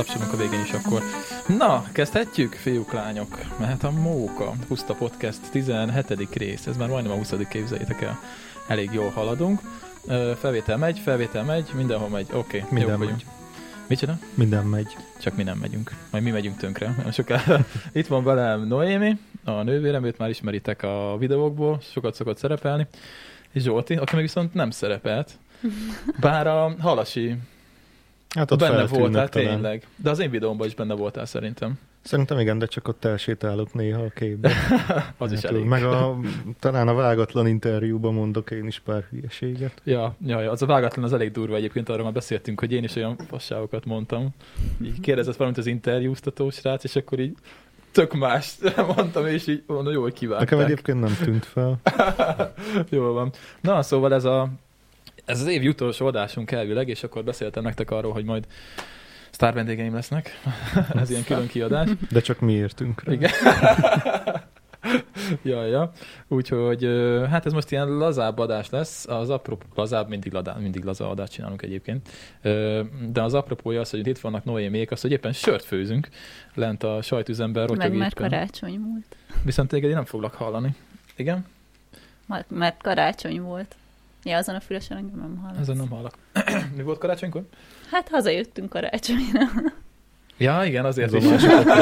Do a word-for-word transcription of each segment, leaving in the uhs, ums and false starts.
tapsolunk a végén is akkor. Na, kezdhetjük, fiúk, lányok. Mehet a móka. Puszta Podcast tizenhetedik rész. Ez már majdnem a huszadik képzeljétek el. Elég jól haladunk. Felvétel megy, felvétel megy, mindenhol megy. Oké, okay, minden jó vagyunk. megy. Mit csinál? Minden megy. Csak mi nem megyünk. Majd mi megyünk tönkre. Sokára. Itt van velem Noémi, a nővérem, őt már ismeritek a videókból, sokat szokott szerepelni. És Zsolti, aki meg viszont nem szerepelt. Bár a Halasi hát ott benne voltál talán. tényleg. De az én videómban is benne voltál szerintem. Szerintem igen, de csak ott elsétálok néha a képben. Az is hát, elég. Meg a, talán a vágatlan interjúban mondok én is pár hülyeséget. Ja, ja, ja, az a vágatlan az elég durva egyébként, arról már beszéltünk, hogy én is olyan fasságokat mondtam. Így kérdezett valamit az interjúztató srác, és akkor így tök más mondtam, és így mondom, jó, hogy kivágták. Nekem egyébként nem tűnt fel. Jól van. Na, szóval ez a ez az év utolsó adásunk elvileg, és akkor beszéltem nektek arról, hogy majd sztár vendégeim lesznek. Ez ilyen külön kiadás. De csak mi értünk rá. Igen. ja, ja. Úgyhogy hát ez most ilyen lazább adás lesz. Az apropó, lazább, mindig, ladá, mindig laza adást csinálunk egyébként. De az apropója az, hogy itt vannak Noémiék, az, hogy éppen sört főzünk lent a sajtüzemben. Meg már karácsony volt. Viszont téged én nem foglak hallani. Igen? Mert, mert karácsony volt. Ja, azon a fülesen engem nem hallasz. Azon nem hallak. Mi volt karácsonykor? Hát hazajöttünk karácsonyra. Ja, igen, azért is.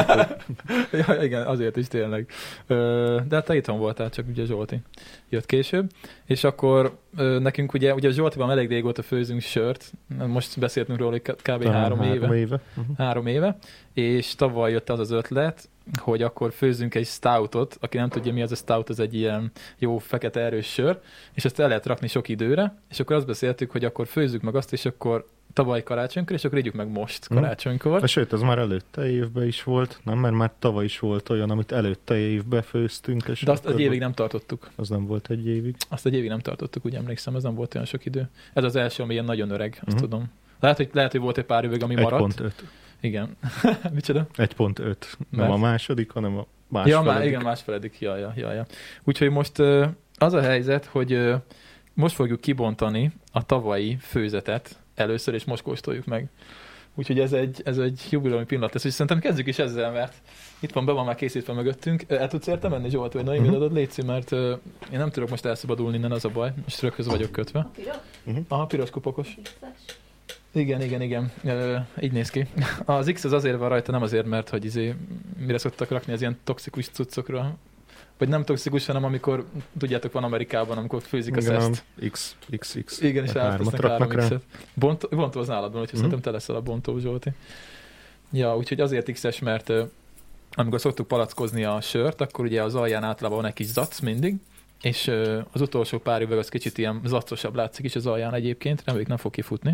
ja, igen, azért is tényleg. De hát te itthon voltál, csak ugye Zsolti jött később. És akkor nekünk ugye, ugye Zsoltiban elég régóta főzünk sört. Most beszéltünk róla, hogy kb. három, három éve. Három éve. Uh-huh. Három éve. És tavaly jött az az ötlet, hogy akkor főzzünk egy stoutot. Aki nem tudja, mi az a stout, az egy ilyen jó, fekete, erős sör, és ezt el lehet rakni sok időre, és akkor azt beszéltük, hogy akkor főzzük meg azt, és akkor tavaly karácsonykor, és akkor ígyük meg most karácsonykor. De sőt, az már előtte évben is volt, nem? Mert már tavaly is volt olyan, amit előtte évben főztünk. És de azt egy évig nem tartottuk. Az nem volt egy évig. Azt egy évig nem tartottuk, úgy emlékszem, ez nem volt olyan sok idő. Ez az első, ami ilyen nagyon öreg, azt uh-huh. tudom. Lehet hogy, lehet, hogy volt egy pár üveg, ami egy maradt. egy pont öt. Igen. Micsoda? egy pont öt. Nem Mert... a második, hanem a másfeledik. Ja, má, igen, másfeledik. Ja, ja, ja, ja. Úgyhogy most az a helyzet, hogy most fogjuk kibontani a tavalyi főzetet először, és most kóstoljuk meg. Úgyhogy ez egy, ez egy jubileumi pillanat lesz, és szerintem kezdjük is ezzel, mert itt van, be van már készítve mögöttünk. El tudsz érte menni, Zsolt, vagy Noémi, uh-huh. adod, létszik, mert uh, én nem tudok most elszabadulni innen, az a baj. Most röghöz vagyok kötve. A piros? Uh-huh. Aha, piros kupakos. Igen, igen, igen. Uh, így néz ki. Az X az azért van rajta, nem azért, mert hogy izé, mire szoktak rakni az ilyen toxikus cuccokra. Vagy nem toxikus, hanem amikor, tudjátok, van Amerikában, amikor főzik a szeszt. X, X, X. Igen, és rátesznek három X-et. Bont, bontó az náladban, úgyhogy mm-hmm. szerintem te leszel a bontó, Zsolti. Ja, úgyhogy azért X-es, mert uh, amikor szoktuk palackozni a sört, akkor ugye az alján általában van egy kis zac mindig, és uh, az utolsó pár üveg az kicsit ilyen zaccosabb látszik is az alján egyébként, reméljük nem fog kifutni.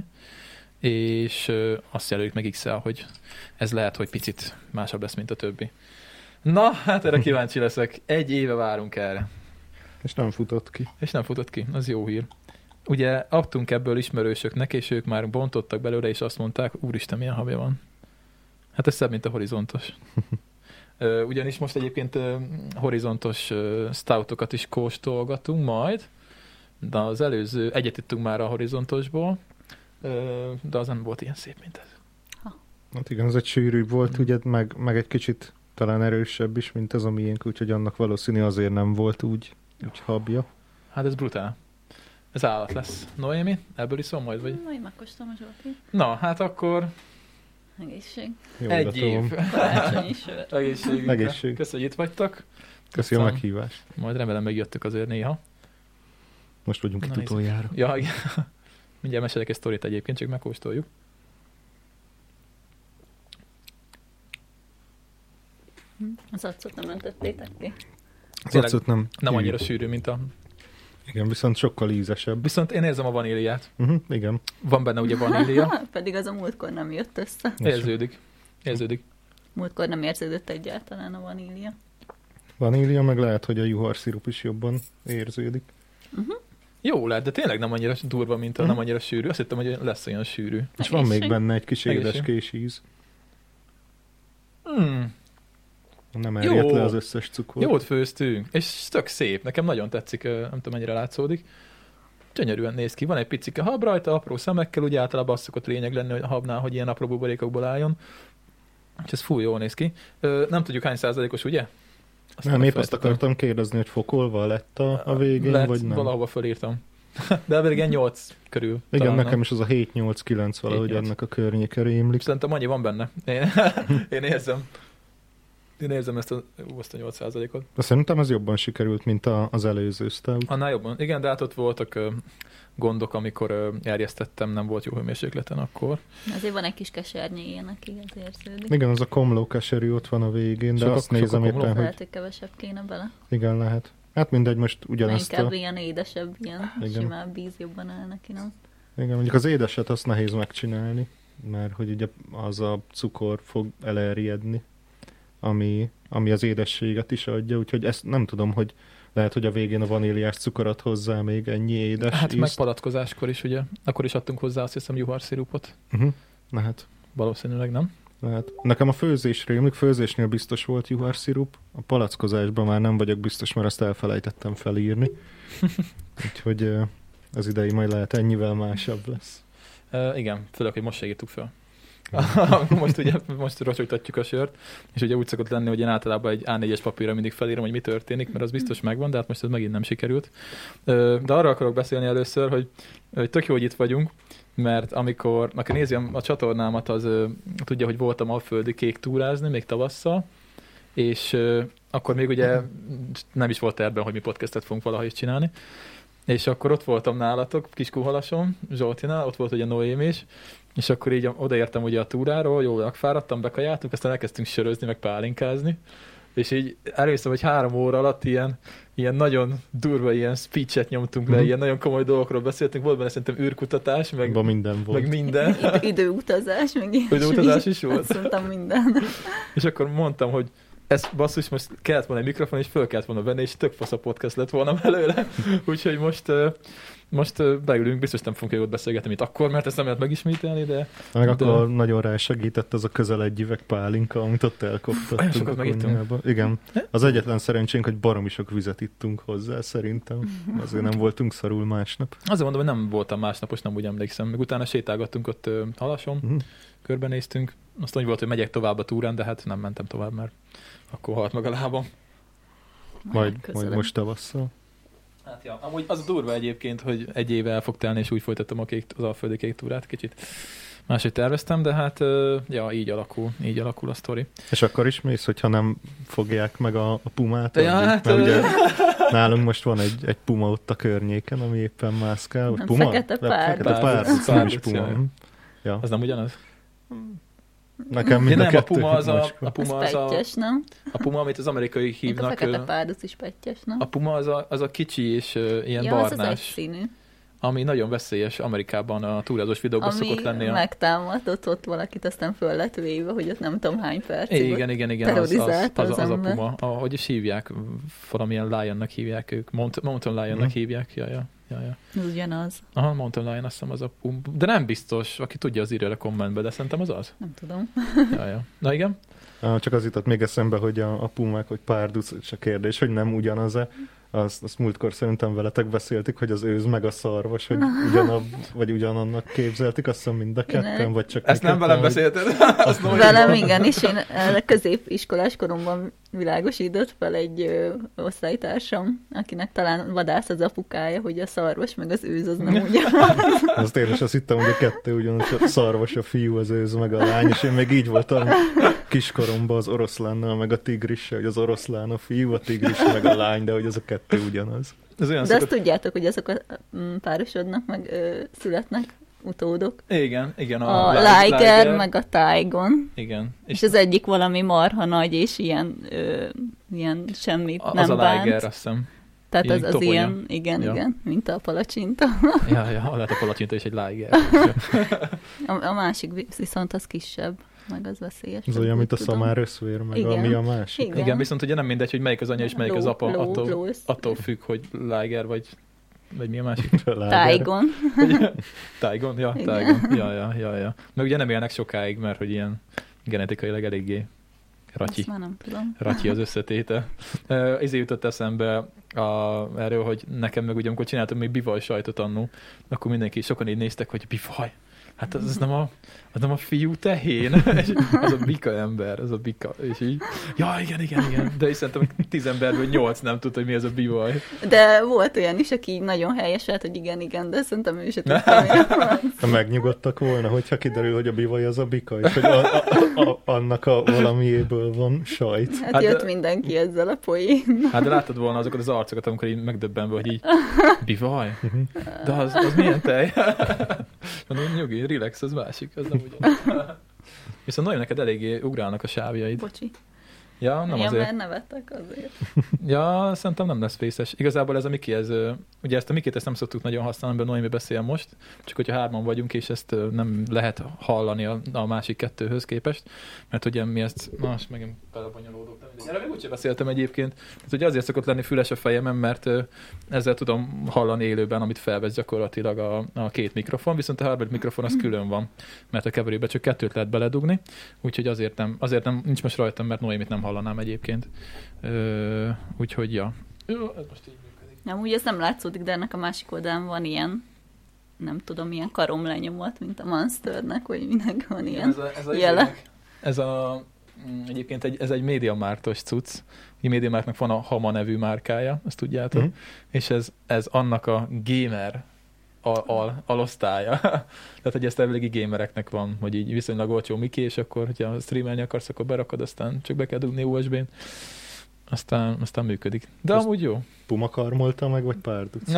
És uh, azt jelöljük meg X-el, hogy ez lehet, hogy picit másabb lesz, mint a többi. Na, hát erre kíváncsi leszek. Egy éve várunk erre. És nem futott ki. És nem futott ki, az jó hír. Ugye adtunk ebből ismerősöknek, és ők már bontottak belőle, és azt mondták, úristen, milyen habja van. Hát ez szebb, mint a horizontos. Ugyanis most egyébként horizontos stoutokat is kóstolgatunk majd, de az előző, egyet ittunk már a horizontosból, de az nem volt ilyen szép, mint ez. Ha. Hát igen, ez egy sűrűbb volt, mm. ugye, meg, meg egy kicsit talán erősebb is, mint ez a miénk, úgyhogy annak valószínű azért nem volt úgy, úgy habja. Hát ez brutál. Ez állat lesz. Noémi, ebből iszom majd, vagy? Majd megkóstolom a Zsolti. Na, hát akkor... Egészség. Jó, egy év. Karácsonyi sör. Egészségünkre. Egészség. Köszönjük, itt vagytok. Köszi a meghívást. Majd remélem megjöttök azért néha. Most vagyunk itt utoljára. Ja, igen. Mindjárt mesélek egy sztorit egyébként, csak megkóstoljuk. Az acot nem öntöttétek ki? Az acot nem. Nem annyira sűrű, mint a... Igen, viszont sokkal ízesebb. Viszont én érzem a vaníliát. Uh-huh, igen. Van benne ugye vanília. Pedig az a múltkor nem jött össze. Érződik. Érződik. Múltkor nem érződött egyáltalán a vanília. Vanília, meg lehet, hogy a juharszirup is jobban érződik. Uh-huh. Jó lehet, de tényleg nem annyira durva, mint a uh-huh. nem annyira sűrű. Azt hittem, hogy lesz olyan sűrű. És van még benne egy kis édeskés íz. Hmm. Nem elért le az összes cukor. Jót főztünk, és tök szép. Nekem nagyon tetszik, nem tudom, mennyire látszódik. Gyönyörűen néz ki. Van egy picike hab rajta, apró szemekkel, ugye általában az szokott lényeg lenni, hogy a habnál, hogy ilyen apró buborékokból álljon. És ez fú, jól néz ki. Ö, nem tudjuk hány százalékos, ugye? Azt nem, épp azt akartam kérdezni, hogy fokolva lett a, a végén, lett, vagy nem? Valahova fölírtam. De elvileg ilyen nyolc körül. Igen, talán, nekem nem? is az a hét nyolc kilenc valahogy hét nyolc annak a környéke rémlik. Szerintem annyi van benne. Én, én érzem. Én érzem ezt a, ezt a nyolc százalékot. De szerintem ez jobban sikerült, mint a, az előző stout. Annál jobban. Igen, de hát ott voltak ö, gondok, amikor ö, erjesztettem, nem volt jó hőmérsékleten akkor. Azért van egy kis kesernyéje neki, ez érződik. Igen, az a komló keserű ott van a végén, de Sok a- azt sok a nézem komló? éppen, hogy Lehet, hogy kevesebb kéne bele. igen, lehet. Hát mindegy, most Mert ugyanezt inkább a... ilyen édesebb, ilyen Igen. simább íz jobban áll neki, nem? Igen, mondjuk az édeset azt nehéz megcsinálni, mert hogy ugye az a cukor fog elerjedni, ami, ami az édességet is adja, úgyhogy ezt nem tudom, hogy lehet, hogy a végén a vaníliás cukorot hozzá még ennyi édes Hát ízt. meg palackozáskor is, ugye? Akkor is adtunk hozzá, azt hiszem, juharszirupot. Uh-huh. Lehet. Valószínűleg nem. lehet. Nekem a főzésre rémlik, főzésnél biztos volt juharszirup, a palackozásban már nem vagyok biztos, mert azt elfelejtettem felírni. Úgyhogy ö, az idei majd lehet ennyivel másabb lesz. Uh, igen, főleg, hogy most se írtuk fel. most ugye, most rocsogtatjuk a sört, és ugye úgy szokott lenni, hogy én általában egy á négyes papírra mindig felírom, hogy mi történik, mert az biztos megvan, de hát most ez megint nem sikerült. Uh, de arra akarok beszélni először, hogy, hogy tök jó, hogy itt vagyunk, mert amikor, aki nézi a, a csatornámat, az uh, tudja, hogy voltam alföldi kék túrázni, még tavasszal, és uh, akkor még ugye nem is volt tervben, hogy mi podcastet fogunk valaha is csinálni. És akkor ott voltam nálatok, Kiskunhalason, Zsoltinál, ott volt ugye Noém is, és akkor így odaértem ugye a túráról, jól megfáradtam, bekajáltuk, aztán elkezdtünk sörözni, meg pálinkázni, és így először, hogy három óra alatt ilyen, ilyen nagyon durva ilyen speechet nyomtunk le, Mhm. ilyen nagyon komoly dolgokról beszéltünk, volt benne szerintem űrkutatás, meg, Abban minden volt. meg minden. Id- időutazás, meg ilyesmi. Időutazás is volt. Azt mondtam minden. És akkor mondtam, hogy ez basszus, most kellett volna egy mikrofon, és föl kellett volna venni, és tök fasz a podcast lett volna belőle. Úgyhogy most, ö, most ö, beülünk, biztos nem fogunk jót beszélgetni, mint akkor, mert ezt nem lehet megismételni, de Meg de- akkor nagyon rá segített az a közel egy üveg pálinka, amit ott Olyan elkoptattunk sokat a megittunk? konyhába. Igen. Az egyetlen szerencsénk, hogy baromi sok vizet ittunk hozzá, szerintem. Azért nem voltunk szarul másnap. azért mondom, hogy nem voltam másnapos, nem úgy emlékszem. Meg utána sétálgattunk ott ö, Halason, Uh-huh. körbenéztünk. Azt úgy volt, hogy megyek tovább a túrán, de hát nem mentem tovább, mert akkor halt meg a lábam. Majd, majd közelebb. most tavasszal. Hát ja, amúgy az durva egyébként, hogy egy éve el fog telni, és úgy folytattam a kék, az alföldi kék túrát kicsit. Máshogy terveztem, de hát ö, ja, így alakul, így alakul a sztori. És akkor is mész, hogyha nem fogják meg a, a pumát? Ja, addig? hát, Mert ö, ugye nálunk most van egy, egy puma ott a környéken, ami éppen mászkál. Nem, Puma? fekete De- párduc. Fekete párduc, nem is Párduc, puma. jaj. Mhm. Ja. Az nem ugyanaz? Nekem Ja, mind a nem, a kettő puma az a, macska. a Az puma az a, pettyes, nem? a puma, amit az amerikai Mint a hívnak, fekete ö, párduc is pettyes, nem? a puma az a, az a kicsi és ö, ilyen ja, az az barnás, egyszínű. ami nagyon veszélyes Amerikában a túrázós videókban Ami szokott lenni. A... megtámadott ott valakit, aztán föl lett véve, hogy ott nem tudom hány percig. Igen, igen, igen, az, az, az, terrorizálta az, az az a ember. puma. Ahogy is hívják, valamilyen lionnak hívják ők. Mount, Mountain lionnak Mhm. hívják. Ja, ja, ja, ja. Az ugyanaz. Aha, Mountain lion, azt hiszem az a puma. De nem biztos, aki tudja, az írja a kommentbe, de szerintem az az. Nem tudom. Ja, ja. Na igen? Ah, csak az jutott még eszembe, hogy a, a pumák, hogy párduc, és a kérdés, hogy nem ugyanaz-e. Azt, azt múltkor szerintem veletek beszéltük, hogy az őz meg a szarvas, hogy ugyanab, vagy ugyanannak képzeltik, azt hiszem mind a ketten, vagy csak Ezt mi nem velem ketten, beszélted? Azt nem Velem igen, és én eh, középiskolás koromban világosított fel egy ö, osztálytársam, akinek talán vadász az apukája, hogy a szarvas meg az őz az nem ugyanaz. Azt én is azt hittem, hogy a kettő ugyanaz, a szarvas a fiú, az őz meg a lány, és én még így voltam kiskoromban az oroszlánnal, meg a tigrissel, hogy az oroszlán a fiú, a tigris meg a lány, de hogy az a kettő ugyanaz. Ez olyan De azt szokott... tudjátok, hogy azok a, mm, párosodnak, meg ö, születnek utódok. Igen, igen. A, a Liger, Liger, meg a Tygon. Igen. És az egyik valami marha nagy, és ilyen, ö, ilyen semmit a- nem az a bánt. Liger, azt hiszem. Tehát ilyen az, az toponya. ilyen, igen, Ja. igen, mint a palacsinta. Ja, ja, lehet a palacsinta is egy Liger. A, a másik vi- viszont az kisebb, meg az veszélyes. Ez olyan, mint a szamár összvér, meg Igen. ami a másik. Igen. Igen, viszont ugye nem mindegy, hogy melyik az anya és melyik az Ló- apa, ló- attól, ló össz- attól függ, hogy Liger vagy, vagy mi a másik? Tygon. Tygon, ja, Igen. Tygon, ja, ja, ja, ja. Meg ugye nem élnek sokáig, mert hogy ilyen genetikailag eléggé ratyi. Azt már nem tudom. Ratyi az összetéte. Uh, Izé jutott eszembe a, erről, hogy nekem meg ugye, amikor csináltam még bivaj sajtot annó, akkor mindenki, sokan így néztek, hogy bivaj. hát az, az nem a az nem a fiú tehén, az a bika ember, az a bika, és így, ja, igen, igen, igen, de és szerintem tíz emberből nyolc nem tudta, hogy mi ez a bivaj. De volt olyan is, aki nagyon helyeselt, hogy igen, igen, de szerintem ő se tudta, ha megnyugodtak volna, hogyha kiderül, hogy a bivaj az a bika, és hogy a, a, a, annak a valamiéből van sajt. Hát, hát jött de... mindenki ezzel a poén. Hát de láttad volna azokat az arcokat, amikor így megdöbbenve, hogy így, bivaj? De az, az milyen tej? Mondom, nyugi, relax, az másik, az nem ugyan. Viszont nagyon neked eléggé ugrálnak a sávjaid. Bocsi. Ja, nem ja, azért. mert nevettek azért. Ja, szerintem nem lesz fészes. Igazából ez a Miki, ez, ugye ezt a Mikit ezt nem szoktuk nagyon használni, mert Noémi beszél most, csak hogyha hárman vagyunk, és ezt nem lehet hallani a, a másik kettőhöz képest, mert ugye mi ezt, na, most megint belebonyolódok. Erre még úgyse beszéltem egyébként. Ez ugye azért szokott lenni füles a fejemen, mert ezzel tudom hallani élőben, amit felvesz gyakorlatilag a, a két mikrofon, viszont a harmadik mikrofon az külön van, mert a keverőbe csak kettőt lehet beledugni, úgyhogy azért nem, azért nem nincs most rajtam, mert Noémit nem hallanám egyébként. Ö, úgyhogy, ja. Ö, ez most így működik. Nem, úgy ez nem látszódik, de ennek a másik oldalán van ilyen, nem tudom, ilyen karomlenyomat, mint a Monsternek, vagy mindenki van ilyen ez a, ez a jele. Ez a, egyébként egy, ez egy MediaMarktos cucc. A MediaMarktnak van a Hama nevű márkája, azt tudjátok. Mm. És ez, ez annak a gamer al, al, alosztálya. Tehát, hogy ezt elvélegi gamereknek van, hogy így viszonylag olcsó Miki, és akkor, hogyha streamelni akarsz, akkor berakod, aztán csak be kell dugni u es bén. Aztán, aztán működik. De azt amúgy jó. Puma karmolta meg, vagy párduc?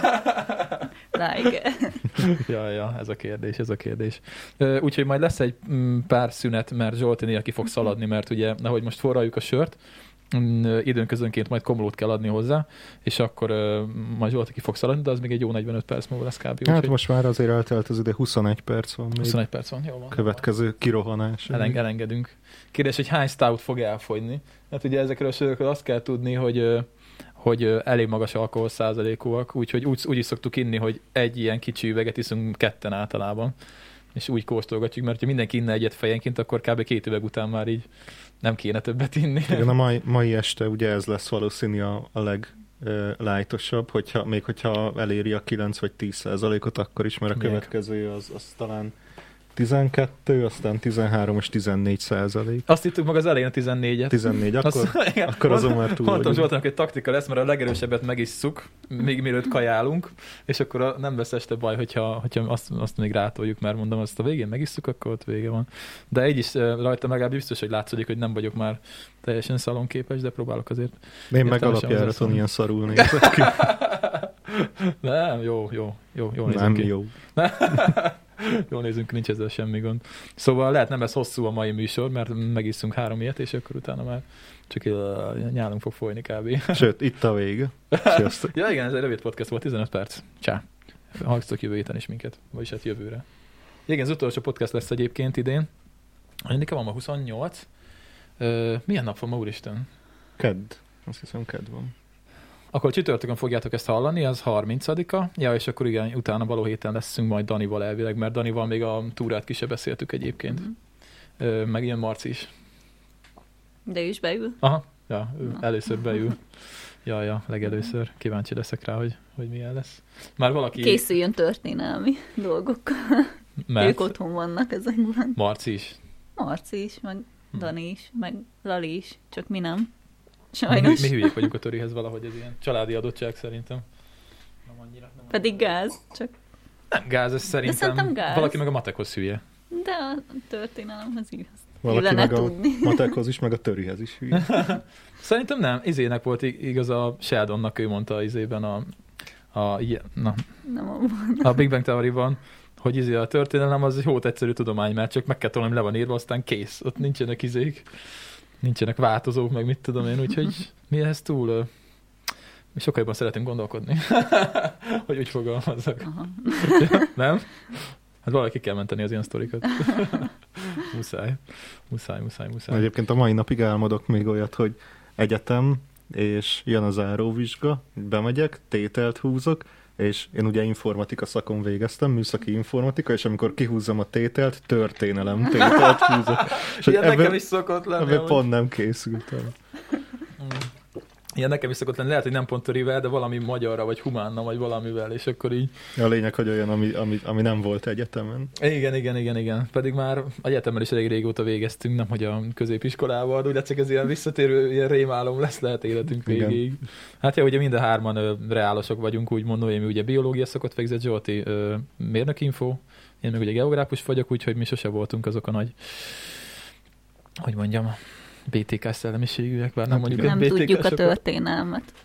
Like. ja, ja, ez a kérdés, ez a kérdés. Úgyhogy majd lesz egy pár szünet, mert Zsolti néha ki fog szaladni, mert ugye, ahogy most forraljuk a sört, időnközönként majd komlót kell adni hozzá, és akkor uh, majd Zsolti ki fog szaladni, de az még egy jó negyvenöt perc múlva lesz kb. Hát úgy, most már azért eltelt az ide, huszonegy perc van még. huszonegy perc van, jó van. Következő kirohanás. Eleng- elengedünk. Kérdés, hogy hány stout fog elfogyni? Hát ugye ezekről a sörökről azt kell tudni, hogy, hogy elég magas alkohol százalékúak, úgyhogy úgy, úgy is szoktuk inni, hogy egy ilyen kicsi üveget iszunk ketten általában, és úgy kóstolgatjuk, mert ha mindenki inne egyet fejenként, akkor kb. Két üveg után már így nem kéne többet inni. Igen, a mai, mai este ugye ez lesz valószínű a, a leglájtosabb, hogyha, még hogyha eléri a kilenc vagy tíz százalékot, akkor is, mert a következő az, az talán tizenkettő, aztán tizenhárom és tizennégy százalék. Azt hittük meg az elején a tizennégyet. tizennégy, akkor, azt, akkor azon már túl mondtam Zsoltának, hogy taktika lesz, mert a legerősebbet megisszuk, még mielőtt kajálunk, és akkor a, nem lesz este baj, hogyha, hogyha azt, azt még rátoljuk, mert mondom, azt a végén megisszuk, akkor ott vége van. De így is rajtam legalább biztos, hogy látszódik, hogy nem vagyok már teljesen szalonképes, de próbálok azért. Én meg alapjáraton ilyen szarul nézek ki. Nem, jó, jó, jó, jó nézek nem ki. jó. Jól nézünk, nincs ezzel semmi gond. Szóval lehet nem lesz hosszú a mai műsor, mert megisszunk három ilyet, és akkor utána már csak nyálunk fog folyni kb. Sőt, itt a vége. Sziasztok. Ja igen, ez egy rövid podcast volt, tizenöt perc. Csá. Hallgatok jövő héten is minket, vagyis hát jövőre. Igen, az utolsó podcast lesz egyébként idén. Nekem van ma huszonnyolc. Ö, milyen nap van ma, úristen? Kedd. Azt hiszem, kedd van. Akkor csütörtökön fogjátok ezt hallani, az harmincadika. Ja, és akkor igen, utána való héten leszünk majd Danival elvileg, mert Danival még a túrát ki se beszéltük egyébként. Mm-hmm. Ö, meg ilyen Marci is. De ő is beül? Aha, ja, ő először beül. Ja, ja, legelőször. Kíváncsi leszek rá, hogy, hogy milyen lesz. Már valaki... Készüljön történelmi dolgokkal. Mert... Ők otthon vannak ezekben. Marci is. Marci is, meg Dani is, meg Lali is, csak mi nem. Sajnos. Mi, mi hülyék vagyunk a Törihez valahogy, ez ilyen családi adottság szerintem. Nem annyira, nem Pedig annyira. gáz, csak... Nem gáz, ez szerintem. De szerintem gáz. Valaki meg a matekhoz hülye. De a történelemhez igaz. Valaki meg tudni. A matekhoz is, meg a Törihez is hülye. Szerintem nem. Izének volt igaz, a Sheldonnak, ő mondta izében a, a, na, nem abban. a Big Bang Theory-ban, hogy izé a történelem az egy hót egyszerű tudomány, mert csak meg kell tolni, le van írva, aztán kész. Ott nincsenek izék. Nincsenek változók, meg mit tudom én, úgyhogy mi ehhez túl... Mi sokkal jobban szeretünk gondolkodni, hogy úgy fogalmazzak. Nem? Hát valaki kell menteni az ilyen sztorikat. muszáj, muszáj, muszáj, muszáj. Egyébként a mai napig álmodok még olyat, hogy egyetem, és jön a záróvizsga, bemegyek, tételt húzok, és én ugye informatika szakon végeztem, műszaki informatika, és amikor kihúzzam a tételt, történelem tételt húzok. És ilyen nekem is szokott lenni. Ebben pont nem készültem. ilyen nekem is szokott lenni, lehet, hogy nem pont Torivel, de valami magyarra, vagy humánna, vagy valamivel, és akkor így... A lényeg, hogy olyan, ami, ami, ami nem volt egyetemen. Igen, igen, igen, igen. Pedig már egyetemmel is elég régóta végeztünk, nem hogy a középiskolával, úgy látszik, ez ilyen visszatérő, ilyen rémálom lesz lehet életünk végéig. Hát ja, ugye mind a hárman ö, reálosok vagyunk, úgymond, Noémi ugye biológia szakot végzett, Zsolti ö, mérnökinfo, én meg ugye geográfus vagyok, úgyhogy mi sose voltunk azok a nagy, hogy mondjam, bé té ká szellemiségűek, bár nem mondjuk Nem bé té ká-sokot. tudjuk a történelmet.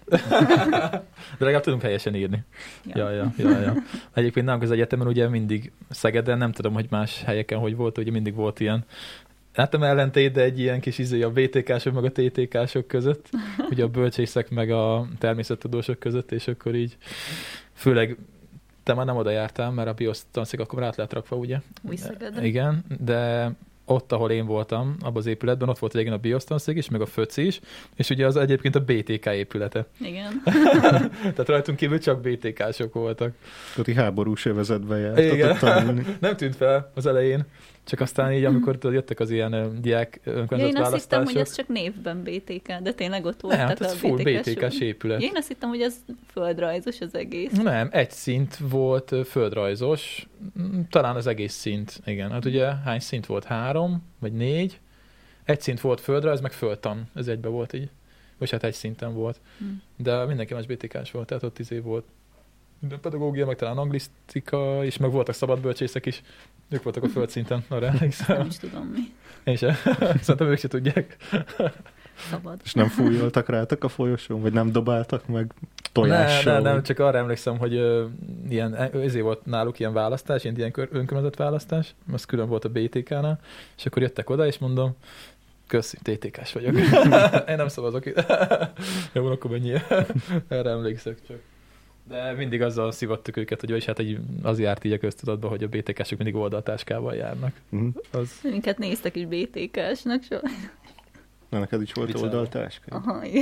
De legalább tudunk helyesen írni. Ja. Ja, ja, ja, ja. Egyébként nálunk az egyetemen ugye mindig Szegeden, nem tudom, hogy más helyeken hogy volt, ugye mindig volt ilyen, hát nem ellentét, de egy ilyen kis izé a bé té ká-sok meg a té té ká-sok között, ugye a bölcsészek meg a természettudósok között, és akkor így főleg te már nem oda jártál, mert a biosztanszék akkor át lehet rakva, ugye? Új-Szegeden. Igen, de ott, ahol én voltam, abban az épületben, ott volt régen a biosztanszék is, meg a föci is, és ugye az egyébként a bé té ká épülete. Igen. Tehát rajtunk kívül csak bé té ká-sok voltak. Ott háborús övezetben jártatok tanulni. Nem tűnt fel az elején, csak aztán így, amikor tudod, jöttek az ilyen uh, diák önkormányzat Ja, én azt választások. hittem, hogy ez csak névben bé té ká, de tényleg ott voltak Nem, hát ez a full bé té bé té ká-sok. ká-s épület. Ja, én azt hittem, hogy ez földrajzos az egész. Nem, egy szint volt ö, földrajzos, mm, talán az egész szint, igen. Hát ugye hány szint volt? Három, vagy négy? Egy szint volt földrajz, meg földtan, ez egybe volt így. Vagy hát egy szinten volt. Hm. De mindenki más bé té ká-s volt, tehát ott izé volt. De pedagógia, meg talán anglisztika, és meg voltak szabadbölcsészek is. Ők voltak a földszinten, arra Nem emlékszem. is tudom mi. Én sem. Szerintem ők se tudják. Szabad. És nem fújoltak rátok a folyosón, vagy nem dobáltak meg Nem, tojással? nem, nem, vagy- csak arra emlékszem, hogy ö, ilyen, ezért volt náluk ilyen választás, ilyen, ilyen kör- önkormányzat választás, az külön volt a bé té ká-nál, és akkor jöttek oda, és mondom, köszi, té té ká-s vagyok. Én nem szavazok itt. Jó, akkor mennyi. Erre emlékszek csak. De mindig azzal szivattuk őket, hogy és hát egy, az járt így a köztudatban, hogy a bé té ká-sok mindig oldaltáskával járnak. Mhm. Az... Minket néztek is bé té ká-snak so. Na, neked is volt Viccelve. oldaltáska? Aha, igen.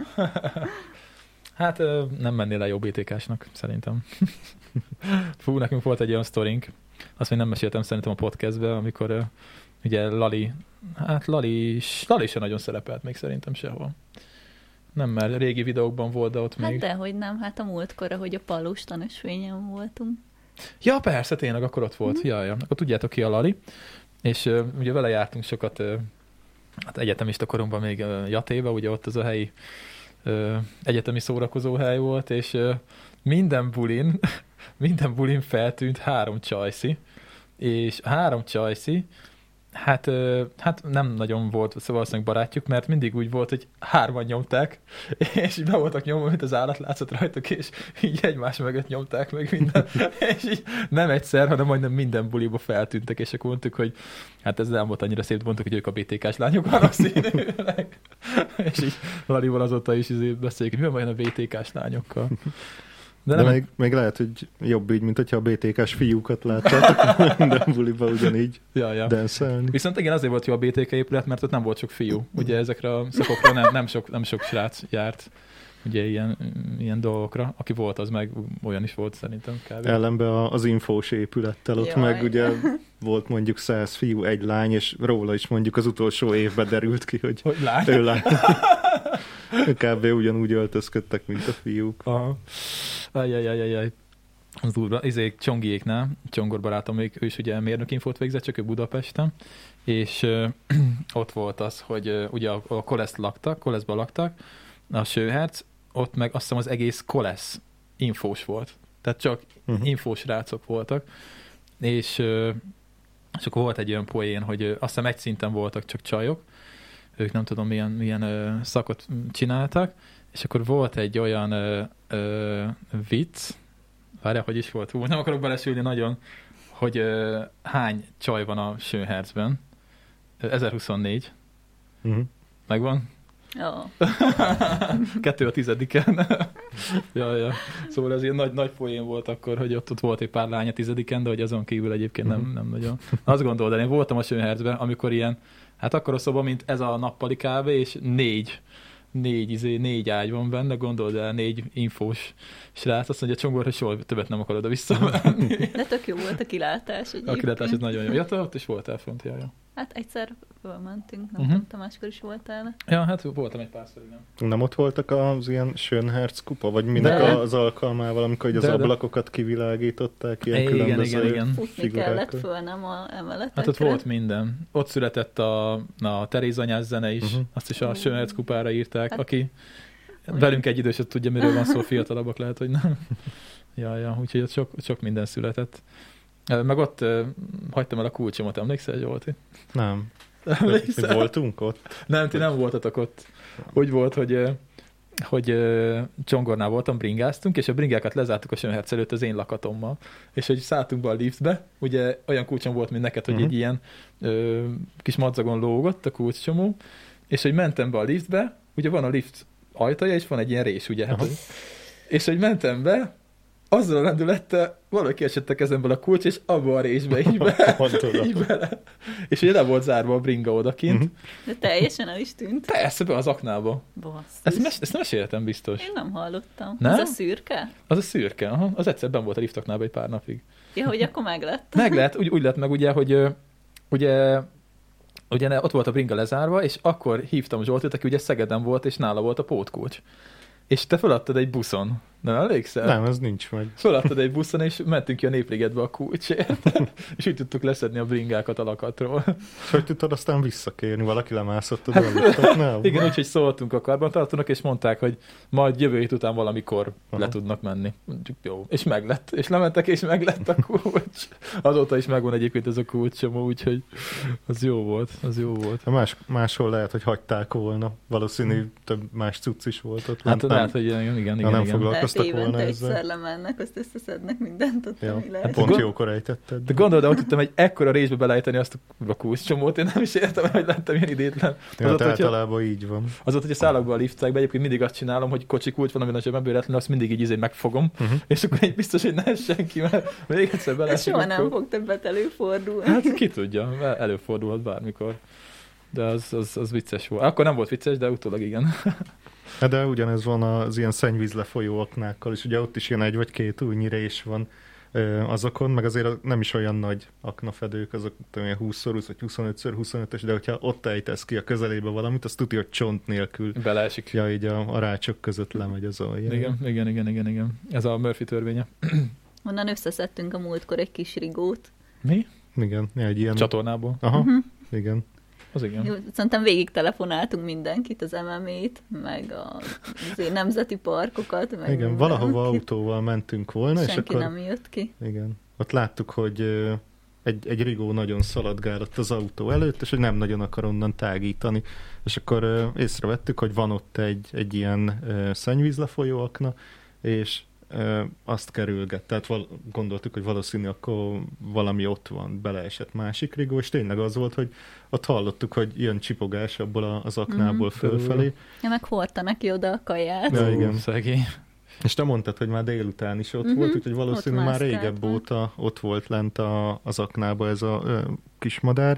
Hát ö, nem mennél le jó bé té ká-snak, szerintem. Fú, nekünk volt egy olyan sztorink, azt még nem meséltem szerintem a podcastben, amikor ö, ugye Lali, hát Lali is, Lali sem nagyon szerepelt még szerintem sehol. Nem, mert régi videókban volt, de ott Hát még... dehogy nem, hát a múltkor, hogy a Pallós tanúsvényen voltunk. Ja, persze, tényleg, akkor ott volt. Mm. Ja, ja. Akkor tudjátok ki a Lali. És uh, ugye vele jártunk sokat, uh, hát egyetemista korunkban még uh, Jatéba, ugye ott az a helyi uh, egyetemi szórakozó hely volt, és uh, minden bulin, minden bulin feltűnt három csajszi, és a három csajszi, hát, uh, hát nem nagyon volt szóval valószínűleg barátjuk, mert mindig úgy volt, hogy hárman nyomták, és így be voltak nyomva, mint az állat látszott rajtuk, és így egymás mögött nyomták meg minden, és így nem egyszer, hanem majdnem minden buliba feltűntek, és akkor mondtuk, hogy hát ez nem volt annyira szép, mondtuk, hogy ők a bé té ká-s lányok valószínűleg. És így Lalival azóta is így beszéljük, hogy mi van a bé té ká-s lányokkal. De, De még, még lehet, hogy jobb így, mint hogyha a bé té ká-s fiúkat láttátok minden buliba ugyanígy ja, ja. denszelni. Viszont igen, azért volt jó a bé té ká épület, mert ott nem volt sok fiú. Ugye ezekre a szakokra nem, nem, sok, nem sok srác járt ugye ilyen, ilyen dolgokra. Aki volt, az meg olyan is volt szerintem kb. Ellenben az infós épülettel ott Jaj. meg ugye volt mondjuk száz fiú, egy lány, és róla is mondjuk az utolsó évben derült ki, hogy, Hogy lány? ő lány. Kb. Ugyanúgy öltözködtek, mint a fiúk. Aha. Ajajajajaj. Az durva. Izé, Csongiéknál, Csongor barátom, még ő is ugye mérnökinfót végzett, csak ő Budapesten, és ö, ott volt az, hogy ö, ugye a, a Koleszt laktak, Koleszban laktak, a Sőherc, ott meg azt hiszem az egész Kolesz infós volt. Tehát csak uh-huh. infós rácok voltak, és, ö, és akkor volt egy olyan poén, hogy ö, azt hiszem egy szinten voltak csak csajok, ők nem tudom milyen, milyen ö, szakot csináltak, és akkor volt egy olyan ö, ö, vicc, várjál, hogy is volt, hú, nem akarok belesülni nagyon, hogy ö, hány csaj van a Sőhercben. ezerhuszonnégy. Uh-huh. Megvan? Ja. Kettő a tizediken. ja, ja. Szóval ez ilyen nagy, nagy poén volt akkor, hogy ott, ott volt egy pár lány a tizediken, de hogy azon kívül egyébként nem, nem nagyon. Azt gondolod, én voltam a Sőhercben, amikor ilyen, hát akkor a szoba, mint ez a nappali kb, és négy négy, izé, négy ágy van benne, gondold el, négy infós srác, azt mondja Csongor, hogy soha többet nem akar oda visszamenni. De tök jó volt a kilátás A egyébként. kilátás ez nagyon jó. Ja, te ott is voltál fönt, jaj. Hát egyszer fölmentünk, nem Uh-huh. tudom, te máskor is voltál. Ja, hát voltam egy párszor, igen. Nem ott voltak az ilyen Schönherz kupa, vagy minek De. az alkalmával, amikor az De, de. ablakokat kivilágították, ilyen Igen, különböző igen, igen. Futni kellett figurákkal. föl, nem a emeletekre. Hát ott volt minden. Ott született a, a Teréz anyás zene is, Uh-huh. azt is a Ú. Schönherz kupára írták, Hát- aki velünk egy időset tudja, miről van szó, fiatalabbak lehet, hogy nem. Ja, ja, úgyhogy ott sok, sok minden született. Meg ott uh, hagytam el a kulcsomat, emlékszel, Zsolti? Nem. Emlékszel? Mi voltunk ott? Nem, ti nem voltatok ott. Úgy volt, hogy, ö, hogy ö, Csongornál voltam, bringáztunk, és a bringákat lezártuk a Schönherz előtt az én lakatommal. És hogy szálltunk be a liftbe, ugye olyan kulcsom volt, mint neked, hogy Mhm. egy ilyen ö, kis madzagon lógott a kulcscsomó, és hogy mentem be a liftbe, ugye van a lift ajtaja, és van egy ilyen rés, ugye? Hát, Aha. hogy- és hogy mentem be, azzal a lendülettel valaki esett a kezemből a kulcs, és abba a résbe így be, Mondtad. így bele. És ugye le volt zárva a bringa odakint. Mhm. De teljesen el is tűnt. Persze, be az aknába. Basszus. Ezt, mes- ezt nem meséltem biztos. Én nem hallottam. Nem? Ez a szürke? Az a szürke, aha. Az egyszer benn volt a liftaknában egy pár napig. Ja, hogy akkor meg lett. Meg lehet, úgy, úgy lett meg ugye, hogy ö, ugye, ugye ne- ott volt a bringa lezárva, és akkor hívtam Zsoltit, aki ugye Szegeden volt, és nála volt a pótkulcs. És te feladtad egy buszon. Nem emlékszel? Nem, ez nincs meg. Feladtad egy buszon, és mentünk ki a Népligetbe a kulcsért. És úgy tudtuk leszedni a bringákat a lakatról. És hogy tudtad aztán visszakérni? Valaki lemászott oda a liftaknál? Igen, úgyhogy szóltunk a karbantartónak, és mondták, hogy majd jövő hét után valamikor Aha. le tudnak menni. Mondjuk jó. És meglett. És lementek, és meglett a kulcs. Azóta is megvan egyébként ez a kulcsomó, úgyhogy az jó volt. Az jó volt. Ha Más, máshol lehet, hogy hagyták volna. Valószínű több más cucc is volt ott. Hát nem, lehet, hogy igen, igen, igen. nem igen. Tehát foglalkoztak volna évente ezzel. egyszer lemennek, azt összeszednek mindent ott, Ja. ami Hát lehet. pont gond- jókor ejtetted. De gondolod, hogy tudtam egy ekkora résbe belejteni azt a kulcscsomót, én nem is értem, hogy lettem ilyen idétlen. Ja, az ott, hát hogyha- általában így van. Azóta, hogy a szállakban a liftekben egyébként mindig azt csinálom, hogy kocsi kulcs van, amin a zsebben véletlenül, azt mindig így izé megfogom, Uh-huh. és akkor egy biztos, hogy ne essen ki, mert még egyszer Ez belesik, soha nem akkor... fog többet előfordulni. Hát ki tudja, előfordulhat bármikor. De az, az, az vicces volt. Akkor nem volt vicces, de utólag igen. Hát de ugyanez van az ilyen szennyvíz lefolyó aknákkal, és ugye ott is ilyen egy vagy két újnyi rés van ö, azokon, meg azért nem is olyan nagy aknafedők, azok tudom, ilyen húsz szor húsz vagy huszonöt huszonötös, de hogyha ott ejtesz ki a közelébe valamit, azt tudja, hogy csont nélkül, Beleesik. ja, így a, a rácsok között lemegy az alja. Igen, igen, igen, igen, igen. Ez a Murphy törvénye. Onnan összeszedtünk a múltkor egy kis rigót. Mi? Igen, ja, egy ilyen... Csatornából. Aha, Uh-huh. igen. Az igen. Jó, szerintem végig telefonáltunk mindenkit, az em em é-t, meg a, az nemzeti parkokat. Meg Igen, valahova autóval mentünk volna, és senki akkor... nem jött ki. Igen. Ott láttuk, hogy ö, egy, egy rigó nagyon szaladgál ott az autó előtt, és hogy nem nagyon akar onnan tágítani. És akkor ö, észrevettük, hogy van ott egy, egy ilyen ö, szennyvízlefolyó akna, és ö, azt kerülget. Tehát val- gondoltuk, hogy valószínű akkor valami ott van, beleesett másik rigó, és tényleg az volt, hogy ott hallottuk, hogy jön csipogás abból a- az aknából Mhm. fölfelé. Ja, meg hordta neki oda a kaját. Ja, Ó, igen. Szegény. És te mondtad, hogy már délután is ott Mhm, volt, úgyhogy valószínű ott már mászkált régebb volt. óta ott volt lent a, az aknába ez a ö, kismadár.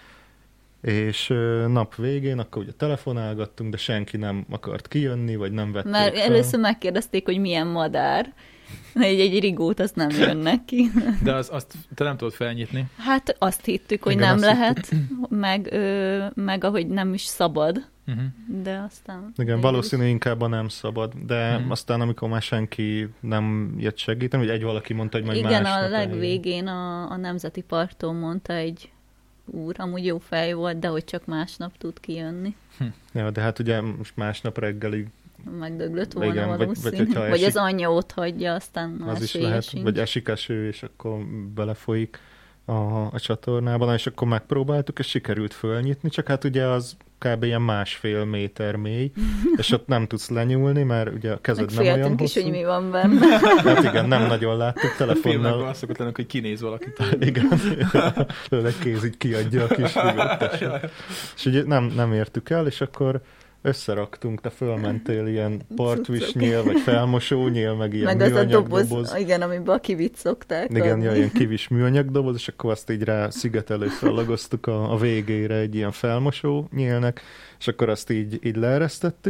És ö, nap végén akkor ugye telefonálgattunk, de senki nem akart kijönni, vagy nem vették Mert fel. először megkérdezték, hogy milyen madár. Egy, egy rigót azt nem jönnek ki. De az, azt te nem tudod felnyitni. Hát azt hittük, hogy Igen, nem azt lehet, meg, ö, meg ahogy nem is szabad, Uh-huh. de aztán... Igen, valószínű inkább a nem szabad, de Mhm. aztán amikor már senki nem jött segíteni, vagy egy valaki mondta, hogy majd Igen, másnap a eljön. legvégén a, a Nemzeti Parktól mondta egy úr, amúgy jó fej volt, de hogy csak másnap tud kijönni. Ja, de hát ugye most másnap reggelig Megdöglött volna Igen, vagy- valószínű. vagy Vagy, hogyha vagy esik- az anyja ott hagyja, aztán más az is éje lehet, sincs. vagy esik eső, és akkor belefolyik a, a csatornában, és akkor megpróbáltuk, és sikerült fölnyitni, csak hát ugye az kb. Ilyen másfél méter mély, és ott nem tudsz lenyúlni, mert ugye a kezed Meg nem olyan féltünk is, hosszú. hogy mi van benne. Hát igen, nem nagyon láttuk A filmekben telefonnal. azt szokott lennünk, hogy kinéz valakit. Igen, tőle egy kéz így kiadja a kis rigót, tessék. És ugye nem, nem értük el, és akkor összeraktunk, te fölmentél ilyen partvisnyél, vagy felmosónyél, meg ilyen Meg az a műanyag doboz, doboz. igen, amiben a kivit szokták Igen, adni. ja, ilyen kivis műanyag doboz, és akkor azt így rá szigetelő fellagoztuk a, a végére egy ilyen felmosó nyílnek, és akkor azt így, így leeresztettük,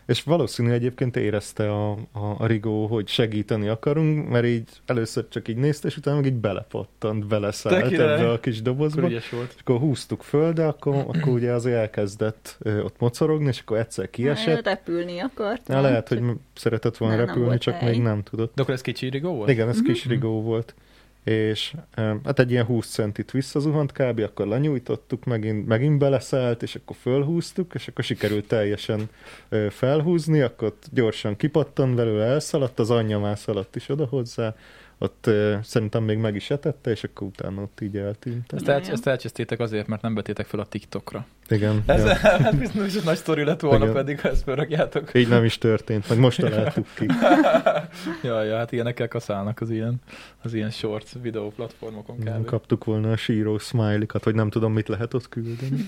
És valószínű egyébként érezte a, a, a Rigó, hogy segíteni akarunk, mert így először csak így nézte, és utána meg így belepattant, beleszállt ebbe a kis dobozba. És akkor húztuk föl, de akkor, akkor ugye azért elkezdett ö, ott mocorogni, és akkor egyszer kiesett. Repülni akart. Na, lehet, hogy szeretett volna nem, repülni, nem csak hely. Még nem tudott. De akkor ez kicsi Rigó volt? Igen, ez mm-hmm. kis Rigó volt. És hát egy ilyen húsz centit visszazuhant kb, akkor lenyújtottuk, megint, megint beleszállt, és akkor fölhúztuk, és akkor sikerült teljesen felhúzni, akkor gyorsan kipattan belőle, elszaladt, az anyja már szaladt is oda hozzá, ott uh, szerintem még meg is etette, és akkor utána ott így eltűnt. Ezt, el, ezt elcsesztétek azért, mert nem betétek fel a TikTokra. Igen. Ez ja. hát biztos nagy sztori lett volna, igen. Pedig ha ezt felrakjátok. Így nem is történt, meg most találtuk ki. Jaj, ja, hát ilyenekkel kaszálnak az ilyen, az ilyen short videó platformokon kb. Kaptuk volna a síró smiley-kat, hogy nem tudom, mit lehet ott küldeni.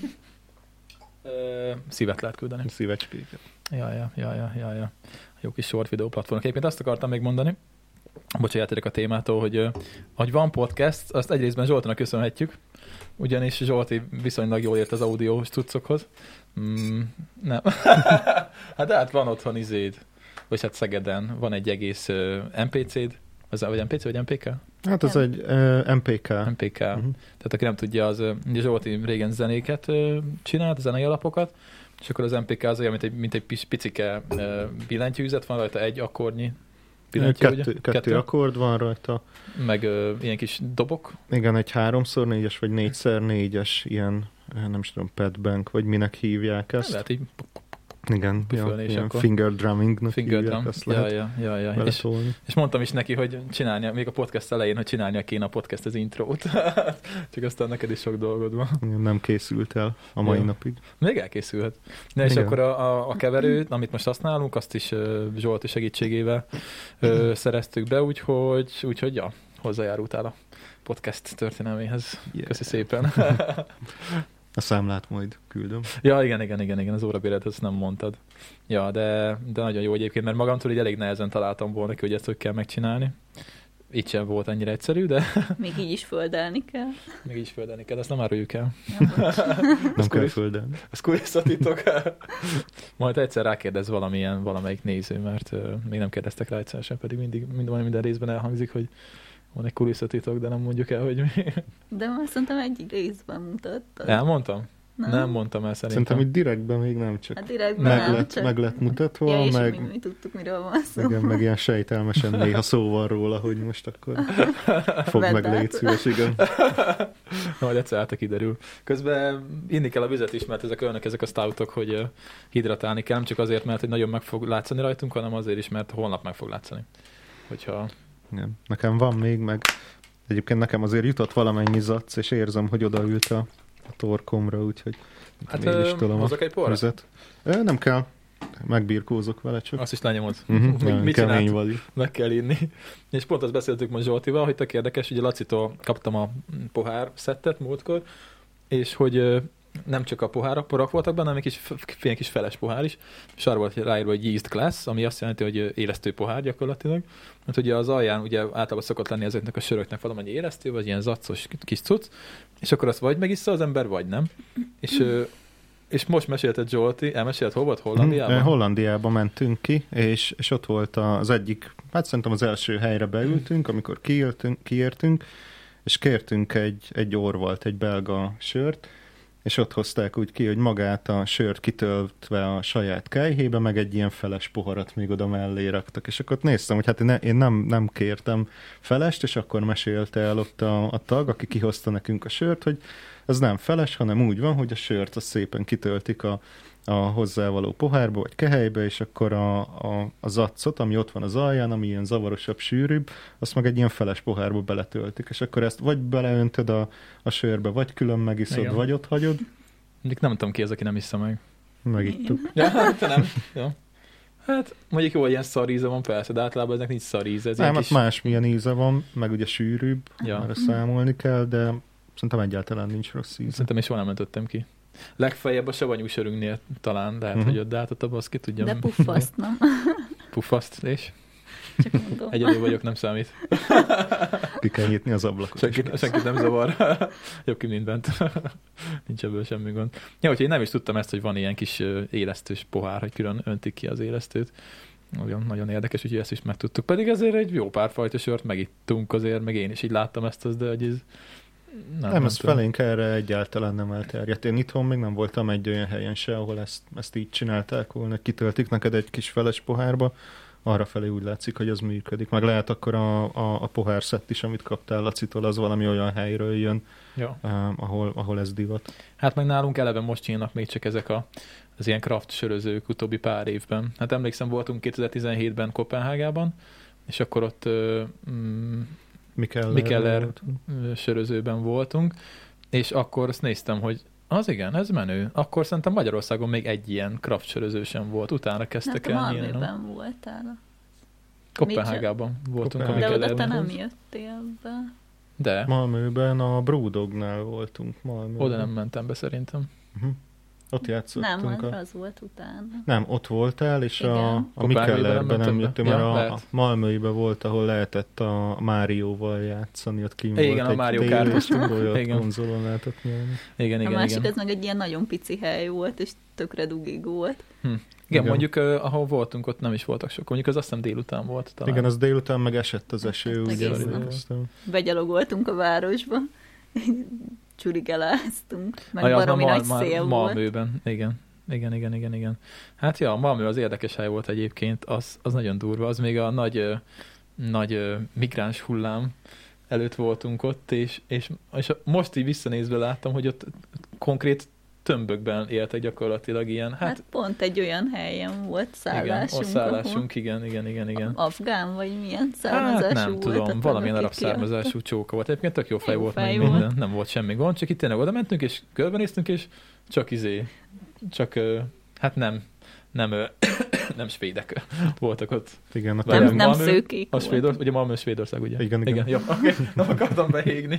Szívet lehet küldeni. Szívecskéket. Ja, ja, ja, ja, ja, ja. Jó kis short videó platformok. Egyébként azt akartam még mondani, bocsánat, a témától, hogy, hogy van podcast, azt egyrésztben Zsoltinak köszönhetjük, ugyanis Zsolti viszonylag jól ért az audiós cuccokhoz. Mm, nem. Hát de hát van otthon izéd, vagy hát Szegeden van egy egész uh, em pé céd, az, vagy em pé cé, vagy em pé ká? Hát az egy uh, em pé ká. em pé ká. Uh-huh. Tehát aki nem tudja, az ugye Zsolti régen zenéket uh, csinált, zenei alapokat, és akkor az em pé ká az olyan, mint egy, mint egy picike uh, billentyűzet, van rajta egy akkordnyi Kettő, kettő, kettő akkord van rajta. Meg uh, ilyen kis dobok. Igen, egy háromszor négyes, vagy négyszer négyes ilyen, nem is tudom, padbank, vagy minek hívják ezt. Lehet így igen, ja, ilyen finger drummingnak finger hívják, drum. azt lehet ja, ja, ja, ja. És, és mondtam is neki, hogy csinálnia, még a podcast elején, hogy csinálnia kéne a podcast az intrót. Csak aztán neked is sok dolgod van. Nem készült el a mai ja. napig. Még elkészülhet. De és akkor a, a, a keverőt, amit most használunk, azt is uh, Zsolti segítségével uh, szereztük be, úgyhogy, úgyhogy ja, hozzájárultál a podcast történelméhez. Yeah. Köszi szépen. A számlát majd küldöm. Ja, igen, igen, igen, igen, az órabéret, ezt nem mondtad. Ja, de, de nagyon jó egyébként, mert magamtól így elég nehezen találtam volna ki, hogy ezt hogy kell megcsinálni. Így sem volt ennyire egyszerű, de... Még így is földelni kell. Még így is földelni kell, azt nem áruljuk el. Nem kell földelni. Ez kuriszatitok. Majd egyszer rákérdez valamilyen, valamelyik néző, mert uh, még nem kérdeztek rá egyszer sem, pedig mindig minden, minden részben elhangzik, hogy van egy kuriszatitok, de nem mondjuk el, hogy mi. De már szerintem egy részben mutattad. Elmondtam? Nem. nem mondtam el szerintem. Szerintem itt direktben még nem csak. Hát direktben meg, nem, lett, csak... meg lett mutatva, ja, és meg... mi, mi tudtuk, miről van szó. Igen, meg ilyen sejtelmesen néha szó van róla, hogy most akkor fog meg, légy szíves, igen. Majd egyszer által kiderül. Közben inni kell a vizet is, mert ezek olyanok, ezek a stoutok, hogy hidratálni kell, nem csak azért, mert hogy nagyon meg fog látszani rajtunk, hanem azért is, mert holnap meg fog látszani. Hogyha... Igen. Nekem van még, meg egyébként nekem azért jutott valamennyi zacc, és érzem, hogy odaült a, a torkomra, úgyhogy hát én is tudom a egy vizet. Ö, nem kell, megbirkózok vele csak. Azt is lenyomod. Uh-huh. Mit kemény vagy. Meg kell inni. És pont azt beszéltük most Zsoltival, hogy tök érdekes, ugye Lacitól kaptam a pohár szettet múltkor, és hogy nem csak a pohárok, porak voltak benne, hanem egy kis, egy kis feles pohár is. És arra volt ráírva, hogy yeast glass, ami azt jelenti, hogy élesztő pohár gyakorlatilag. Mert ugye az alján ugye általában szokott lenni ezeknek a söröknek valamennyi élesztő, vagy ilyen zaccos kis cucc, és akkor azt vagy megissza az ember, vagy nem. És, és most mesélted Zsolti, elmesélt hol volt? Hollandiában? Hollandiában mentünk ki, és, és ott volt az egyik, hát szerintem az első helyre beültünk, amikor kiértünk, kiértünk és kértünk egy, egy orvalt, egy belga sört, és ott hozták úgy ki, hogy magát a sört kitöltve a saját kájhébe, meg egy ilyen feles poharat még oda mellé raktak. És akkor néztem, hogy hát ne, én nem, nem kértem felest, és akkor mesélte el ott a, a tag, aki kihozta nekünk a sört, hogy ez nem feles, hanem úgy van, hogy a sört az szépen kitöltik a, a hozzávaló pohárba, vagy kehelybe, és akkor a, a, a zaccot, ami ott van az alján, ami ilyen zavarosabb, sűrűbb, azt meg egy ilyen feles pohárba beletöltik, és akkor ezt vagy beleöntöd a, a sörbe, vagy külön megiszod, igen. Vagy ott hagyod. Mondjuk nem tudom ki az, aki nem iszza meg. Megittuk. Ja, hát nem. Ja. Hát mondjuk jó, ilyen szar íze van, persze, de általában eznek nincs szar íze. Ez nem, hát kis... másmilyen íze van, meg ugye sűrűbb, ja. Mert számolni kell, de szerintem egyáltalán nincs rossz íze. Szerintem is soha nem öntöttem ki. Legfeljebb a savanyú sörünknél talán, de hát, uh-huh. hogy ott, de hát ott a baszki tudja. De puffaszt, nem? Puffaszt, és? Csak mondom. Egyedül vagyok, nem számít. Ki kell nyitni az ablakot. Senkit, senkit nem zavar. Jobb ki, mint bent. Nincs ebből semmi gond. Ja, úgyhogy én nem is tudtam ezt, hogy van ilyen kis élesztős pohár, hogy külön öntik ki az élesztőt. Nagyon, nagyon érdekes, úgyhogy ezt is megtudtuk. Pedig ezért egy jó pár fajta sört megittunk azért, meg én is így láttam ezt, az, de hogy ez... Nem, nem ez felénk erre egyáltalán nem elterjedt. Én itthon még nem voltam egy olyan helyen se, ahol ezt, ezt így csinálták volna, hogy kitöltik neked egy kis feles pohárba, arra felé úgy látszik, hogy az működik. Meg lehet akkor a, a, a pohár szett is, amit kaptál Lacitól, az valami olyan helyről jön, ja. um, ahol, ahol ez divat. Hát meg nálunk eleve most nyílnak még csak ezek a, az ilyen craft sörözők utóbbi pár évben. Hát emlékszem, voltunk kétezer-tizenhétben Koppenhágában, és akkor ott mm, Mikeller, Mikeller sörözőben voltunk, és akkor azt néztem, hogy az igen, ez menő. Akkor szerintem Magyarországon még egy ilyen craft söröző sem volt. Utána kezdtek el nyílni. Malmöben voltál. Koppenhágában voltunk. Koppenhágában. De oda te nem jöttél be. De. Malmöben a Brewdognál voltunk. Malmöben. Oda nem mentem be szerintem. Uh-huh. Ott játszottunk. Nem, a... az volt utána. Nem, ott voltál, és igen. a, a Mikellerben nem jöttem, mert ja, a, a Malmöiben volt, ahol lehetett a Márióval játszani, ott kim igen, volt a egy Mario tél, és Kart. olyan konzolon lehetett nyerni. Igen, igen, a másik igen. az meg egy ilyen nagyon pici hely volt, és tökre dugig volt. Hm. Igen, igen, mondjuk uh, ahol voltunk, ott nem is voltak sok. Mondjuk az azt hiszem délután volt talán. Igen, az délután meg esett az eső. Hát, begyalogoltunk a városba, csurigeláztunk, meg Aj, baromi ma, nagy ma, szél ma, volt. Malmöben, igen. Igen, igen, igen, igen. Hát ja, Malmö az érdekes hely volt egyébként, az, az nagyon durva, az még a nagy, ö, nagy ö, migráns hullám előtt voltunk ott, és, és, és most így visszanézve láttam, hogy ott konkrét tömbökben éltek gyakorlatilag ilyen. Hát, hát pont egy olyan helyen volt szállásunk. Igen, ott szállásunk, igen, igen, igen, igen. Afgán vagy milyen származású hát, nem volt? tudom, valamilyen arab származású csóka volt. Egyébként tök jó fej jó volt, fej meg volt. Minden, nem volt semmi gond, csak itt tényleg oda mentünk, és körbenéztünk, és csak izé, csak hát nem, nem, nem svédek voltak ott. Igen, nem, nem Malmö, szőkék a Svédország, ugye Malmö Svédország, ugye? Igen, igen. igen. Jó, okay. Nem akartam behégni.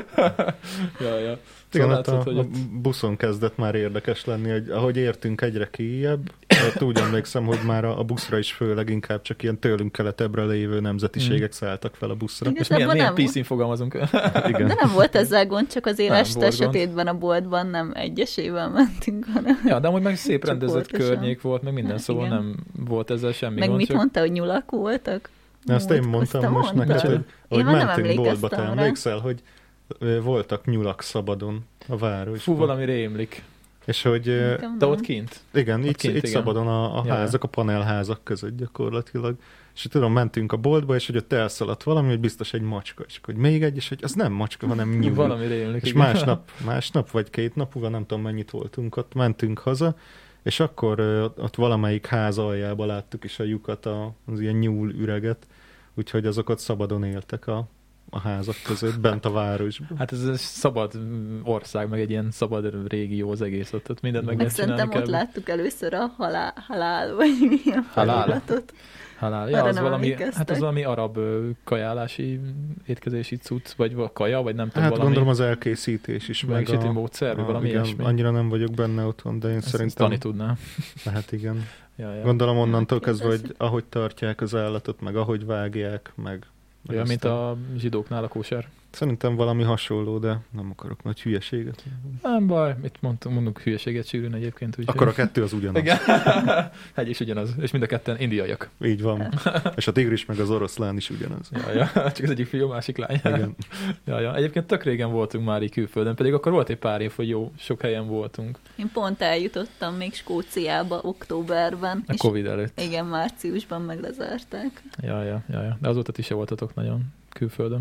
ja, ja. Igen, szóval látszott, a, hogy ott... a buszon kezdett már érdekes lenni, hogy ahogy értünk egyre kijebb, ott úgy emlékszem, hogy már a, a buszra is főleg inkább csak ilyen tőlünk keletebbre lévő nemzetiségek szálltak fel a buszra. Igen, és milyen, milyen pé cén fogalmazunk? Igen. De nem volt ezzel gond, csak az éles esetétben a boltban nem egyesével mentünk, hanem ja, de amúgy meg szép rendezett környék volt, meg minden, szóval igen. Nem volt ezzel semmi meg gond. Meg mit csak... mondta, hogy nyulak voltak? Na, azt én mondtam most neked, hogy, hogy mentünk boltba, te emlékszel, hogy voltak nyulak szabadon a városban. Fú, valami rémlik. És hogy... De ott kint? Igen, ott itt, kint, itt igen. szabadon a, a ja, házak, a panelházak között gyakorlatilag. És tudom, mentünk a boltba, és hogy ott elszaladt valami, hogy biztos egy macska. És hogy még egy, és hogy az nem macska, hanem nyúl. Valami rémlik. És másnap, másnap, vagy két napúval, nem tudom mennyit voltunk ott, mentünk haza, és akkor ott valamelyik ház aljába láttuk is a lyukat, az ilyen nyúl üreget, úgyhogy azok ott szabadon éltek a a házak között, bent a városban. Hát ez egy szabad ország, meg egy ilyen szabad régió az egész ott, ott mindent meg lehet csinálni. Szerintem ott láttuk először a halál, halál vagy milyen feliratot. Halál. Ja, az valami, hát az valami arab kajálási étkezési cucc, vagy kaja, vagy nem tudom, hát valami. gondolom az elkészítés is. Meg a módszer, vagy valami igen, ilyesmi. Annyira nem vagyok benne otthon, de én ezt szerintem... Tani tudná. Hát igen. Ja, ja. Gondolom onnantól kezdve, hogy ahogy tartják az állatot, meg ahogy vágják, meg... Olyan, mint a zsidóknál a kóser. Szerintem valami hasonló, de nem akarok nagy hülyeséget. Nem baj, mit mondtunk, mondunk hülyeséget sűrűn egyébként. Úgy, akkor hogy... a kettő az ugyanaz. Igen, egy is ugyanaz, és mind a ketten indiaiak. Így van. És a tigris meg az oroszlán is ugyanaz. Ja, ja. Csak az egyik fiú, másik lány. Igen. Ja, ja. Egyébként tök régen voltunk már így külföldön, pedig akkor volt egy pár év, hogy jó, sok helyen voltunk. Én pont eljutottam még Skóciába októberben. A Covid előtt. Igen, márciusban meg lezárták. Ja, ja, ja, ja. De azóta ti se voltatok nagyon külföldön.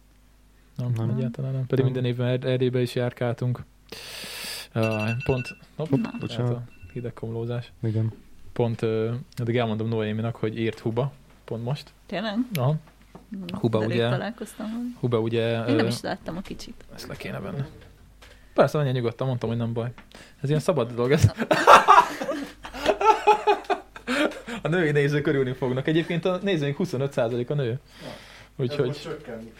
Nem, nem, egyáltalán nem. Pedig nem. Minden évben Erdélybe is járkáltunk. Uh, pont, hopp, Hopp, a hidegkomlózás. Igen. Pont, uh, addig elmondom Noéminak, hogy írt Huba, pont most. Tényleg? Aha. Huba ugye, találkoztam. Huba ugye... Én nem is láttam a kicsit. Ezt le kéne venni. Persze, annyi nyugodtan, mondtam, hogy nem baj. Ez ilyen szabad dolog, ez. A női nézők örülni fognak. Egyébként a nézőink huszonöt százalék a nő. Úgyhogy...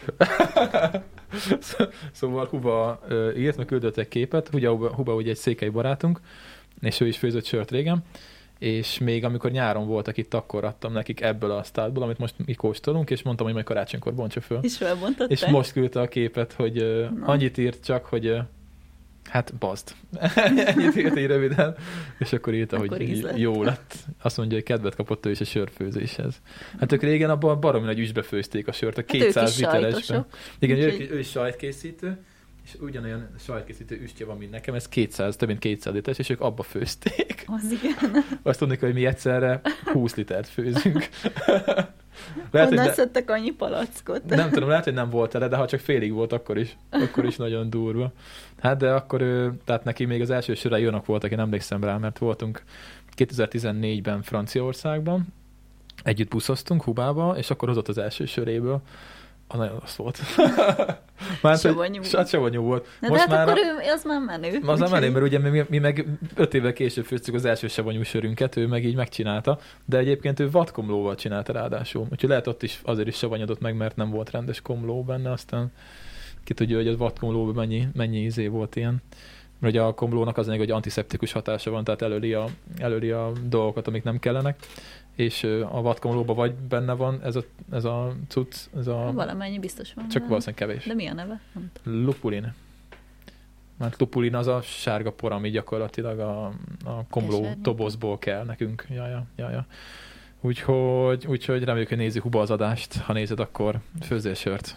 Szóval Huba írt, meg küldött egy képet. Ugye Huba, Huba ugye egy székely barátunk, és ő is főzött sört régen, és még amikor nyáron voltak itt, akkor adtam nekik ebből a sztátból, amit most mi kóstolunk, és mondtam, hogy majd karácsonykor bontsa föl. És felbontották? És most küldte a képet, hogy uh, annyit írt csak, hogy uh, hát bazd. Ennyit írt így röviden. És akkor írta, akkor hogy lett. Jó lett. Azt mondja, hogy kedvet kapott ő is a sörfőzéshez. Hát ők régen abban baromi nagy üsbe főzték a sört, a kétszáz literesben. Igen, ő, ő is sajtkészítő, és ugyanolyan sajtkészítő üstje van, mint nekem, ez kétszáz, több mint kétszáz literes, és ők abba főzték. Az igen. Azt tudni, hogy mi egyszerre húsz litert főzünk. Lehet, honnan ne... szedtek annyi palackot? Nem tudom, lehet, hogy nem volt ele, de ha csak félig volt, akkor is, akkor is nagyon durva. Hát de akkor ő, tehát neki még az első sörei jónak voltak, én emlékszem rá, mert voltunk kétezer-tizennégyben Franciaországban, együtt buszoztunk Hubába, és akkor hozott az első söréből. Az nagyon rossz volt. Már savanyú. Hát savanyú volt. Na most de hát már akkor a... ő, az már menő. Az már menő, mert ugye mi, mi meg öt évvel később főztük az első savanyú sörünket, ő meg így megcsinálta, de egyébként ő vadkomlóval csinálta ráadásul. Úgyhogy lehet ott is azért is savanyodott meg, mert nem volt rendes komló benne, aztán ki tudja, hogy a vadkomlóban mennyi, mennyi ízé volt ilyen. Mert ugye a komlónak az hogy antiszeptikus hatása van, tehát előli a, előli a dolgokat, amik nem kellenek, és a vadkomlóban vagy benne van ez a, ez a cucc, ez a... Valamennyi biztos van. Csak valószínűleg kevés. De mi a neve? Lupulin. Mert lupulin az a sárga por, ami gyakorlatilag a, a komló Kesernyek. Dobozból kell nekünk. Jaja, jaja. Úgyhogy, úgyhogy reméljük, hogy nézi Huba az adást. Ha nézed, akkor főzzél sört.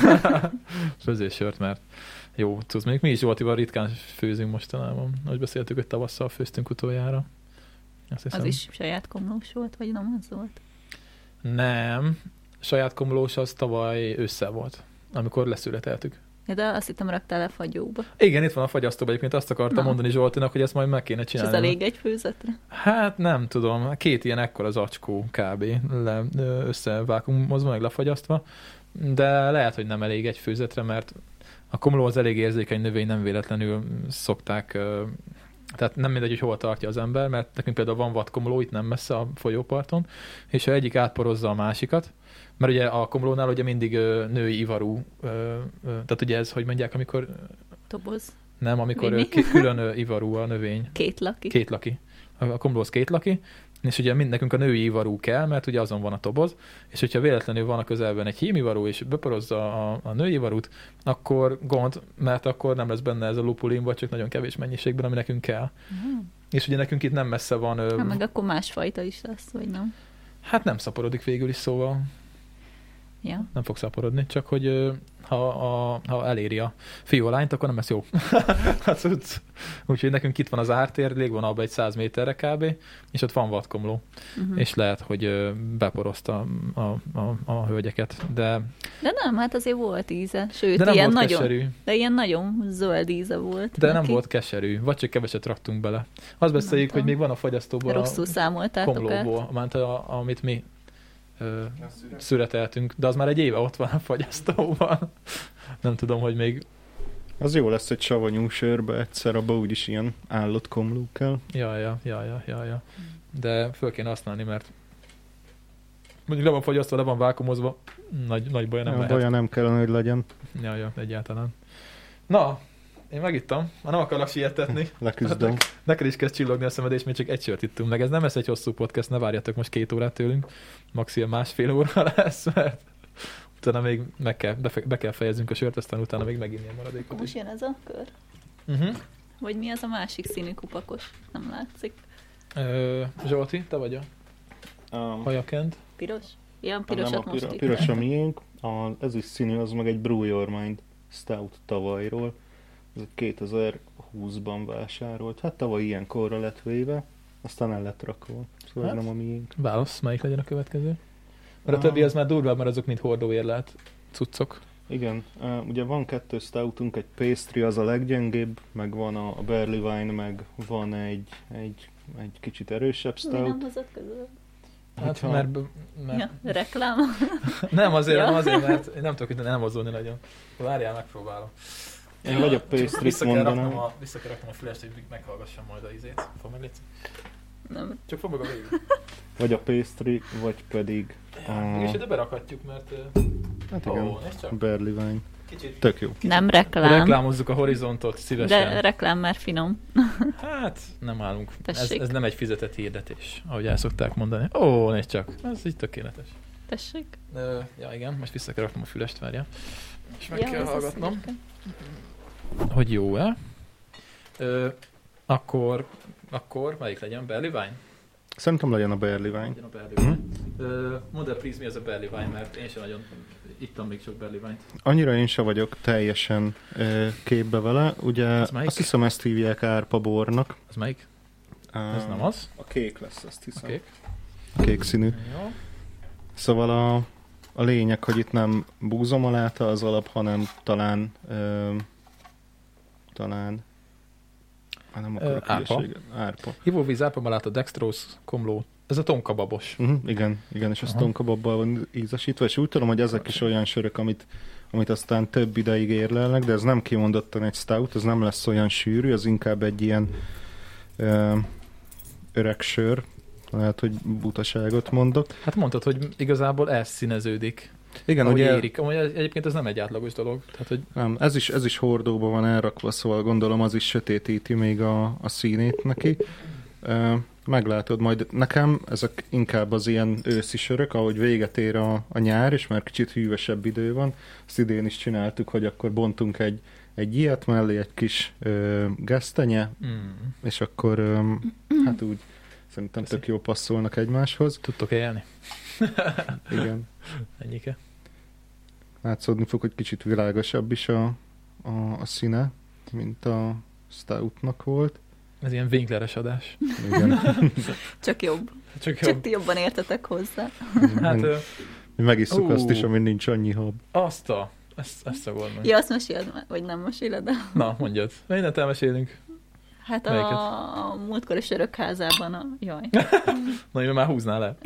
Főzzél sört, mert jó, tudsz, még mi is Zsoltival ritkán főzünk mostanában. Most beszéltük, hogy tavasszal főztünk utoljára. Az is saját komlós volt, vagy nem az volt? Nem. Saját komlós az tavaly ősszel volt, amikor leszületeltük. Ja, de azt hittem raktál le fagyóba. Igen, itt van a fagyasztóban, egyébként azt akartam Na. mondani Zsoltinak, hogy ezt majd meg kéne csinálni. És ez elég egy főzetre? Hát nem tudom, két ilyen ekkora zacskó kb. Le, összevákumozva, meg lefagyasztva, de lehet, hogy nem elég egy főzetre, mert a komló az elég érzékeny növény, nem véletlenül szokták, tehát nem mindegy, hogy hol tartja az ember, mert nekünk például van vadkomló itt nem messze a folyóparton, és ha egyik átporozza a másikat, mert ugye a komlónál ugye mindig ö, női ivarú, ö, ö, tehát ugye ez, hogy mondják, amikor... Toboz. Nem, amikor ö, k- külön ö, ivarú a növény. Kétlaki. Kétlaki. A, a komló az kétlaki, és ugye mind, nekünk a női ivarú kell, mert ugye azon van a toboz, és hogyha véletlenül van a közelben egy hímivarú, és beporozza a, a női ivarút, akkor gond, mert akkor nem lesz benne ez a lupulin, vagy csak nagyon kevés mennyiségben, ami nekünk kell. Mm. És ugye nekünk itt nem messze van... Ö, hát meg akkor másfajta is lesz, vagy nem? Hát nem szaporodik végül is, szóval... Ja. Nem fog szaporodni, csak hogy ha, a, ha eléri a fiú a lányt, akkor nem lesz jó. Úgyhogy nekünk itt van az ártér, lég van abban egy száz méterre kb. És ott van vadkomló. Uh-huh. És lehet, hogy beporozta a, a, a hölgyeket, de... De nem, hát azért volt íze. Sőt, de nem ilyen volt nagyon, keserű. De ilyen nagyon zöld íze volt. De neki. Nem volt keserű, vagy csak keveset raktunk bele. Azt beszéljük, hogy még van a fagyasztóban rosszul számoltátok komlóból, át. A, amit mi Ö, szüreteltünk, de az már egy éve ott van a fagyasztóban. Nem tudom, hogy még... Az jó lesz egy savanyú sörbe egyszer, abban úgyis ilyen állott komló kell. Ja, ja, ja, ja, ja, ja. De föl kéne használni, mert mondjuk le van fagyasztva, le van vákumozva, nagy, nagy baja nem ja, lehet. Baja nem kellene, hogy legyen. Ja, ja, egyáltalán. Na, én megittam, már nem akarlak sietetni. Leküzdöm. Hát, neked is kezd csillogni a szemed, és még csak egy sört ittunk meg. Ez nem lesz egy hosszú podcast, ne várjatok most két órát tőlünk. Maximum másfél óra lesz, mert utána még meg kell, be, be kell fejeznünk a sört, aztán utána még megint ilyen maradékot. Most jön ez a kör? Uh-huh. Vagy mi az a másik színű kupakos? Nem látszik. Ö, Zsolti, te vagy a um, hajakend? Piros? Ilyen pirosat a most piro- piros a miénk. A, ez is színű, az meg egy Brew Your Mind Stout tavalyról. Ez kétezer-húszban vásárolt. Hát tavaly ilyen korra lett véve, aztán el lett rakva. Szóval hát, nem a miénk. Válasz, melyik legyen a következő? Mert a többi az már durvább, mert azok mind hordóérlelt cuccok. Igen, uh, ugye van kettő stoutunk, egy pastry, az a leggyengébb, meg van a, a barley wine, meg van egy, egy, egy kicsit erősebb stout. Mi nem hozott közül? Hát, ha... mert... mert... Ja, reklám. nem azért, ja. nem azért, mert én nem tudok itt nem mozdulni nagyon. Várjál, megpróbálom. Én vagy a pastry-t mondanám. A, vissza kell raknom a fülest, hogy meghallgassam majd a izét. Fog meg légy? Nem. Csak fog meg a végig. Vagy a pastry, vagy pedig... Ja, a... És ide berakhatjuk, mert... Hát igen, oh, barley wine. Kicsit Tök jó. Nem reklám, reklámozzuk a Horizontot szívesen. de reklám már finom. Hát, nem állunk. Ez, Tessék. ez nem egy fizetett hirdetés, ahogy el szokták mondani. Ó, nézd csak, ez így tökéletes. Tessék. Ö, ja, igen, most vissza kell raknom a fülest, várja. És meg Ja, kell ez a hallgatnom, szíveke. hogy jó-e. Ö, akkor, akkor melyik legyen? Barley Wine? Szerintem legyen a Barley Wine. Legyen a Barley Wine. Ö, mondd el, please, mi az a Barley Wine, mert én sem nagyon ittam még sok Barley Wine-t. Annyira én sem vagyok teljesen ö, képbe vele. Ugye Ez melyik? azt hiszem ezt hívják árpabornak. Ez melyik? Uh, Ez nem az? A kék lesz, azt hiszem. A kék. A kék színű. Jó. Szóval a, a lényeg, hogy itt nem búzomaláta az alap, hanem talán ö, talán ah, nem akarok Ö, árpa. hülyeséget. Árpa. Ivóvíz, ápamalát, dextrose, komló. Ez a tonka babos. Uh-huh, igen, igen, és az Aha. tonkababbal van ízesítve, és úgy tudom, hogy ezek is olyan sörök, amit, amit aztán több ideig érlelnek, de ez nem kimondottan egy stout, ez nem lesz olyan sűrű, az inkább egy ilyen ö, öreg sör, lehet, hogy butaságot mondok. Hát mondtad, hogy igazából elszíneződik. Igen, Ahogy ugye érik. Amúgy egyébként ez nem egy átlagos dolog. Tehát, hogy nem, ez, is, ez is hordóban van elrakva, szóval gondolom az is sötétíti még a, a színét neki. Ö, meglátod majd. Nekem ezek inkább az ilyen őszi sörök, ahogy véget ér a, a nyár, és már kicsit hűvösebb idő van. Ezt idén is csináltuk, hogy akkor bontunk egy, egy ilyet, mellé egy kis ö, gesztenye, mm, és akkor ö, hát úgy szerintem tök jó passzolnak egymáshoz. tudtok élni. Igen. Ennyike. Látszódni fog, hogy kicsit világosabb is a, a, a színe, mint a stoutnak volt. Ez ilyen Winkleres adás. Igen. Csak jobb. Csak jobb. Csak ti jobban értetek hozzá. Hát ö, Mi megisszuk Ú. azt is, ami nincs annyi hab. azt a... Ezt, ezt szagolom meg. Ja, azt meséled, már, vagy nem meséled el? Na, mondjad. Mindent elmesélünk. Hát Melyiket? a, a múltkori sörökházában a... Jaj. Na, én már húznál le.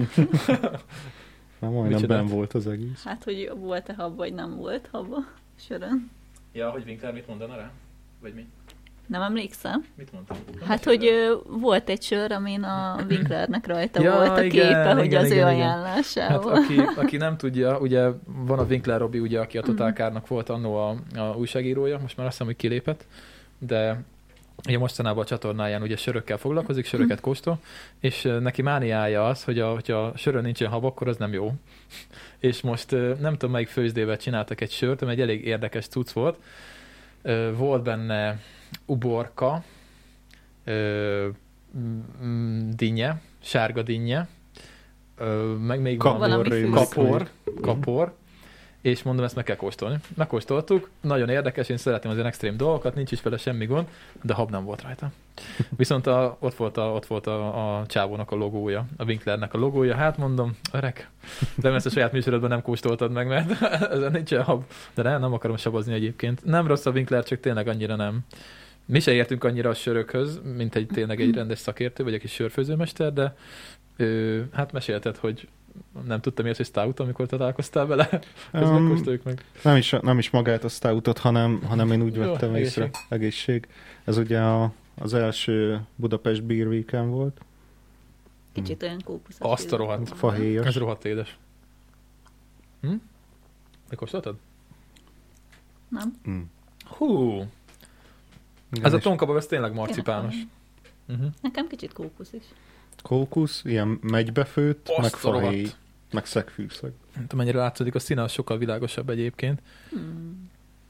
Már majdnem Micsoda? benn volt az egész. Hát, hogy volt-e hab, vagy nem volt hab a sörön. Ja, hogy Winkler mit mondana rá? Vagy mi? Nem emlékszem? Mit mondtam? Hát, hogy ö, volt egy sör, amin a Winklernek rajta Ja, volt a igen, képe, hogy igen, az ő igen, igen. ajánlásával. Hát aki, aki nem tudja, ugye van a Winkler Robi, ugye, aki a Total Kárnak volt annó a, a újságírója, most már azt hiszem, hogy kilépett, de ugye mostanában a csatornáján ugye sörökkel foglalkozik, söröket kóstol, és ö, neki mániája az, hogy a, hogyha a sörön nincsen hab, akkor az nem jó. És most ö, nem tudom, melyik főzdével csináltak egy sört, ami egy elég érdekes cucc volt. Ö, Volt benne uborka, ö, mm, dinnye, sárga dinnye, ö, meg még Kapor, van Valami rémlik kapor, még. kapor, és mondom, ezt meg kell kóstolni. Megkóstoltuk, nagyon érdekes, én szeretem az ilyen extrém dolgokat, nincs is vele semmi gond, de hab nem volt rajta. Viszont a, ott volt, a, ott volt a, a csávónak a logója, a Winklernek a logója, hát mondom, öreg, de ezt a saját műsorodban nem kóstoltad meg, mert ezen nincsen hab. De nem, nem akarom sabozni egyébként. Nem rossz a Winkler, csak tényleg annyira nem. Mi se értünk annyira a sörökhöz, mint egy tényleg egy rendes szakértő, vagy egy kis sörfőzőmester, de ő, hát mesélted, hogy nem tudtam, mi az, hogy stout, amikor te találkoztál vele. Ezt Um, megkóstoljuk meg. Nem is, nem is magát a stoutot, hanem, hanem én úgy Jó, vettem észre. egészség. Egészség. Ez ugye a, az első Budapest Beer Weekend volt. Kicsit olyan kópuszos. Azt a rohadt. Fahéjas. Ez rohadt édes. Hm? Megkóstoltad? Nem? Mm. Hú, Igen, ez a és tonkabab, ez tényleg marcipános. Uh-huh. Nekem kicsit kókusz is. kókusz, ilyen megybefőtt, Azt meg a fahéj, rohadt. meg szegfűszeg. Nem tudom, mennyire látszódik, a színe az sokkal világosabb egyébként. Hmm.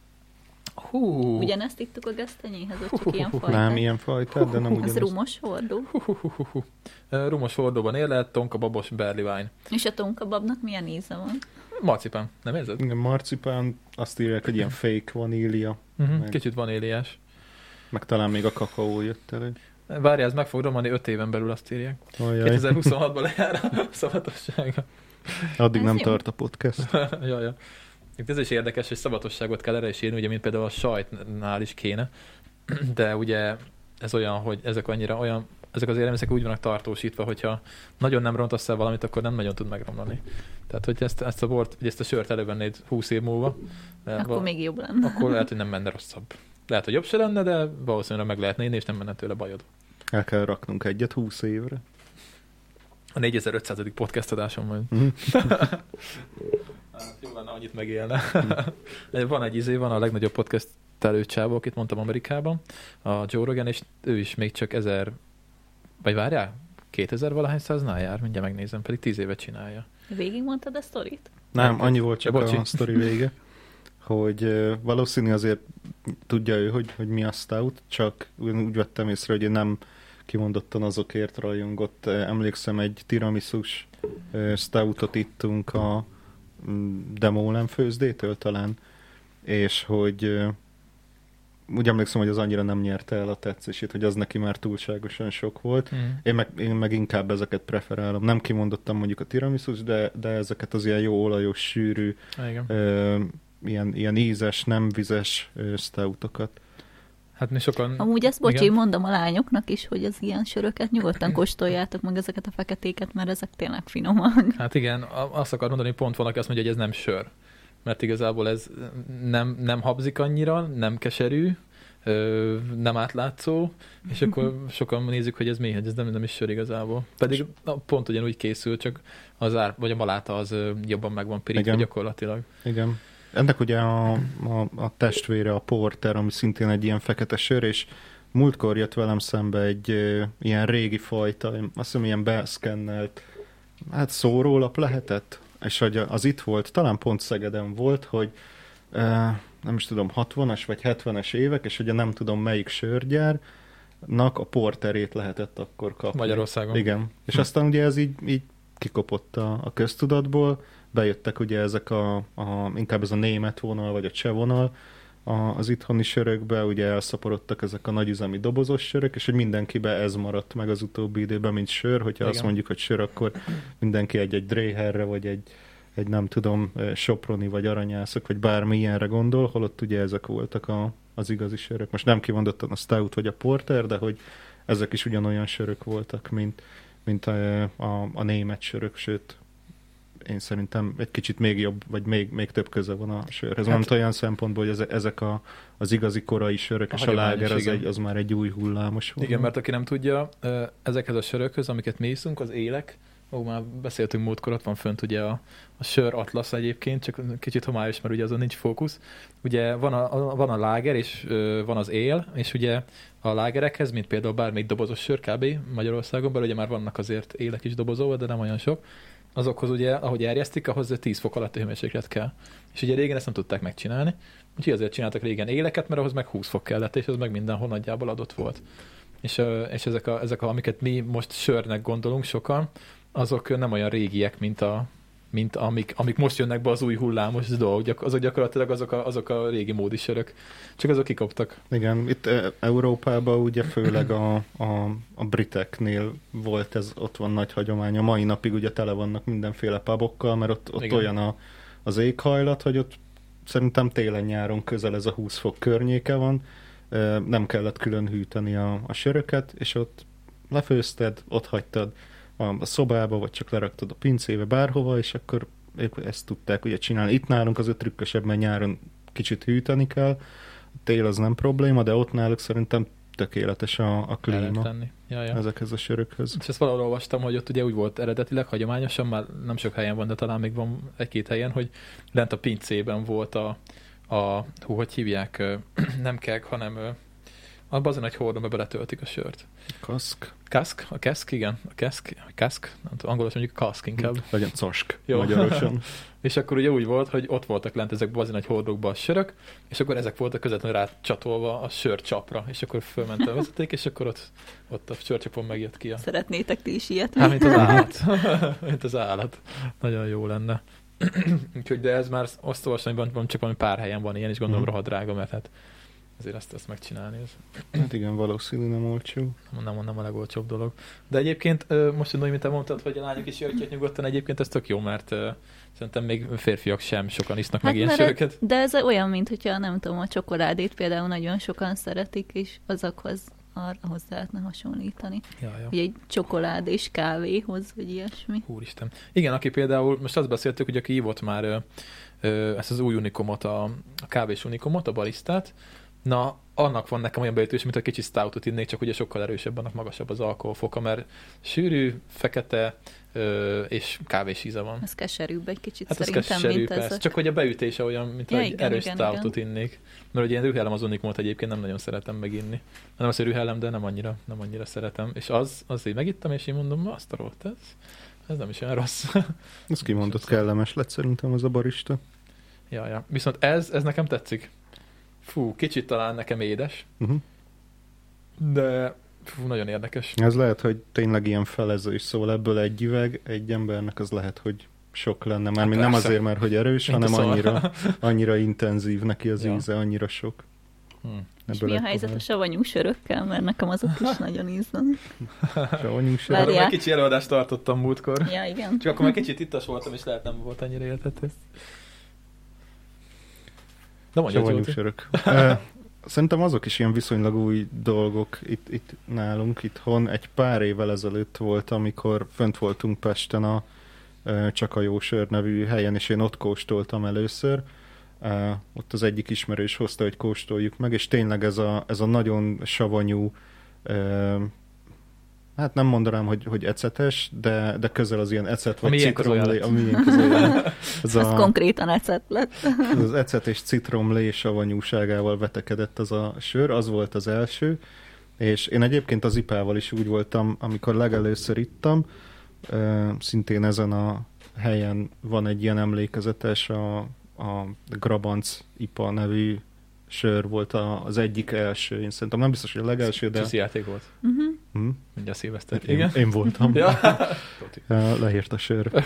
Hú, Ugyanezt ittuk a gesztenyéhez, vagy Hú, csak ilyen hú, hú, fajtát? Nem ilyen fajtát, de nem Az ugyanaz. rumos hordó. hú, hú, hú, hú, hú. Ö, Rumos hordóban élet, tonkababos Barley Wine. És a tonkababnak milyen íze van? Marcipán, nem érzed? Igen, marcipán, azt írják, hogy ilyen fake vanília, Uh-huh. Meg- Kicsit vaníliás. meg talán még a kakaó jött elő. Várjál, ez meg fog romlani öt éven belül, azt írják. Ajaj, kétezer-huszonhatban lejár a szabadossága. addig Ez nem jó. tart a podcast. Jaj, jaj. Itt ez is érdekes, hogy szabatosságot kell erre is írni, ugye, mint például a sajtnál is kéne. De ugye ez olyan, hogy ezek annyira olyan, ezek az élelmiszerek úgy vannak tartósítva, hogyha nagyon nem rontasz el valamit, akkor nem nagyon tud megromlani. Tehát, hogy ezt, ezt a bort, vagy ezt a sört elővennéd húsz év múlva, de Akkor val- még jobb lenne. akkor lehet, hogy nem menne rosszabb. Lehet, hogy jobb se lenne, de valószínűleg meg lehetne inni, és nem menne tőle bajod. El kell raknunk egyet húsz évre. A négyezer-ötszázadik podcast adáson majd. Mhm. Hát jó lenne, annyit megélne. Van egy izé, van a legnagyobb podcast telőcsávó, akit mondtam Amerikában, a Joe Rogan, és ő is még csak ezer, vagy várjál, kétezer valahány száznál jár, mindjárt megnézem, pedig tíz évet csinálja. Végig mondtad a sztorit? Nem, annyi volt csak Bocsi. a sztori vége, hogy uh, valószínű azért tudja ő, hogy, hogy mi a stout, csak úgy vettem észre, hogy én nem kimondottan azokért rajongott. Emlékszem, egy tiramisus uh, stoutot ittunk a um, Demolem főzdétől talán, és hogy uh, úgy emlékszem, hogy az annyira nem nyerte el a tetszését, hogy az neki már túlságosan sok volt. Mm. Én, meg, én meg inkább ezeket preferálom. Nem kimondottam mondjuk a tiramisus, de, de ezeket az ilyen jó olajos, sűrű, ö, ilyen, ilyen ízes, nem vizes ö, stoutokat. Hát mi sokan... Amúgy ezt, bocsi, igen? mondom a lányoknak is, hogy az ilyen söröket nyugodtan kóstoljátok meg ezeket a feketéket, mert ezek tényleg finomak. Hát igen, azt akar mondani, pont valaki azt mondja, hogy ez nem sör. Mert igazából ez nem, nem habzik annyira, nem keserű, nem átlátszó, és akkor sokan nézik, hogy ez mi, hogy ez nem, nem is sör igazából. Pedig na, pont ugyanúgy készül, csak az ár, vagy a maláta az jobban meg van pirítva gyakorlatilag. Igen. Ennek ugye a, a, a testvére, a porter, ami szintén egy ilyen fekete sör, és múltkor jött velem szembe egy e, ilyen régi fajta, azt hiszem ilyen beszkennelt, hát szórólap lehetett, és hogy az itt volt, talán pont Szegeden volt, hogy e, nem is tudom, hatvanas vagy hetvenes évek, és ugye nem tudom melyik sörgyárnak a porterét lehetett akkor kapni. Magyarországon. Igen. És aztán ugye ez így, így kikopott a, a köztudatból, bejöttek ugye ezek a, a, inkább ez a német vonal, vagy a cseh vonal a, az itthoni sörökbe, ugye elszaporodtak ezek a nagyüzemi dobozos sörök, és hogy mindenkibe ez maradt meg az utóbbi időben, mint sör, hogyha Igen. azt mondjuk, hogy sör, akkor mindenki egy-egy Dreherre, vagy egy, egy nem tudom, Soproni, vagy Aranyászok, vagy bármi ilyenre gondol, holott ugye ezek voltak a, az igazi sörök. Most nem kimondottan a Stout vagy a Porter, de hogy ezek is ugyanolyan sörök voltak, mint, mint a, a, a német sörök, sőt, én szerintem egy kicsit még jobb, vagy még, még több köze van a sörhez. Hát, van olyan szempontból, hogy ezek a, az igazi korai sörök, a és a láger az, egy, az már egy új hullámos volt. Igen, mert aki nem tudja, ezekhez a sörökhöz, amiket mi iszunk, az élek, ó, már beszéltünk múltkor, ott van fönt ugye a, a sör atlasz egyébként, csak kicsit homályos, mert ugye azon nincs fókusz. Ugye van a, a, van a láger, és ö, van az él, és ugye a lágerekhez, mint például bármelyik dobozos sör kb. Magyarországon, bár ugye már vannak azért élek is dobozolva, de nem olyan sok. Azokhoz ugye, ahogy erjesztik, ahhoz tíz fok alatti hőmérséklet kell. És ugye régen ezt nem tudták megcsinálni, úgyhogy azért csináltak régen éleket, mert ahhoz meg húsz fok kellett, és az meg mindenhol nagyjából adott volt. És, és ezek, a, ezek a, amiket mi most sörnek gondolunk sokan, azok nem olyan régiek, mint, a, mint amik, amik most jönnek be az új hullámos dolgok. Azok gyakorlatilag azok a, azok a régi módi sörök. Csak azok kikoptak. Igen, itt Európában ugye főleg a, a, a briteknél volt ez, ott van nagy hagyomány. A mai napig ugye tele vannak mindenféle pubokkal, mert ott, ott olyan a, az éghajlat, hogy ott szerintem télen-nyáron közel ez a húsz fok környéke van. Nem kellett külön hűteni a, a söröket, és ott lefőzted, ott hagytad a szobába, vagy csak leraktad a pincébe, bárhova, és akkor ők ezt tudták ugye csinálni. Itt nálunk az trükkösebb, mert nyáron kicsit hűteni kell, tél az nem probléma, de ott náluk szerintem tökéletes a, a klíma ja, ja. ezekhez a sörökhöz. És ezt valahol olvastam, hogy ott ugye úgy volt eredetileg, hagyományosan, már nem sok helyen van, de talán még van egy-két helyen, hogy lent a pincében volt a, a hú, hogy hívják, nem keg, hanem abban az a nagy hordóba beletöltik a sört. Kaszk. Kaszk? A keszk, igen. A keszk, a kaszk, nem tudom, angolosan mondjuk kaszk inkább. Legyen cask magyarosan. És akkor ugye úgy volt, hogy ott voltak lent ezekben az nagy hordókban a sörök, és akkor ezek voltak közvetlenül rácsatolva a sörcsapra, és akkor fölment a vezeték, és akkor ott, ott a sörcsapon megjött ki a... Szeretnétek ti is ilyet? Hát, mint az állat. mint az állat. Nagyon jó lenne. Úgyhogy, de ez már azt olvasni, hogy csak valami pár helyen van ilyen, és gondolom rohadt drága, mert hát azért ezt, ezt megcsinálni. Ez. Hát igen, valószínű nem olcsó. Nem mondom a legolcsóbb dolog. De egyébként most, hogy mint te mondtad, hogy a lányok is jöjjtjét nyugodtan, egyébként ez tök jó, mert szerintem még férfiak sem sokan isznak hát meg ilyen söröket. De ez olyan, mint hogyha nem tudom, a csokoládét például nagyon sokan szeretik, és azokhoz arra hozzá lehetne hasonlítani. Ja, ja. Ugye egy csokoládés kávéhoz, vagy ilyesmi. Úristen. Igen, aki például, most azt beszéltük, hogy aki ívott már ö, ö, ezt az új unikomot, a, a kávés unikomot, a barisztát, Na, annak van nekem olyan beütős, mint a kicsi stoutot innék, csak ugye sokkal erősebb, annak magasabb az alkoholfoka, mert sűrű, fekete ö, és kávés íze van. Ez keserűbb egy kicsit Hát ez szerintem, keserű, mint persze. ezek. Csak hogy a beütése olyan, mint Ja, egy igen, erős igen, stoutot igen. innék. Mert ugye én rühellem az unikmót egyébként nem nagyon szeretem meginni. Nem az, hogy rühellem, de nem annyira, nem annyira szeretem. És az, az így megittem, és én mondom, azt a rohadt, ez, ez nem is olyan rossz. Ez kimondott kellemes lett szerintem az a barista. ja, ja. Viszont ez, ez nekem tetszik. Fú, kicsit talán nekem édes, Uh-huh. de fú, nagyon érdekes. Ez lehet, hogy tényleg ilyen felezés, szóval ebből egy üveg egy embernek az lehet, hogy sok lenne. Mármint nem Persze. azért, mert hogy erős, Mint a hanem szar. annyira, annyira intenzív neki az Ja. íze, annyira sok. Hm. És Ebből mi a egy helyzet a pohár. savanyú sörökkel, mert nekem azok is nagyon ízlanak. Savanyú sör. Várjál. Arra már kicsi előadást tartottam múltkor. Ja, igen. Csak akkor már kicsit ittas voltam, és lehet nem volt annyira éltető. De mondja, Savanyú Zsolti. sörök. Eh, Szerintem azok is ilyen viszonylag új dolgok itt, itt nálunk itthon. Egy pár évvel ezelőtt volt, amikor fönt voltunk Pesten a eh, Csak a jó sör nevű helyen, és én ott kóstoltam először. Uh, ott az egyik ismerős hozta, hogy kóstoljuk meg, és tényleg ez a, ez a nagyon savanyú, uh, hát nem mondanám, hogy, hogy ecetes, de, de közel az ilyen ecet, A vagy miénk az citromlé. olyan A miénk az olyan. Ez Az a, konkrétan ecet lett. ez az ecet és citromlé savanyúságával vetekedett az a sör, az volt az első, és én egyébként az ipával is úgy voltam, amikor legelőször ittam, uh, szintén ezen a helyen van egy ilyen emlékezetes, a a Grabanc i pé á nevű sör volt a, az egyik első. Én szerintem nem biztos, hogy a legelső, de... Csúszi játék volt. Uh-huh. Hm? Mindjárt szilveszter. Én, Igen? én voltam. Ja. Uh, Leírt a sör.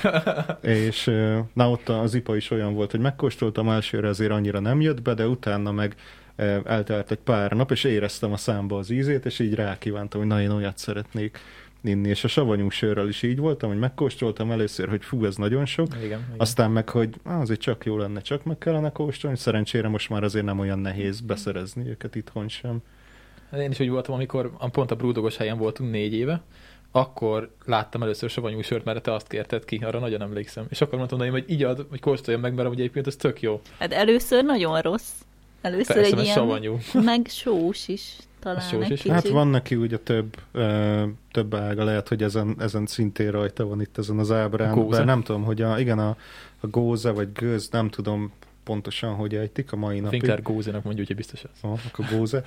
És uh, na ott az i pé á is olyan volt, hogy megkóstoltam elsőre, ezért annyira nem jött be, de utána meg uh, eltelt egy pár nap, és éreztem a számba az ízét, és így rákívántam, hogy na, én olyat szeretnék inni. És a savanyú sörrel is így voltam, hogy megkóstoltam először, hogy fú, ez nagyon sok, Igen, igen. aztán meg, hogy á, azért csak jó lenne, csak meg kellene kóstolni. Szerencsére most már azért nem olyan nehéz beszerezni őket itthon sem. Én is úgy voltam, amikor pont a Brewdogos helyen voltunk négy éve, akkor láttam először savanyú sört, mert te azt kérted ki, arra nagyon emlékszem. És akkor mondtam, hogy így ad, hogy kóstoljam meg, mert ugye egyébként ez tök jó. Hát először nagyon rossz. Először Persze, egy mert ilyen, savanyú. meg sós is talán sós egy is. kicsit. Hát van neki ugye több, ö, több ága, lehet, hogy ezen, ezen szintén rajta van itt ezen az ábrán, Góza. de nem tudom, hogy a, igen, a, a góza vagy gőz, nem tudom pontosan, hogy ejtik a mai napig. Winkler Gózénak mondjuk, hogy biztos az. Oh, akkor góze.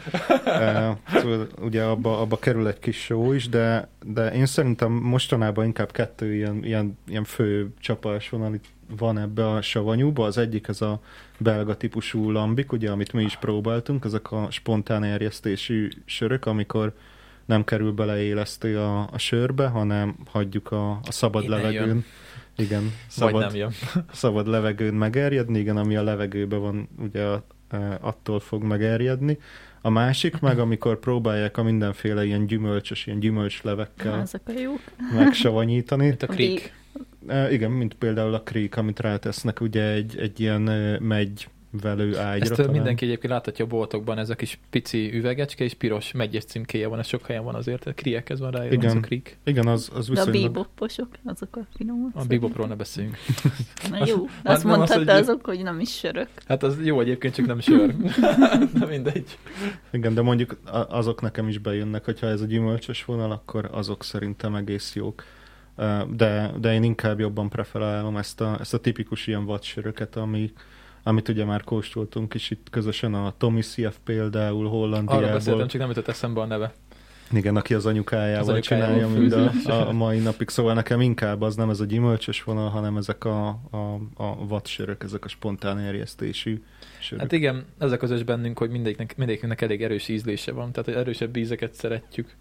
e, szóval ugye abba, abba kerül egy kis só is, de, de én szerintem mostanában inkább kettő ilyen, ilyen, ilyen fő csapásvonal itt van ebbe a savanyúba. Az egyik ez a belga típusú lambik, ugye, amit mi is próbáltunk, ezek a spontán erjesztésű sörök, amikor nem kerül bele élesztő a, a sörbe, hanem hagyjuk a, a szabad Innen levegőn. jön. Igen, Vagy szabad, nem jön. szabad levegőn megerjedni, igen, ami a levegőben van, ugye a, e, attól fog megerjedni. A másik meg, amikor próbálják a mindenféle ilyen gyümölcsös, ilyen gyümölcslevekkel Na, ezek a jók. megsavanyítani. Mint a Creek. E, igen, mint például a Creek, amit rátesznek ugye egy, egy ilyen e, megy-velő ágyra. Ezt talán. mindenki egyébként láthatja a boltokban, ez a kis pici üvegecske és piros megyes címkéje van, ez sok helyen van azért. Kriekhez van ráírva, Igen. ez a Creek. Igen, az, az De a viszonylag... bíbopposok, azok a finomok. A bebopról ne beszéljünk. Na jó, Hát azt nem az, mondhatta hogy- azok, hogy nem is sörök. Hát az jó egyébként, csak nem sör. De mindegy. Igen, de mondjuk a- azok nekem is bejönnek, hogyha ez a gyümölcsös vonal, akkor azok szerintem egész jók. Ö, De, de én inkább jobban preferálom ezt a, ezt a tipikus ilyen vadsöröket, ami, amit ugye már kóstoltunk is itt közösen, a Tommy C F például Arra Hollandiából. beszéltem, csak nem jutott eszembe a neve. Igen, aki az anyukájával, Az anyukájával csinálja mind a, főzi. a mai napig. Szóval nekem inkább az nem ez a gyümölcsös vonal, hanem ezek a, a, a vadsörök, ezek a spontán erjesztésű sörök. Hát igen, ez a közös bennünk, hogy mindegyiknek, mindegyiknek elég erős ízlése van, tehát hogy erősebb ízeket szeretjük,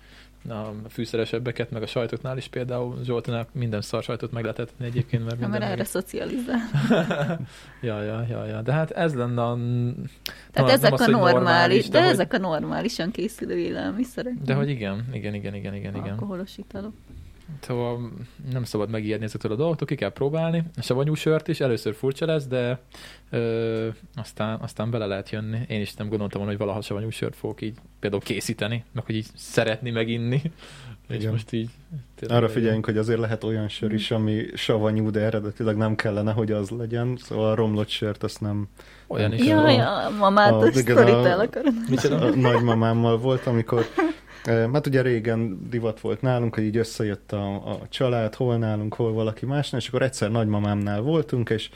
a fűszeresebbeket, meg a sajtoknál is például, Zsoltinál minden szar sajtot meg lehet etni egyébként, mert Ha minden... már erre meg... szocializál. ja, ja, ja, ja, de hát ez lenne a... Tehát nem ezek az, a hogy normális, de hogy- ezek a normálisan készülő élelmiszerek. De hogy igen, igen, igen, igen, igen, igen. Alkoholos italok. Szóval nem szabad megijedni ezektől a dolgoktól, ki kell próbálni. A savanyú sört is először furcsa lesz, de ö, aztán, aztán bele lehet jönni. Én is nem gondoltam volna, hogy valaha savanyú sört fogok így például készíteni, meg hogy így szeretni meginni. És Igen. most így... Arra figyeljünk, hogy azért lehet olyan sör is, ami savanyú, de eredetileg nem kellene, hogy az legyen. Szóval a romlott sört azt nem... Olyan is. Jaj, a- a mamát a- a igen, sztorit a- el akarod. A nagymamámmal volt, amikor eh, hát ugye régen divat volt nálunk, hogy így összejött a, a család, hol nálunk, hol valaki másnál, és akkor egyszer nagymamámnál voltunk, és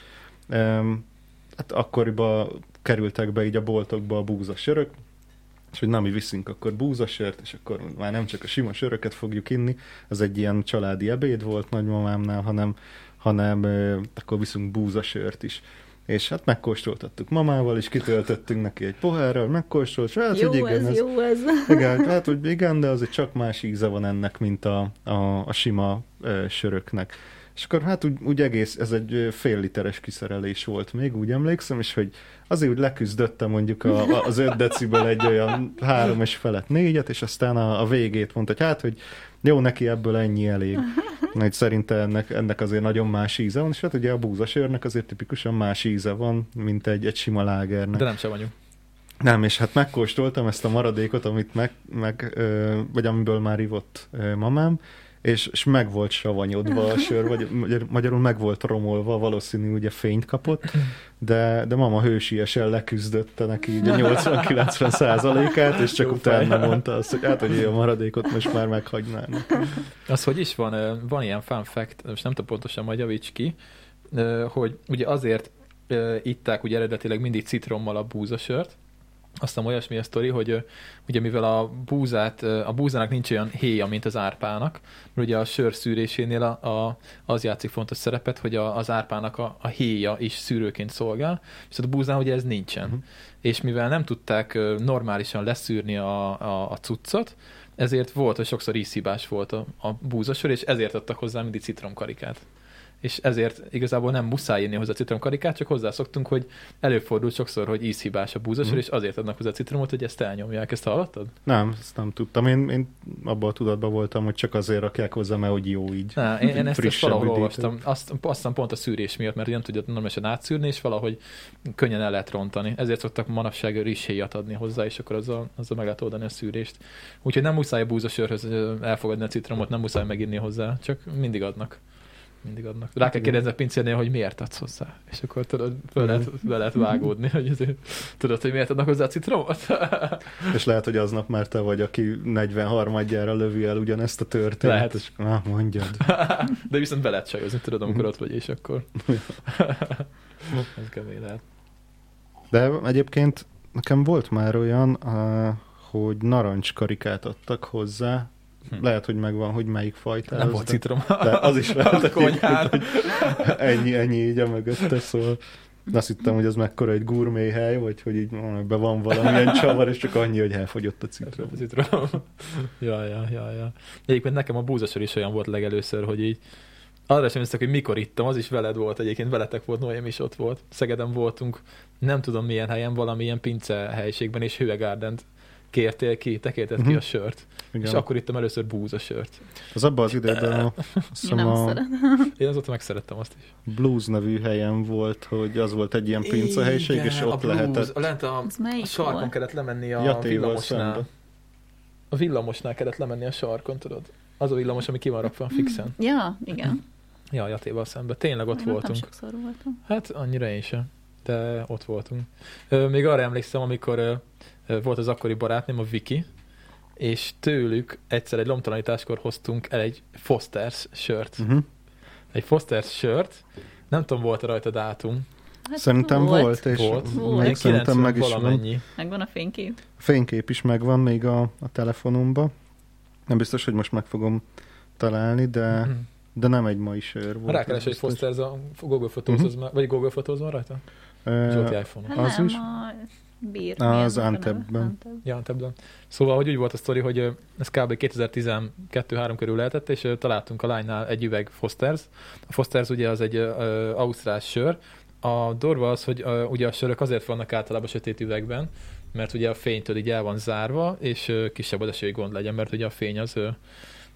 em, hát akkoriban kerültek be így a boltokba a búzasörök, és hogy na, mi viszünk akkor búzasört, és akkor már nem csak a sima söröket fogjuk inni, ez egy ilyen családi ebéd volt nagymamámnál, hanem, hanem eh, akkor viszünk búzasört is. És hát megkóstoltattuk mamával, és kitöltöttünk neki egy pohárral, megkóstolt, és hát, Jó hogy igen, ez, ez, jó ez. igen, hát, hogy igen, de azért csak más íze van ennek, mint a, a, a sima ö, söröknek. És akkor hát úgy, úgy egész, ez egy ö, fél literes kiszerelés volt még, úgy emlékszem, és hogy azért úgy leküzdöttem mondjuk a, a, az öt decibel egy olyan három és felett négyet, és aztán a, a végét mondta, hogy hát, hogy jó, neki ebből ennyi elég. Mert szerintem ennek, ennek azért nagyon más íze van, és hát ugye a búzasörnek azért tipikusan más íze van, mint egy, egy sima lágernek. De nem savanyú. Nem, és hát megkóstoltam ezt a maradékot, amit meg, meg ö, vagy amiből már ivott ö, mamám, és, és meg volt savanyodva a sör, vagy magyar, magyarul meg volt romolva, valószínű ugye fényt kapott, de, de mama hősiesen leküzdötte neki így a nyolcvan-kilencven százalékát, és csak Jó utána fej. mondta azt, hogy hát, hogy a maradékot most már meghagynálnak. Az, hogy is van, ö, van ilyen fun fact, most nem tudom pontosan, majd javíts ki, ö, hogy ugye azért ö, itták ugye eredetileg mindig citrommal a búzasört, aztán olyasmi a sztori, hogy ö, ugye mivel a búzát, ö, a búzának nincs olyan héja, mint az árpának, mert ugye a sör szűrésénél a, a, az játszik fontos szerepet, hogy a, az árpának a, a héja is szűrőként szolgál, viszont a búzán ugye ez nincsen. Uh-huh. És mivel nem tudták ö, normálisan leszűrni a, a, a cuccot, ezért volt, hogy sokszor ízhibás volt a, a búzasör, és ezért adtak hozzá mindig citromkarikát. És ezért igazából nem muszáj inni hozzá citromkarikát, csak hozzászoktunk, hogy előfordult sokszor, hogy ízhibás a búzasör, mm. és azért adnak hozzá citromot, hogy ezt elnyomják. Ezt hallottad? Nem, ezt nem tudtam. Én, én abban a tudatban voltam, hogy csak azért rakják hozzá, mert hogy jó így. Na, én, én ezt, ezt valahol üdítő. olvastam. Azt, aztán pont a szűrés miatt, mert nem tudja normálisan átszűrni, és valahogy könnyen el lehet rontani. Ezért szoktak manapság rizshéjat adni hozzá, és akkor azzal, azzal meg lehet oldani a szűrést. Úgyhogy nem muszáj a búzasörhöz elfogadni a citromot, nem muszáj meginni hozzá, csak mindig adnak. Mindig adnak. Rá kell kérdezni a pincérnél, hogy miért adsz hozzá. És akkor tudod, be lehet, be lehet vágódni, hogy azért, tudod, hogy miért adnak hozzá a citromot? És lehet, hogy aznap már te vagy, aki negyvenharmadjára lövi el ugyanezt a történetet. Lehet. És ah, mondjad. De viszont be lehet csajozni, tudod, amikor ott vagy, és akkor... Ez kemény lehet. De egyébként nekem volt már olyan, hogy narancskarikát adtak hozzá. Hm. Lehet, hogy megvan, hogy melyik fajta. Nem volt citrom. De az is lehet, a konyhán. hogy ennyi, ennyi így a mögötte, szóval azt hittem, hogy ez mekkora egy gurmé hely, vagy hogy így be van valamilyen csavar, és csak annyi, hogy elfogyott a citrom. A citrom. ja, ja, ja, ja. Egyébként nekem a búzasör is olyan volt legelőször, hogy így arra sem hiszek, hogy mikor ittam, az is veled volt, egyébként veletek volt, Noém is ott volt. Szegeden voltunk, nem tudom milyen helyen, valamilyen pince helyiségben, és Hüvegardent kértél ki, te kérted uh-huh. ki a sört. Igen. És akkor ittam először búzasört. Az abban az időben a, Én nem a Én azóta megszerettem azt is. Blues nevű helyen volt, hogy az volt egy ilyen pincehelyiség, és ott a lehetett... Blues, a lent a, a sarkon volt? Kellett lemenni a Jatéval villamosnál. Szembe. A villamosnál kellett lemenni a sarkon, tudod? Az a villamos, ami ki van rakva fixen. Ja, igen. Ja, Jatéval szembe. Tényleg ott Én voltunk. Nem sokszor voltam. Hát annyira én sem, de ott voltunk. Még arra emlékszem, amikor volt az akkori barátném, a Viki, és tőlük egyszer egy lomtalanításkor hoztunk el egy Foster's sört. Uh-huh. Egy Foster's sört, nem tudom, volt rajta dátum. Hát szerintem volt, volt és volt. volt. Szerintem meg is valamennyi. van. Megvan a fénykép? A fénykép is megvan még a, a telefonomba. Nem biztos, hogy most meg fogom találni, de, uh-huh. de nem egy mai sör volt. Rákeres, hogy Foster's a Google Photos, uh-huh. már, vagy Google Photos van rajta? Uh, iPhone. Hát az nem, is. a bír. Az Antebben. Ja, Antebben. Szóval, hogy úgy volt a sztori, hogy ez kb. kétezer-tizenkettő-három körül lehetett, és találtunk a lánynál egy üveg Foster's. A Foster's ugye az egy uh, ausztrál sör. A durva az, hogy uh, ugye a sörök azért vannak általában sötét üvegben, mert ugye a fénytől így el van zárva, és uh, kisebb az eső, hogy gond legyen, mert ugye a fény az, uh,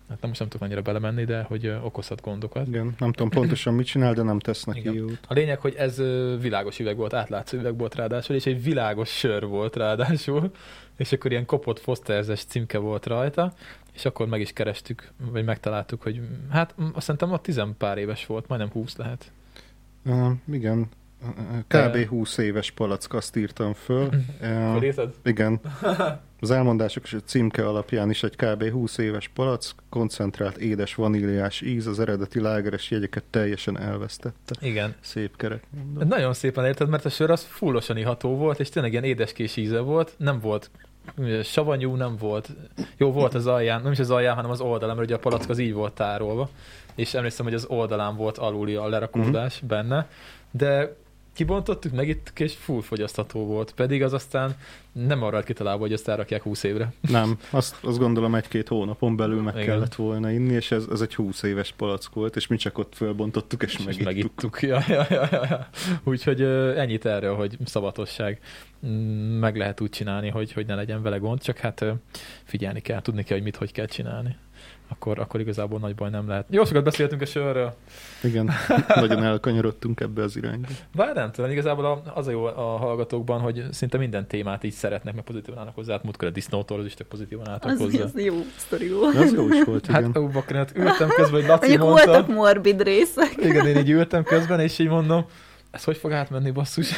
hát nem most nem tudok annyira belemenni, de hogy ö, okozhat gondokat. Igen, nem tudom pontosan mit csinál, de nem tesz neki Igen. jót. A lényeg, hogy ez ö, világos üveg volt, átlátszó üveg volt ráadásul, és egy világos sör volt ráadásul, és akkor ilyen kopott Foster's-es címke volt rajta, és akkor meg is kerestük, vagy megtaláltuk, hogy hát azt szerintem a tizenpár éves volt, majdnem húsz lehet. Uh, igen, kb. húsz éves palack, azt írtam föl. Uh, Írtad? igen. Az elmondások és a címke alapján is egy kb. húsz éves palack, koncentrált édes vaníliás íz, az eredeti lágeres jegyeket teljesen elvesztette. Igen. Szép kerek. Nagyon szépen érted, mert a sör az fullosan iható volt, és tényleg ilyen édeskés íze volt, nem volt savanyú, nem volt, jó volt az alján, nem is az alján, hanem az oldalán, mert ugye a palack az így volt tárolva, és emlékszem, hogy az oldalán volt aluli a lerakódás mm-hmm. benne, de kibontottuk, megittük, és full fogyasztható volt, pedig az aztán nem arra kitalálva, hogy azt elrakják húsz évre. Nem, azt, azt gondolom egy-két hónapon belül meg Igen. kellett volna inni, és ez, ez egy húsz éves palack volt, és mi csak ott fölbontottuk, és, és megittuk. megittuk. Ja, ja, ja, ja. Úgyhogy uh, ennyit erről, hogy szavatosság. Meg lehet úgy csinálni, hogy, hogy ne legyen vele gond, csak hát uh, figyelni kell, tudni kell, hogy mit, hogy kell csinálni. Akkor, akkor igazából nagy baj nem lehet. Jó sokat beszéltünk a sörről. Igen, nagyon elkanyarodtunk ebbe az irányba. Bár nem tudom, igazából az a jó a hallgatókban, hogy szinte minden témát így szeretnek, meg pozitívan állnak hozzá. Hát múltkor a disznótól, az is tök pozitívan álltak az, hozzá. Az jó sztori volt. Az jó is volt, igen. Hát ó, bakranat, ültem közben, hogy Laci mondjuk mondta. voltak morbid részek. Igen, én így ültem közben, és így mondom, ez hogy fog átmenni, basszus?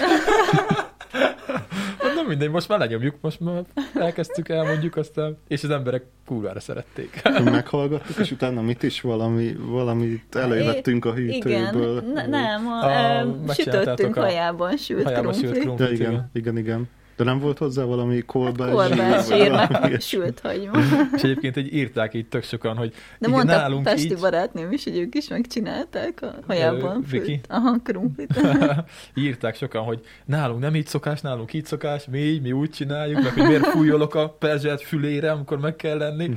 Nem mindegy, most már lenyomjuk, most már elkezdtük, elmondjuk, aztán, és az emberek kurvára szerették. Meghallgattuk, és utána mit is valami, valamit elővettünk a hűtőből. Igen, ne, nem, a, A- a, sütöttünk a- hajában sült hajában sült krumplit. krumplit. De igen, igen, igen. De nem volt hozzá valami kolbász Korbás zsír, vagy zsír, valami meg ilyesmi? sült hagyma. És egyébként így írták így tök sokan, hogy De igen, mondta nálunk Pesti így, barátnőm is, hogy ők is megcsinálták a hajában Ö, Viki? fült. Aha, krumplit. írták sokan, hogy nálunk nem így szokás, nálunk így szokás, mi így, mi úgy csináljuk, meg hogy miért fújolok a perzselt fülére, amikor meg kell lenni.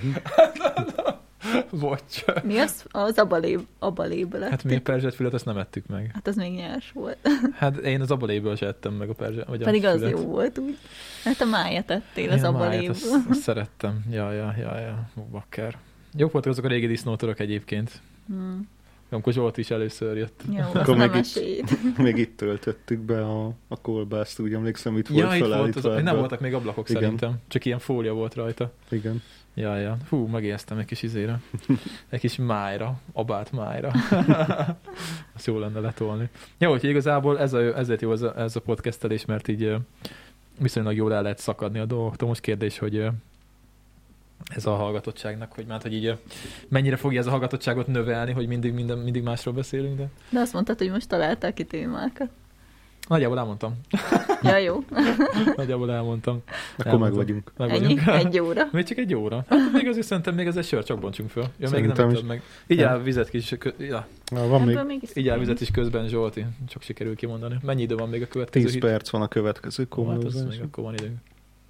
Bocs. Mi az? Az abaléb, abaléből Hát ettük. mi a perzselt fület, azt nem ettük meg. Hát az még nyers volt. Hát én az abaléből se ettem meg a perzselt. Vagy a Pedig az fület. jó volt úgy. Hát a májat ettél az Ja, máját, abaléből. azt, azt szerettem. Ja, ja, ja, ja. Ó, bakker. Jók voltak azok a régi disznótorok egyébként. Hmm. Amikor Zsolt is először jött. Jó, azt Akkor nem meg itt- esélyt. Még itt töltöttük be a, a kolbászt, úgy emlékszem, itt Ja, volt itt volt, felállítva. az, nem ebbe. voltak még ablakok Igen. szerintem. Csak ilyen fólia volt rajta. Igen. Ja, ja. Hú, megijesztem egy kis izére. Egy kis májra. Abát májra. Azt jó lenne letolni. Jó, úgyhogy igazából ez a, ezért jó ez a, ez a podcastelés, mert így ö, viszonylag jól el lehet szakadni a dolgoktól. Most kérdés, hogy ö, ez a hallgatottságnak, hogy már, hogy így ö, mennyire fogja ez a hallgatottságot növelni, hogy mindig, minden, mindig másról beszélünk, de De azt mondtad, hogy most találtál ki témákat. nagyjából elmondtam. Ja, jó. Nagyjából elmondtam. Akkor Elmondtam. meg vagyunk. Meg Ennyi? vagyunk. Egy óra. Még csak egy óra. Hát még azért szerintem még ez egy sör, csak bontsunk föl. Ja, még nem Szerintem is. tudod meg. Így Nem. áll vizet kis, kö... ja, Na, van még Ebből még is így áll van. vizet is közben, Zsolti. Csak sikerül kimondani. Mennyi idő van még a következő tíz perc van a következő Ó, hát az komlózás. még akkor van időnk.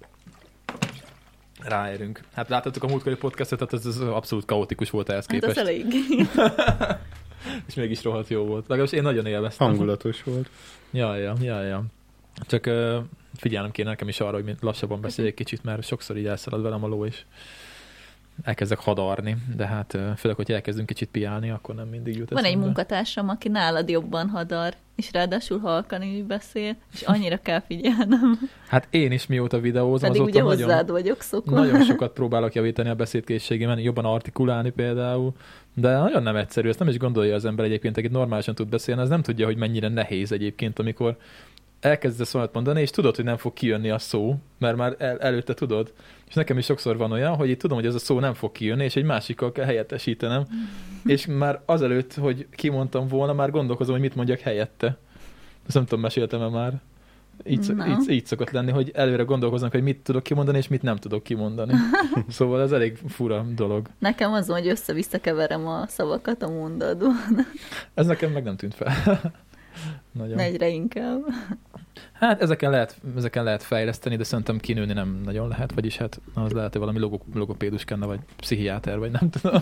Ráérünk. Hát láthattuk a múltkori podcastot, tehát ez, ez abszolút kaotikus volt ehhez Hát képest. az elég. És mégis rohadt jó volt. Legalábbis én nagyon élveztem. Hangulatos volt. Ja, ja, ja, ja. Csak uh, figyelnem kéne nekem is arra, hogy lassabban beszéljek kicsit, mert sokszor így elszalad velem a ló, és elkezdek hadarni, de hát uh, főleg, hogy elkezdünk kicsit piálni, akkor nem mindig jut Van egy eszembe. munkatársam, aki nálad jobban hadar, és ráadásul halkan így beszél, és annyira kell figyelnem. Hát én is mióta videózom, Pedig azóta ugye nagyon, hozzád vagyok szokva. nagyon sokat próbálok javítani a beszédkészségemen, jobban artikulálni például, de nagyon nem egyszerű, ezt nem is gondolja az ember egyébként, aki normálisan tud beszélni, az nem tudja, hogy mennyire nehéz egyébként, amikor elkezdesz valamit mondani, és tudod, hogy nem fog kijönni a szó, mert már el, előtte tudod. És nekem is sokszor van olyan, hogy itt tudom, hogy ez a szó nem fog kijönni, és egy másikkal kell helyettesítenem. És már azelőtt, hogy kimondtam volna, már gondolkozom, hogy mit mondjak helyette. Ezt nem tudom, meséltem-e már. Így, No. így, így szokott lenni, hogy előre gondolkoznak, hogy mit tudok kimondani, és mit nem tudok kimondani. Szóval ez elég fura dolog. Nekem az van, hogy össze-vissza keverem a szavakat a mondatban. Ez nekem meg nem tűnt fel. Nagyon. Egyre inkább. Hát ezeken lehet, ezeken lehet fejleszteni, de szerintem kinőni nem nagyon lehet, vagyis hát az lehet, hogy valami logo, logopédus kenne, vagy pszichiáter, vagy nem tudom.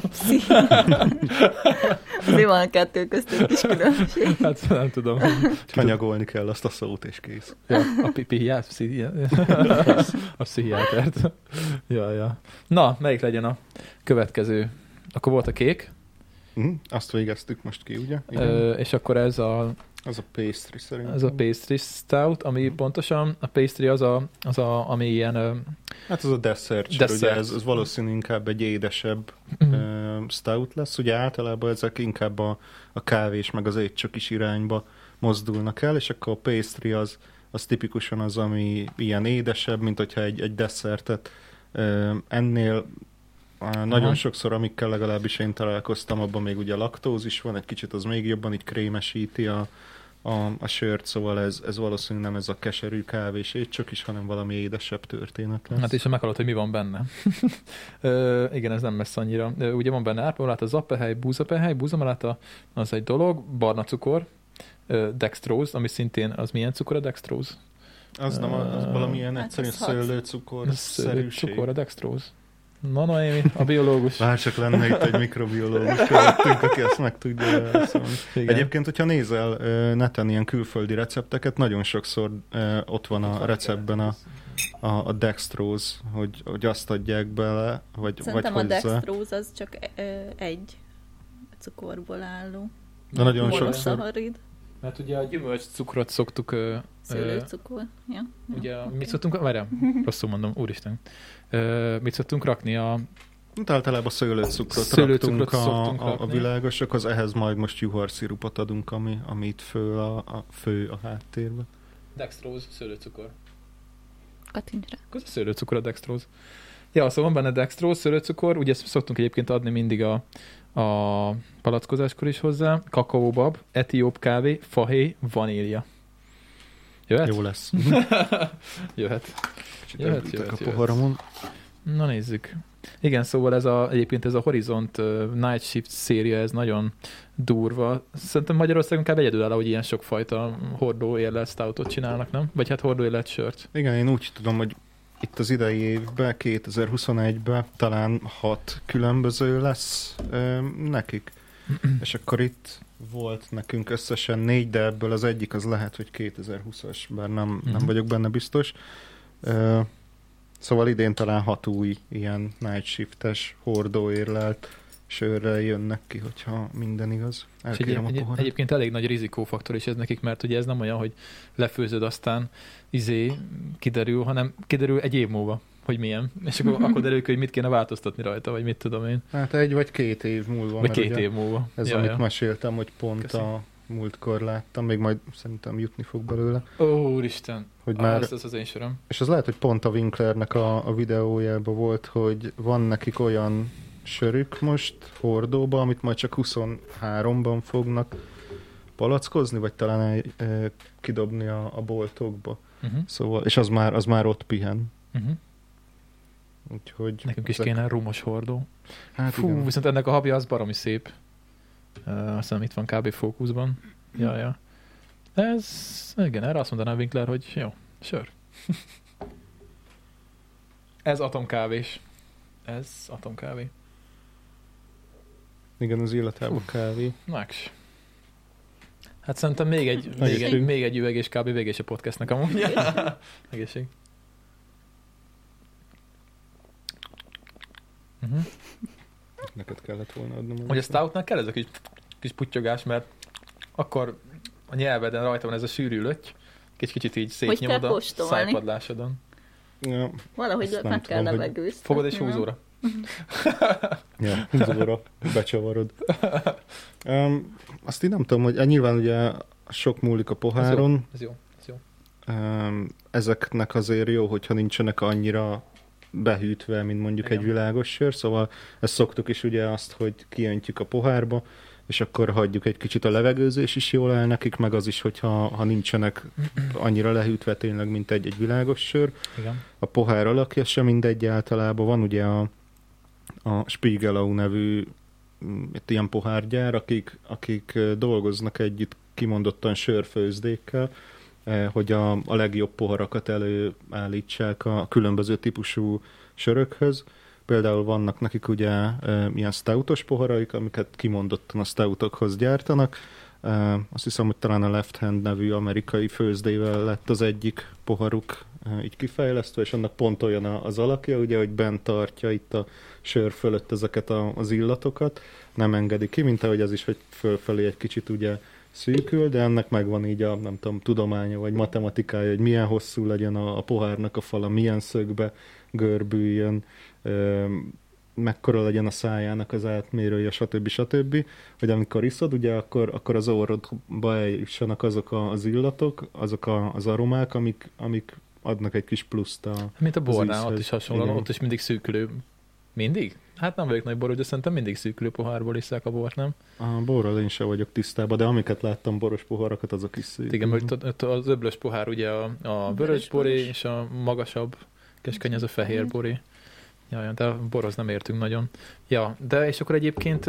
Azért van a kettő közt egy kis különbség. Hát nem tudom. Hanyagolni kell azt a szót, és kész. Ja, a pszichiát, a pszichiátert. Ja, ja. Na, melyik legyen a következő akkor volt a kék, Mm, azt végeztük most ki, ugye? ö, és akkor ez a, Az a pastry szerintem. ez a pastry stout, ami pontosan, a pastry az a, az a ami ilyen... Ö, Hát az a dessert, Dessert. ugye ez, ez valószínűleg inkább egy édesebb Mhm. uh, stout lesz. Ugye általában ezek inkább a, a kávés meg az étcsokis irányba mozdulnak el, és akkor a pastry az, az tipikusan az, ami ilyen édesebb, mint hogyha egy, egy desszertet uh, ennél uh, nagyon Aha. sokszor, amikkel legalábbis én találkoztam, abban még ugye laktóz is van, egy kicsit az még jobban így krémesíti a, a, a sört, szóval ez, ez valószínűleg nem ez a keserű kávés étcsokis, hanem valami édesebb történet lesz. Hát és meghallott, hogy mi van benne. Ö, igen, ez nem messze annyira. Ö, ugye van benne árpamalát, zappehely, búzapehely, búzamaláta, az egy dolog, barna cukor, ö, dextrose, ami szintén, az milyen cukor a dextrose? Az nem, az valamilyen Hát egyszerű ez hat. szőlőcukor, Ez szerűség. cukor a dextrose. Na, Noémi, a biológus. Bár csak lenne itt egy mikrobiológus követtünk, aki ezt meg tudja szólni. Igen. Egyébként, hogyha nézel ö, neten ilyen külföldi recepteket, nagyon sokszor ö, ott van a receptben a, a, a dextrose, hogy, hogy azt adják bele, vagy, Szerintem vagy a hozzá. dextróz az csak ö, egy cukorból álló. De nagyon sokszor. Monoszaharid, Mert ugye a gyümölcs cukrot szoktuk... Ö, ö, szőlőcukor. Ja. ugye, mit szoktunk... Várjál, rosszul mondom, úristen. Ö, mit szoktunk rakni a... Hát általában szőlőcukrot, Szőlőcukrot raktunk a, szoktunk a, a rakni. világosokhoz, ehhez majd most juharszirupot adunk, ami, ami itt fő a, a, fő a háttérben. Dextrose, szőlőcukor. Kattints rá. Az a szőlőcukor a dextrose. Ja, szóval van benne dextrose, szőlőcukor, ugye ezt szoktunk egyébként adni mindig a, a palackozáskor is hozzá, kakaóbab, etióp kávé, fahéj, vanília. Jöhet? Jó lesz. Jöhet. Kicsit Jöhet, elültek jöhet, a jöhet. poharamon. Na nézzük. Igen, szóval ez a, egyébként ez a Horizont uh, Night Shift széria, ez nagyon durva. Szerintem Magyarországon kb. Egyedül áll, hogy ilyen sokfajta hordó érlet stoutot csinálnak, nem? Vagy hát hordó érlet sört. Igen, én úgy tudom, hogy itt az idei évben, kétezer-huszonegyben talán hat különböző lesz ö, nekik. És akkor itt volt nekünk összesen négy, de ebből az egyik az lehet, hogy kétezer-húszas, bár nem, nem Mhm. vagyok benne biztos. Ö, szóval idén talán hat új ilyen night shiftes hordóérlelt sörrel jönnek ki, hogyha minden igaz. És egy, Elkérem a egy, poharat. egyébként elég nagy rizikófaktor is ez nekik, mert ugye ez nem olyan, hogy lefőzöd, aztán izé kiderül, hanem kiderül egy év múlva, hogy milyen. És akkor, akkor derül ki, hogy mit kéne változtatni rajta, vagy mit tudom én. Hát egy vagy két év múlva. Vagy mert két ugye év múlva. Ez, ja, amit ja. meséltem, hogy pont Köszi. a múltkor láttam, még majd szerintem jutni fog belőle, Ó, úristen. hogy Ah, már, ez, ez az én söröm. és az lehet, hogy pont a Winklernek a, a videójában volt, hogy van nekik olyan sörük most hordóba, amit majd csak huszonháromban fognak palackozni, vagy talán egy, e, kidobni a, a boltokba. Uh-huh. Szóval, és az már, az már ott pihen. Uh-huh. Úgyhogy Nekünk is ezek- kéne rumos hordó. Hát Fú, igen. viszont ennek a habja az baromi szép. Uh, azt hiszem itt van kb. Fókuszban. Ja, ja. Ez, igen, erre azt mondanám Winkler, hogy jó, sör. Ez atomkávés. Ez atomkávé. Igen, az életában kávé. Max. Hát szerintem még egy, még Egészség. egy, még egy üveg és kb. Végés a podcastnek amúgy. Egészség. Uh-huh. Neked kellett volna adnom. Hogy a stoutnak kell ez a kis, kis puttyogás, mert akkor a nyelveden rajta van ez a sűrű löty, kicsit, kicsit így szétnyomod kell a kóstolni. szájpadlásodon. Ja, Valahogy Ezt nem meg kell tudom, hogy levegőztetni. Fogod és nem? húzóra. ja, húzóra becsavarod. Um, azt én nem tudom, hogy nyilván ugye sok múlik a poháron. Ez jó, ez jó. Um, ezeknek azért jó, hogyha nincsenek annyira behűtve, mint mondjuk Igen. egy világos sör, szóval ezt szoktuk is ugye azt, hogy kiöntjük a pohárba, és akkor hagyjuk egy kicsit a levegőzés is jól el nekik, meg az is, hogyha ha nincsenek annyira lehűtve tényleg, mint egy, egy világos sör. Igen. A pohár alakja sem mindegy általában. Van ugye a, a Spiegelau nevű mm, itt ilyen pohárgyár, akik, akik ö, dolgoznak együtt kimondottan sörfőzdékkel, eh, hogy a, a legjobb poharakat előállítsák a különböző típusú sörökhöz. Például vannak nekik ugye e, ilyen stoutos poharaik, amiket kimondottan a stoutokhoz gyártanak. E, azt hiszem, hogy talán a Left Hand nevű amerikai főzdével lett az egyik poharuk így kifejlesztve, és annak pont olyan az alakja, ugye, hogy bent tartja itt a sör fölött ezeket a, az illatokat, nem engedi ki, mint ahogy az is, hogy fölfelé egy kicsit ugye szűkül, de ennek megvan így a, nem tudom, tudománya, vagy matematikája, hogy milyen hosszú legyen a, a pohárnak a fala, milyen szögbe görbüljön, mekkora legyen a szájának az átmérője, stb. stb. Hogy amikor iszod, ugye akkor, akkor az orrodba eljussanak azok az illatok, azok a, az aromák, amik, amik adnak egy kis pluszt a Mint a bornál, ott is hasonlóan, ott is mindig szűkülő. Mindig? Hát nem vagyok nagy ború, de szerintem mindig szűkülő pohárból iszák a bort, nem? A borral én sem vagyok tisztában, de amiket láttam boros poharakat, azok is szűkülő. Igen, mert az öblös pohár ugye a, a vörös boré, és a magasabb keskeny az a fehér boré. Ja, de a borhoz nem értünk nagyon. Ja, de és akkor egyébként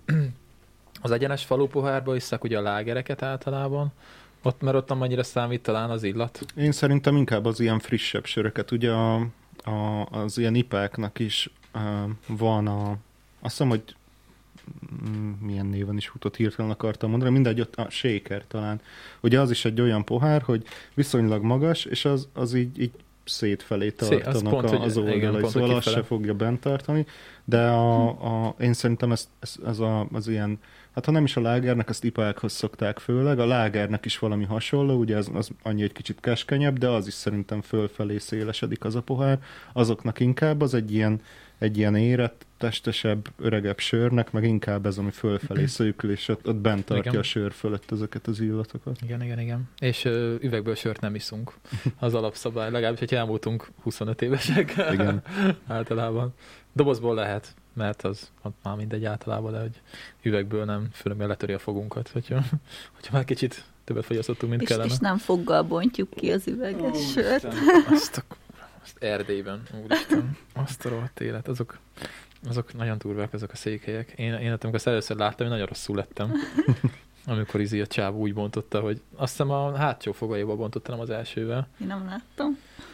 az egyenes falu pohárba isszák ugye a lágereket általában, ott, mert ott nem annyira számít talán az illat. Én szerintem inkább az ilyen frissebb söröket. Ugye a, a, az ilyen ipáknak is uh, van a, azt hiszem, hogy milyen néven is futott, hirtelen akartam mondani, mindegy, ott a shaker talán. Ugye az is egy olyan pohár, hogy viszonylag magas, és az, az így, így szétfelé tartanak Szé, pont, a, az oldalai, szóval azt se fogja bent tartani, de a, a, én szerintem ez, ez, ez a, az ilyen, hát ha nem is a lágernek, azt ipákhoz szokták főleg, a lágernek is valami hasonló, ugye az, az annyi egy kicsit keskenyebb, de az is szerintem fölfelé szélesedik az a pohár, azoknak inkább az egy ilyen, egy ilyen érett, testesebb, öregebb sörnek, meg inkább ez, ami fölfelé szűkül, és ott, ott bent tartja igen. a sör fölött ezeket az illatokat. Igen, igen, igen. És ö, üvegből sört nem iszunk. Az alapszabály, legalábbis, hogy elmúltunk huszonöt évesek. Igen. Általában. Dobozból lehet, mert az már mindegy általában, de hogy üvegből nem, főleg mert letöri a fogunkat, hogyha, hogyha már kicsit többet fogyasztottunk, mint és, kellene. És nem foggal bontjuk ki az üveges Ó, sört. Azt a Azt Erdélyben, úristen, azt a rohadt élet, azok, azok nagyon durvák, azok a székelyek. Én, én amikor először láttam, én nagyon rosszul lettem, amikor izi a csáv úgy bontotta, hogy azt hiszem a hátsó fogaival bontotta, nem az elsővel. Én nem láttam.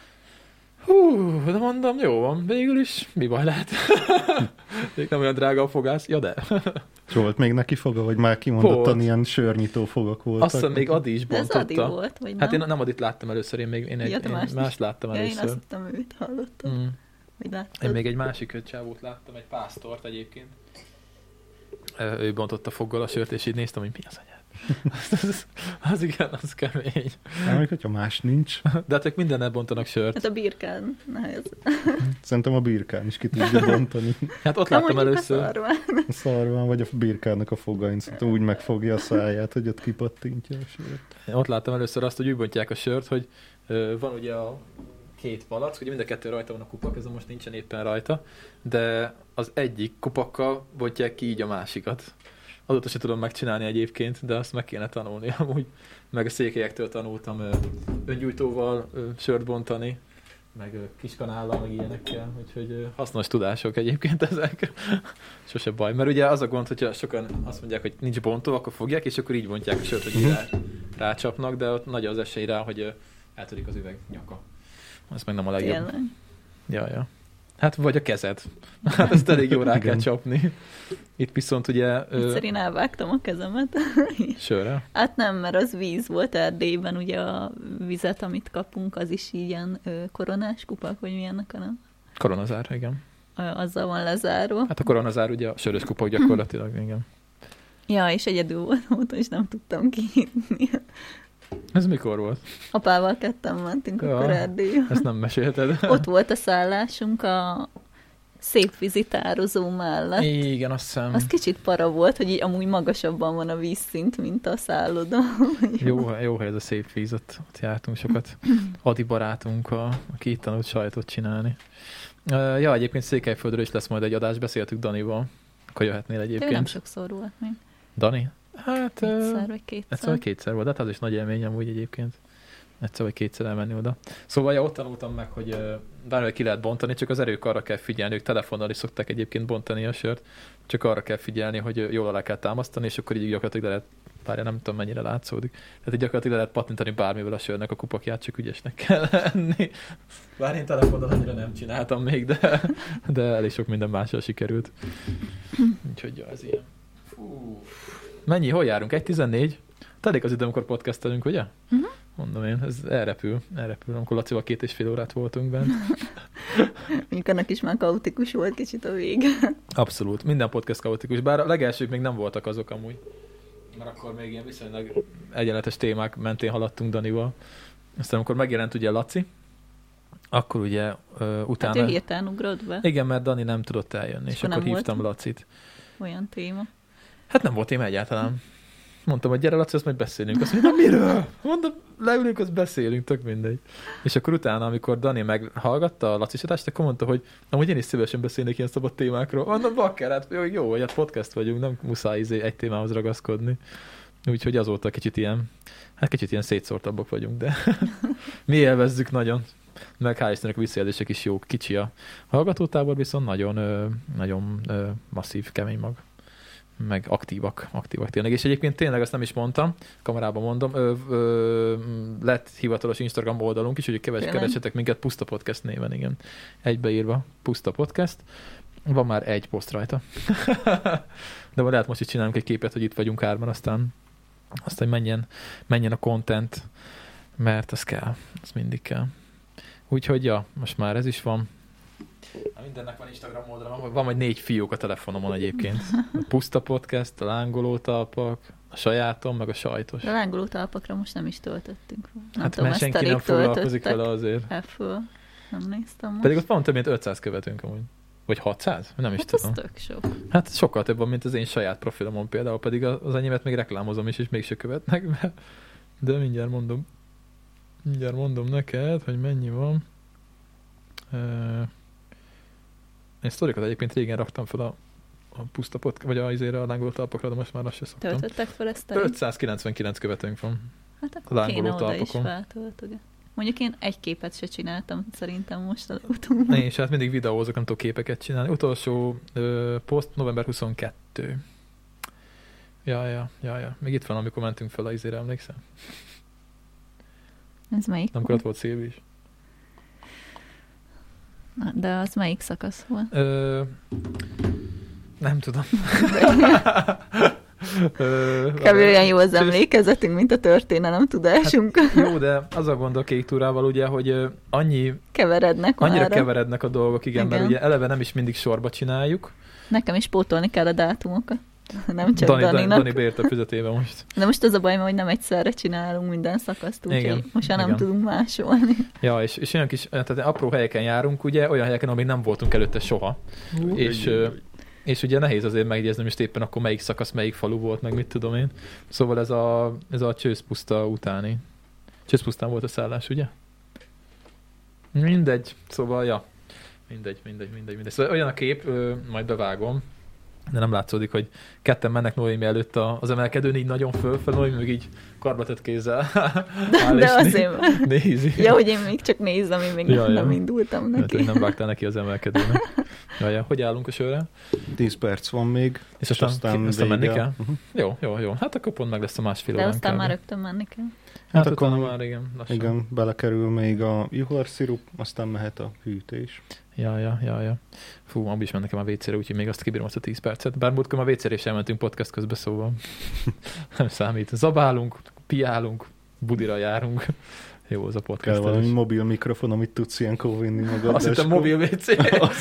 Hú, de mondom, jó van, végül is, mi baj lehet? Még nem olyan drága a fogász, ja de. És volt még neki foga, vagy már kimondottan volt. Ilyen sörnyitó fogak voltak? Azt hiszem, még Adi is bontotta. Ez Adi volt, vagy hát nem? én nem Adit láttam először, én még én egy, ja, én más, más láttam ja, először. Én azt hittem, őt hallottam. Mm. Én még egy másik csávót láttam, egy pásztort egyébként. Ő bontotta foggal a sört, és így néztem, hogy mi az anyád. az, az, az igen, az kemény. Nem, hogyha más nincs. De hát ők mindennel bontanak sört. Hát a birkán nehéz. Szerintem a birkán is ki tudja bontani. Hát ott láttam először. A szarván. A szarván, vagy a birkának a fogain. Szerintem úgy megfogja a száját, hogy ott kipattintja a sört. Én ott láttam először azt, hogy úgy bontják a sört, hogy ö, van ugye a két palack, ugye mind a kettő rajta van a kupak, ez most nincsen éppen rajta, de az egyik kupakkal bontják ki így a másikat. Azóta se tudom megcsinálni egyébként, de azt meg kéne tanulni amúgy. Meg a székelyektől tanultam ö, öngyújtóval ö, sört bontani, meg ö, kiskanállal, meg ilyenekkel, úgyhogy ö, hasznos tudások egyébként ezek. Sose baj, mert ugye az a gond, hogyha sokan azt mondják, hogy nincs bontó, akkor fogják, és akkor így bontják a sört, hogy rá, rácsapnak, de ott nagy az esély rá, hogy ö, eltörik az üveg nyaka. Az meg nem a legjobb. Tényleg. Ja, ja. Hát vagy a kezed. Hát ezt elég jó rá kell csapni. Itt viszont ugye... Egyszer én elvágtam a kezemet. Sörre? Hát nem, mert az víz volt Erdélyben, ugye a vizet, amit kapunk, az is ilyen ö, koronás kupak, vagy milyennek a nem? Koronazár, igen. Azzal van lezárva. Hát a koronazár ugye a sörös kupak gyakorlatilag, igen. Ja, és egyedül volt, és nem tudtam kinyitni. Ez mikor volt? Apával ketten mentünk ja, akkor Erdélybe. Ezt nem mesélted. Ott volt a szállásunk a szépvízi tározó mellett. Igen, azt hiszem. Az kicsit para volt, hogy így amúgy magasabban van a vízszint, mint a szálloda. Jó, jó hely ez a Szépvíz, ott, ott jártunk sokat. Adi barátunk, a, aki itt tanult sajtot csinálni. Uh, ja, egyébként Székelyföldről is lesz majd egy adás, beszéltük Danival. Akkor jöhetnél egyébként. De nem sokszor volt még. Dani? Hát... Egyszer vagy kétszer. Egyszer vagy kétszer volt, de hát az is nagy élmény amúgy egyébként. Egyszer vagy kétszer elmenni oda. Szóval ja, ott tanultam meg, hogy uh, bármilyen ki lehet bontani, csak az erők arra kell figyelni, ők telefonnal is szokták egyébként bontani a sört, csak arra kell figyelni, hogy jól alá kell támasztani, és akkor így gyakorlatilag le lehet, párja nem tudom mennyire látszódik, tehát így gyakorlatilag le lehet pattintani bármivel a sörnek a kupakját, csak ügyesnek kell lenni. Bár én telefonnal annyira nem csináltam még, de, de elég sok minden mással sikerült. Úgyhogy ja, ez ilyen. Fú. Mennyi? Hol járunk? egy tizennégy? Telik az idő, amikor podcastelünk, ugye? Uh-huh. mondom én, ez elrepül, elrepül, amikor Lacival két és fél órát voltunk benne. Mondjuk annak is már kaotikus volt kicsit a vége. Abszolút, minden podcast kaotikus, bár a legelsők még nem voltak azok amúgy. Mert akkor még ilyen viszonylag egyenletes témák mentén haladtunk Danival. Aztán amikor megjelent ugye Laci, akkor ugye uh, utána... Hát ő hirtelen ugrott be. Igen, mert Dani nem tudott eljönni, és, és akkor hívtam Lacit. Olyan téma. Hát nem volt téma egyáltalán. Mondtam, hogy gyere Laci, azt majd beszélünk. Azt mondja, miről? Mondom, leülünk, azt beszélünk, tök mindegy. És akkor utána, amikor Dani meghallgatta a Laci csatást, akkor mondta, hogy amúgy én is szívesen beszélnék ilyen szabad témákról. Mondom, bakker, hát jó, jó, hogy hát podcast vagyunk, nem muszáj izé egy témához ragaszkodni. Úgyhogy azóta kicsit ilyen, hát kicsit ilyen szétszórtabbak vagyunk, de mi élvezzük nagyon. Meg hál' Istennek a visszajelzések is jók. Kicsi a hallgatótábor, viszont nagyon, ö, nagyon ö, masszív, kemény mag. Meg aktívak, aktívak tényleg. És egyébként tényleg azt nem is mondtam, kamerában mondom, ö, ö, lett hivatalos Instagram oldalunk is, hogy keves, keresetek minket Puszta Podcast néven, igen. Egybeírva Puszta Podcast. Van már egy poszt rajta. De majd lehet most is csinálunk egy képet, hogy itt vagyunk hárman, aztán, aztán menjen, menjen a content, mert az kell, az mindig kell. Úgyhogy ja, most már ez is van. Na, mindennek van Instagram oldalon, van majd négy fiók a telefonomon egyébként. A Puszta Podcast, a lángoló talpak, a sajátom, meg a sajtos. A lángoló talpakra most nem is töltöttünk. Nem hát tudom, mert senki nem foglalkozik vele azért. F-föl. Nem néztem most. Pedig ott van több mint ötszáz követőnk amúgy. Vagy hatszáz? Nem is hát tudom. Hát tök sok. Hát sokkal több van, mint az én saját profilomon például, pedig az enyémet még reklámozom is, és mégse követnek. De mindjárt mondom. Mindjárt mondom neked, hogy mennyi van. Én sztorikat egyébként régen raktam fel a, a Puszta Podcast, vagy a, azért a lángoló talpakra, de most már azt se szoktam. Töltöttek fel ezt? ötszázkilencvenkilenc követőnk van. Hát akkor kéne oda is feltöltöget. Mondjuk én egy képet se csináltam szerintem most az utóban. Én is, hát mindig videózok, nem tudok képeket csinálni. Utolsó ö, poszt november huszonkettő. Ja, ja, ja, ja. Még itt van, amikor mentünk fel a izére, emlékszem? Ez melyik? Amikor ott volt Szilvi is. Na, de az melyik szakasz volt? Ö, nem tudom. Kb. olyan jó az emlékezetünk, mint a történelem tudásunk. Hát, jó, de az a gond a kék túrával, ugye, hogy annyi... Keverednek Annyira már. keverednek a dolgok, igen, igen, mert ugye eleve nem is mindig sorba csináljuk. Nekem is pótolni kell a dátumokat. Nem csak Dani, Daninak. Dani bért a füzetébe most. De most az a baj, hogy nem egyszerre csinálunk minden szakaszt, úgyhogy most már nem igen. tudunk másolni. Ja, és, és olyan kis, tehát apró helyeken járunk, ugye, olyan helyeken, amíg nem voltunk előtte soha. Uh, és, és ugye nehéz azért megjegyezni, most éppen akkor melyik szakasz, melyik falu volt, meg mit tudom én. Szóval ez a, ez a Csőszpuszta utáni. Csőszpusztán volt a szállás, ugye? Mindegy. Szóval, ja. Mindegy, mindegy, mindegy, mindegy. Szóval olyan a kép, majd bevágom, de nem látszódik, hogy ketten mennek Noémi előtt az emelkedőn, így nagyon fölfel, Noémi meg így karbatett kézzel. De, de azért nézi. Ja, hogy én még csak nézem, én még ja, nem, ja. nem indultam neki. Hát, hogy nem vágtál neki az emelkedőnek. Ja, ja. Hogy állunk a sörrel? tíz perc van még. És aztán, aztán, aztán menni kell? Uh-huh. Jó, jó, jó. Hát akkor pont meg lesz a másfél órán. De aztán kell. Már rögtön menni kell. Hát, hát akkor már igen, lassan. Igen, belekerül még a juhorszirup, aztán mehet a hűtés. Ja, ja, ja, ja. Fú, abban is mennek nekem a vécére, úgyhogy még azt kibírom azt a tíz percet. Bár múltkor a vécére is elmentünk podcast közben, szóval nem számít. Zabálunk, piálunk, budira járunk. Jó az a podcast. Kell valami mobil mikrofon, amit tudsz ilyenkor vinni magad. Azt hittem mobil vécé.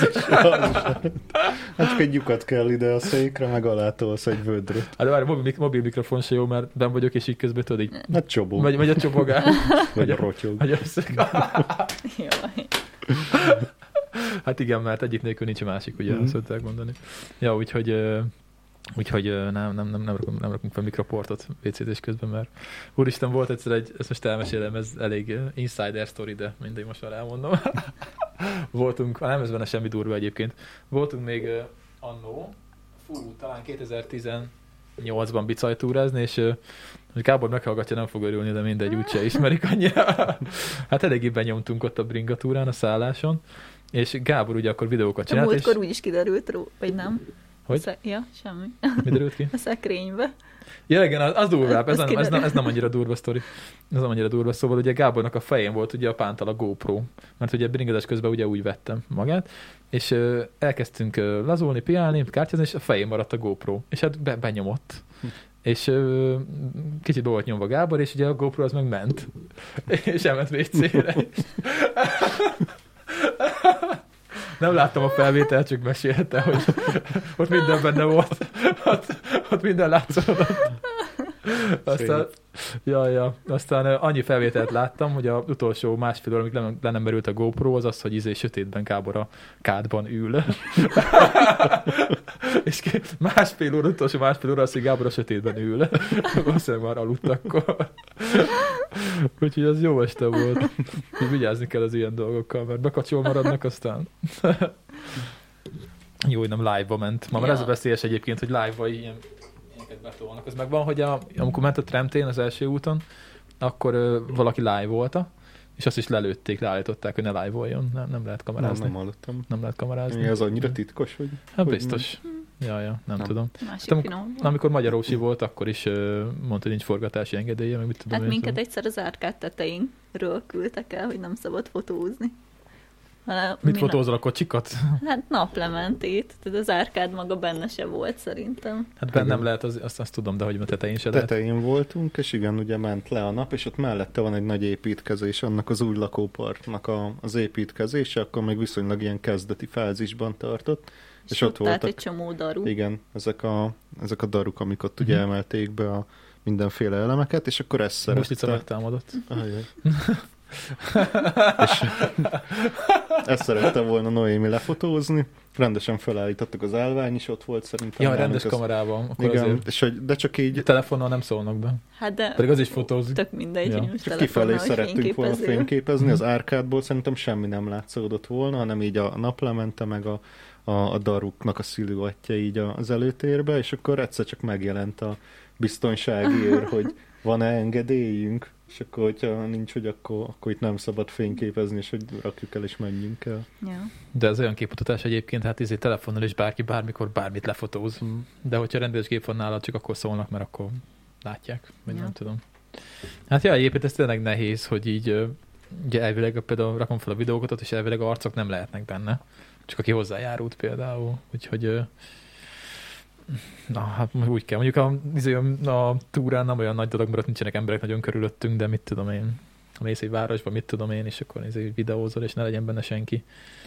Hát csak egy lyukat kell ide a székre, meg alá tolsz egy vödröt. Hát de várj, mobil, mobil mikrofon se jó, mert benn vagyok, és így közben tudod így... Hát csobog. Vagy, vagy a csobogás. Vagy a rotyog. Vagy a szög. Jaj. Hát igen, mert egyik nélkül nincs a másik, ugye, mm. azt szokták mondani. Ja, úgyhogy, uh, úgyhogy uh, nem, nem, nem, nem, rakunk, nem rakunk fel mikroportot vécézés közben, mert úristen, volt egyszer egy, ezt most elmesélem, ez elég uh, insider story, de mindegy, most már elmondom. Voltunk, nem ez benne semmi durva egyébként, voltunk még uh, annó, fú, talán kétezer-tizennyolcban bicajtúrázni, és uh, Gábor meghallgatja, nem fog örülni, de mindegy, úgyse ismerik annyira. Hát eléggé benyomtunk ott a bringatúrán, a szálláson, és Gábor ugye akkor videókat csinált. A múltkor és... úgy is kiderült ró, vagy nem? Hogy? Sze... Ja, semmi. Mi derült ki? A szekrénybe. Ja, igen, az, az durvább, ez, nem, ez, nem, ez nem annyira durva sztori. Ez nem annyira durva, szóval ugye Gábornak a fején volt ugye a pántal a GoPro, mert ugye bringadás közben ugye úgy vettem magát, és uh, elkezdtünk uh, lazulni, piálni, kártyázni, és a fején maradt a GoPro, és hát be, benyomott. és ö, kicsit be volt nyomva Gábor, és ugye a GoPro az meg ment. És elment vécére. Nem láttam a felvételt, csak mesélte, hogy ott minden benne volt. Ott, ott minden látszódott. Aztán, ja, ja. Aztán annyi felvételt láttam, hogy az utolsó másfél óra, amíg le, le nem merült a GoPro, az az, hogy izé sötétben Gábor a kádban ül. És másfél óra, utolsó másfél óra az, hogy Gábor a sötétben ül. Valószínűleg már aludt akkor. Úgyhogy az jó este volt. Vigyázni kell az ilyen dolgokkal, mert bekacsol maradnak aztán. Jó, hogy nem live-ba ment. Ma már ja. Ez a veszélyes egyébként, hogy live-ba ilyen ilyeneket betolnak. Az meg van, hogy a, amikor ment a Tremtén az első úton, akkor ö, valaki live-volta, és azt is lelőtték, leállították, hogy ne live-voljon. Nem, nem lehet kamerázni. Nem, nem hallottam. Nem lehet kamerázni. Mi az annyira titkos, hogy... Hát biztos. Hogy ja, ja, nem, nem tudom. Másik am- finom. amikor Magyarósi volt, akkor is uh, mondta, hogy nincs forgatási engedélye, meg mit tudom. Hát én, minket tudom. egyszer az árkád tetejénről küldtek el, hogy nem szabad fotózni. Hanem Mit mi fotózol, a kocsikat? Na... Hát naplementét. Tehát az árkád maga benne se volt szerintem. Hát benne nem lehet, az, azt, azt tudom, de hogy a tetején se lehet. Tetején voltunk, és igen, ugye ment le a nap, és ott mellette van egy nagy építkezés, annak az új lakóparknak a, az építkezése, akkor még viszonylag ilyen kezdeti fázisban tartott. És, és ott voltak egy csomó daru. Igen, ezek a, ezek a daruk, amik ott ugye Uh-huh. emelték be a mindenféle elemeket, és akkor ezt szerette. Most itt megtámadott. Ajaj. És ezt szerette volna Noémi lefotózni. Rendesen felállítottak, az állvány is ott volt szerintem. Ja, rendes az... kamerában. Akkor igen, azért... és hogy, de csak így... Telefonnal nem szólnak be. Hát de... Pedig az is fotózik. Tök mindegy, ja. hogy most csak kifelé szerettünk volna fényképezni. Mm. Az árkádból szerintem semmi nem látszódott volna, hanem így a naplemente, meg a, a, a daruknak a szilüettje így az előtérbe, és akkor egyszer csak megjelent a biztonsági őr, hogy van-e engedélyünk, és akkor, hogyha nincs, hogy akkor, akkor itt nem szabad fényképezni, és hogy rakjuk el, és menjünk el. Ja. De ez olyan képmutatás egyébként, hát ezért telefonnal is bárki bármikor bármit lefotóz. Mm. De hogyha rendes gép van nálad, csak akkor szólnak, mert akkor látják, vagy ja. nem tudom. Hát ja, egyébként ez tényleg nehéz, hogy így ugye elvileg például rakom fel a videókat, és elvileg arcok nem lehetnek benne. Csak aki hozzájárult például. Úgyhogy na, hát úgy kell. Mondjuk a, a túrán nem olyan nagy dolog, mert ott nincsenek emberek nagyon körülöttünk, de mit tudom én. Ha mész egy városba, mit tudom én, és akkor nézzük, videózol, és ne legyen benne senki.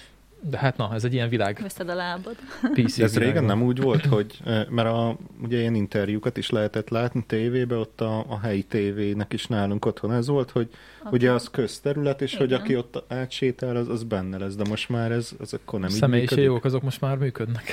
De hát na, ez egy ilyen világ. Veszed a lábad. pé cé ez régen nem úgy volt, hogy, mert a, ugye ilyen interjúkat is lehetett látni tévébe, ott a, a helyi tévének is nálunk otthon ez volt, hogy okay. ugye az közterület, és igen. hogy aki ott átsétál, az, az benne lesz, de most már ez, ez akkor nem így működik. Személyiségjók, azok most már működnek.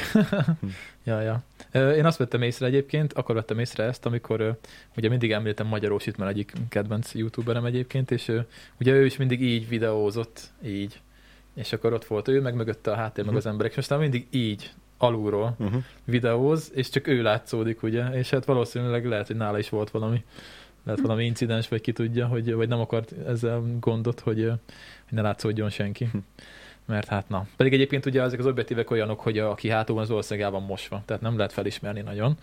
ja, ja. Én azt vettem észre egyébként, akkor vettem észre ezt, amikor ugye mindig említem Magyarósit, mert egyik kedvenc youtuberem egyébként, és ugye ő is mindig így videózott, így. És akkor ott volt ő, meg mögötte a háttér, uh-huh. meg az emberek, és aztán mindig így alulról uh-huh. videóz, és csak ő látszódik, ugye, és hát valószínűleg lehet, hogy nála is volt valami, lehet valami incidens, vagy ki tudja, hogy, vagy nem akart ezzel gondot, hogy, hogy ne látszódjon senki. Uh-huh. Mert hát na. Pedig egyébként ugye ezek az objektívek olyanok, hogy a, aki hátul van, az országában van mosva, tehát nem lehet felismerni nagyon.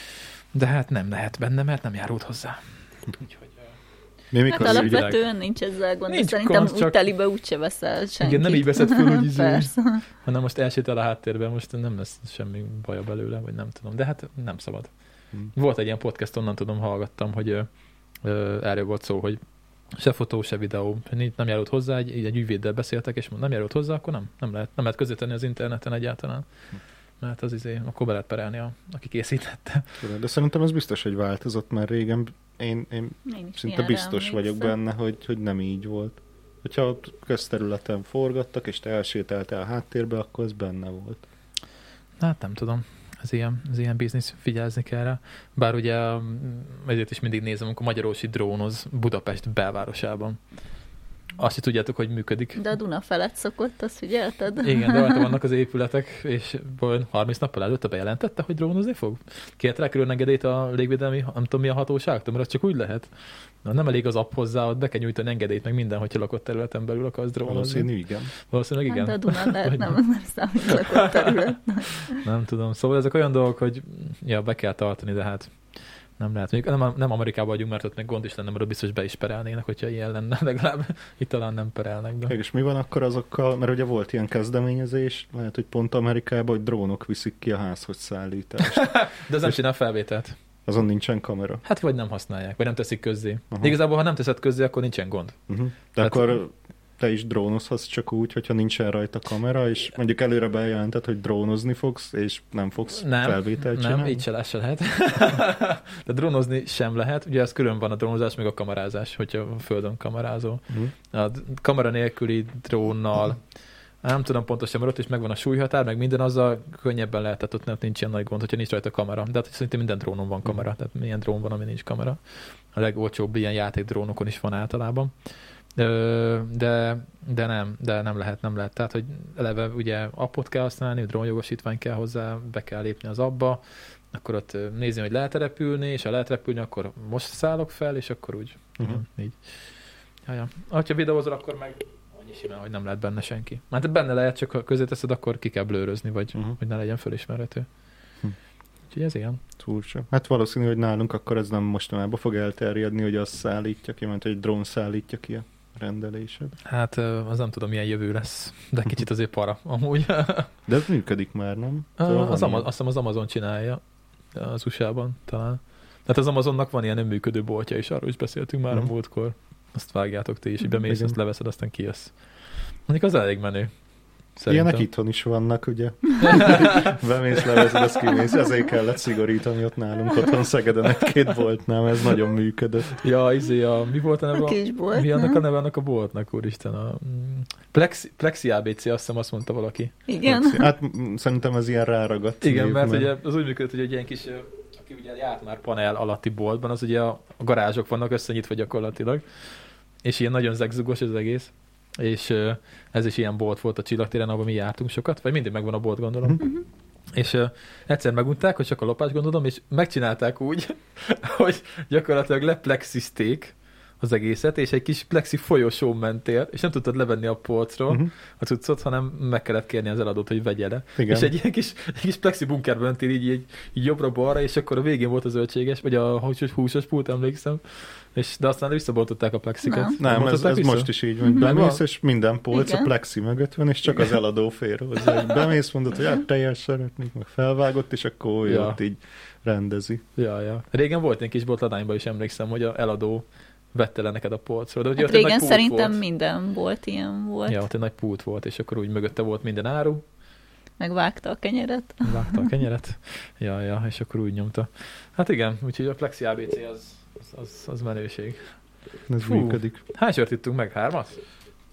De hát nem lehet benne, mert nem járult hozzá. Úgyhogy Mi, hát alapvetően nincs ezzel gond, nincs szerintem konc, úgy csak... telibe úgyse veszel senkit. Igen, nem így veszed föl, hogy izé, hanem most elsétál a háttérben, most nem lesz semmi baja belőle, vagy nem tudom. De hát nem szabad. Hmm. Volt egy ilyen podcast, onnan tudom, hallgattam, hogy ö, erről volt szó, hogy se fotó, se videó, nem járult hozzá, egy, egy ügyvéddel beszéltek, és nem járult hozzá, akkor nem, nem lehet, nem lehet közvetlenni az interneten egyáltalán. Hmm. Mert az izé, akkor be lehet perelni, a, aki készítette. De szerintem ez biztos, hogy változott, mert régen én, én, én szinte biztos vagyok benne, hogy, hogy nem így volt. Hogyha közterületen forgattak, és te elsétáltál a háttérbe, akkor ez benne volt. Hát nem tudom. Ez ilyen, ez ilyen biznisz, figyelzni kell rá. Bár ugye ezért is mindig nézem, amikor Magyarósi drónoz Budapest belvárosában. Azt is tudjátok, hogy működik. De a Duna felett szokott, azt figyelted? Igen, de rajta vannak az épületek, és harminc nappal előtte bejelentette, hogy drónozni fog. Kért rá külön engedélyt a légvédelmi, nem tudom mi a hatóságtól, mert az csak úgy lehet. Na, nem elég az app hozzá, ott be kell nyújtani engedélyt, meg minden, hogyha lakott területen belül akarsz drónozni. Valószínű, igen. Valószínűleg igen. Hát de a Duna lehet, nem, nem számít lakott terület. Nem tudom. Szóval ezek olyan dolgok, hogy ja, be kell tartani, de hát nem lehet. Mondjuk nem, nem Amerikában vagyunk, mert ott még gond is lenne, mert ott biztos be is perelnének, hogyha ilyen lenne, legalább itt talán nem perelnek. De... És mi van akkor azokkal, mert ugye volt ilyen kezdeményezés, lehet, hogy pont Amerikában, hogy drónok viszik ki a házhoz szállítást. De ez nem csinál felvételt. Azon nincsen kamera. Hát vagy nem használják, vagy nem teszik közzé. Aha. De igazából, ha nem teszed közzé, akkor nincsen gond. Uh-huh. De Tehát- akkor te is drónozhatsz csak úgy, hogyha nincsen rajta kamera, és mondjuk előre bejelented, hogy drónozni fogsz, és nem fogsz Nem, felvételt nem, csinálni. így se lesz se lehet. De drónozni sem lehet. Ugye ez külön van a drónozás, meg a kamerázás, hogyha a földön kamerázol. Uh-huh. A kamera nélküli drónnal, nem tudom pontosan, mert ott is megvan a súlyhatár, meg minden, azzal könnyebben lehet, tehát ott nem nincs ilyen nagy gond, hogyha nincs rajta kamera. De hát szerintem minden drónon van kamera, tehát milyen drón van, ami nincs kamera. A legolcsóbb ilyen játékdrónokon is van általában. Ö, de, de nem, de nem lehet, nem lehet. Tehát, hogy eleve ugye appot kell használni, drónjogosítvány kell hozzá, be kell lépni az appba, akkor ott nézni, hogy lehet repülni, és ha lehet repülni, akkor most szállok fel, és akkor úgy. Uh-huh. Így. Jaja. Ha videózol, akkor meg annyi simán, hogy nem lehet benne senki. Mert benne lehet, csak ha közé teszed, akkor ki kell blőrözni, vagy Uh-huh. hogy ne legyen fölismerhető. Hm. Úgyhogy ez ilyen. Furcsa. Hát valószínű, hogy nálunk akkor ez nem mostanában fog elterjedni, hogy azt szállítja ki, mert egy drón szállítja ki a rendelésed. Hát ö, az nem tudom, milyen jövő lesz, de kicsit azért para amúgy. De ez működik már, nem? Ö, Szóval az van Ama- ilyen. azt hiszem az Amazon csinálja az u es á-ban talán. Tehát az Amazonnak van ilyen nem működő boltja is, arról is beszéltünk már Mhm. a múltkor. Azt vágjátok ti is, így bemész, Igen. azt leveszed, aztán kijössz. Mondjuk az elég menő. Szerintem. Ilyenek itthon is vannak, ugye? Bemész, levezed, azt kimész. Ezért kellett szigorítani ott nálunk otthon Szegeden egy-két boltnál, ez nagyon működött. Ja, izé, a, mi volt a neve? A kisbolt, Mi annak nem? a neve annak a boltnak, úristen? A, mm, Plexi, Plexi á bé cé, azt hiszem azt mondta valaki. Igen. Hát m- szerintem ez ilyen ráragadt. Igen, név, mert ugye az úgy működött, hogy egy ilyen kis, ö, aki ugye járt már panel alatti boltban, az ugye a, a garázsok vannak összenyitva gyakorlatilag, és ilyen nagyon zegzugos az egész. És ö, ez is ilyen bolt volt a Csillagtéren, ahol mi jártunk sokat, vagy mindig megvan a bolt, gondolom. Mhm. És uh, egyszer megunták, hogy csak a lopás, gondolom, és megcsinálták úgy, hogy gyakorlatilag leplexizték az egészet, és egy kis plexi folyosón mentél, és nem tudtad levenni a polcról Uh-huh. a cuccot, hanem meg kellett kérni az eladót, hogy vegye le. Igen. És egy ilyen kis, egy kis plexi bunkerben mentél így, így, így jobbra-balra, és akkor a végén volt a zöldséges, vagy a húsos, húsos pult, emlékszem, és, de aztán visszaboltották a plexiket. Nem. Nem, ez, Bontották ez vissza? most is így van. Megvan? Bemész, és minden polc Igen. a plexi mögött van, és csak az eladó fér hozzá. Bemész, mondod, hogy hát teljes szeretnék, meg felvágott, és akkor ő Ja. ott így rendezi. Ja, ja. Régen volt egy kis boltladányban is, emlékszem, hogy a eladó vette le neked a polcról. De ugye Hát ott egy régen nagy pult szerintem volt. minden volt, ilyen volt. Ja, ott egy nagy pult volt, és akkor úgy mögötte volt minden áru, Megvágta a kenyeret. vágta a kenyeret, ja, ja, és akkor úgy nyomta. Hát igen, úgyhogy a Plexi á bé cé az, az, az, az menőség. Ez Fú. működik. Hány sört ittunk meg? Hármat?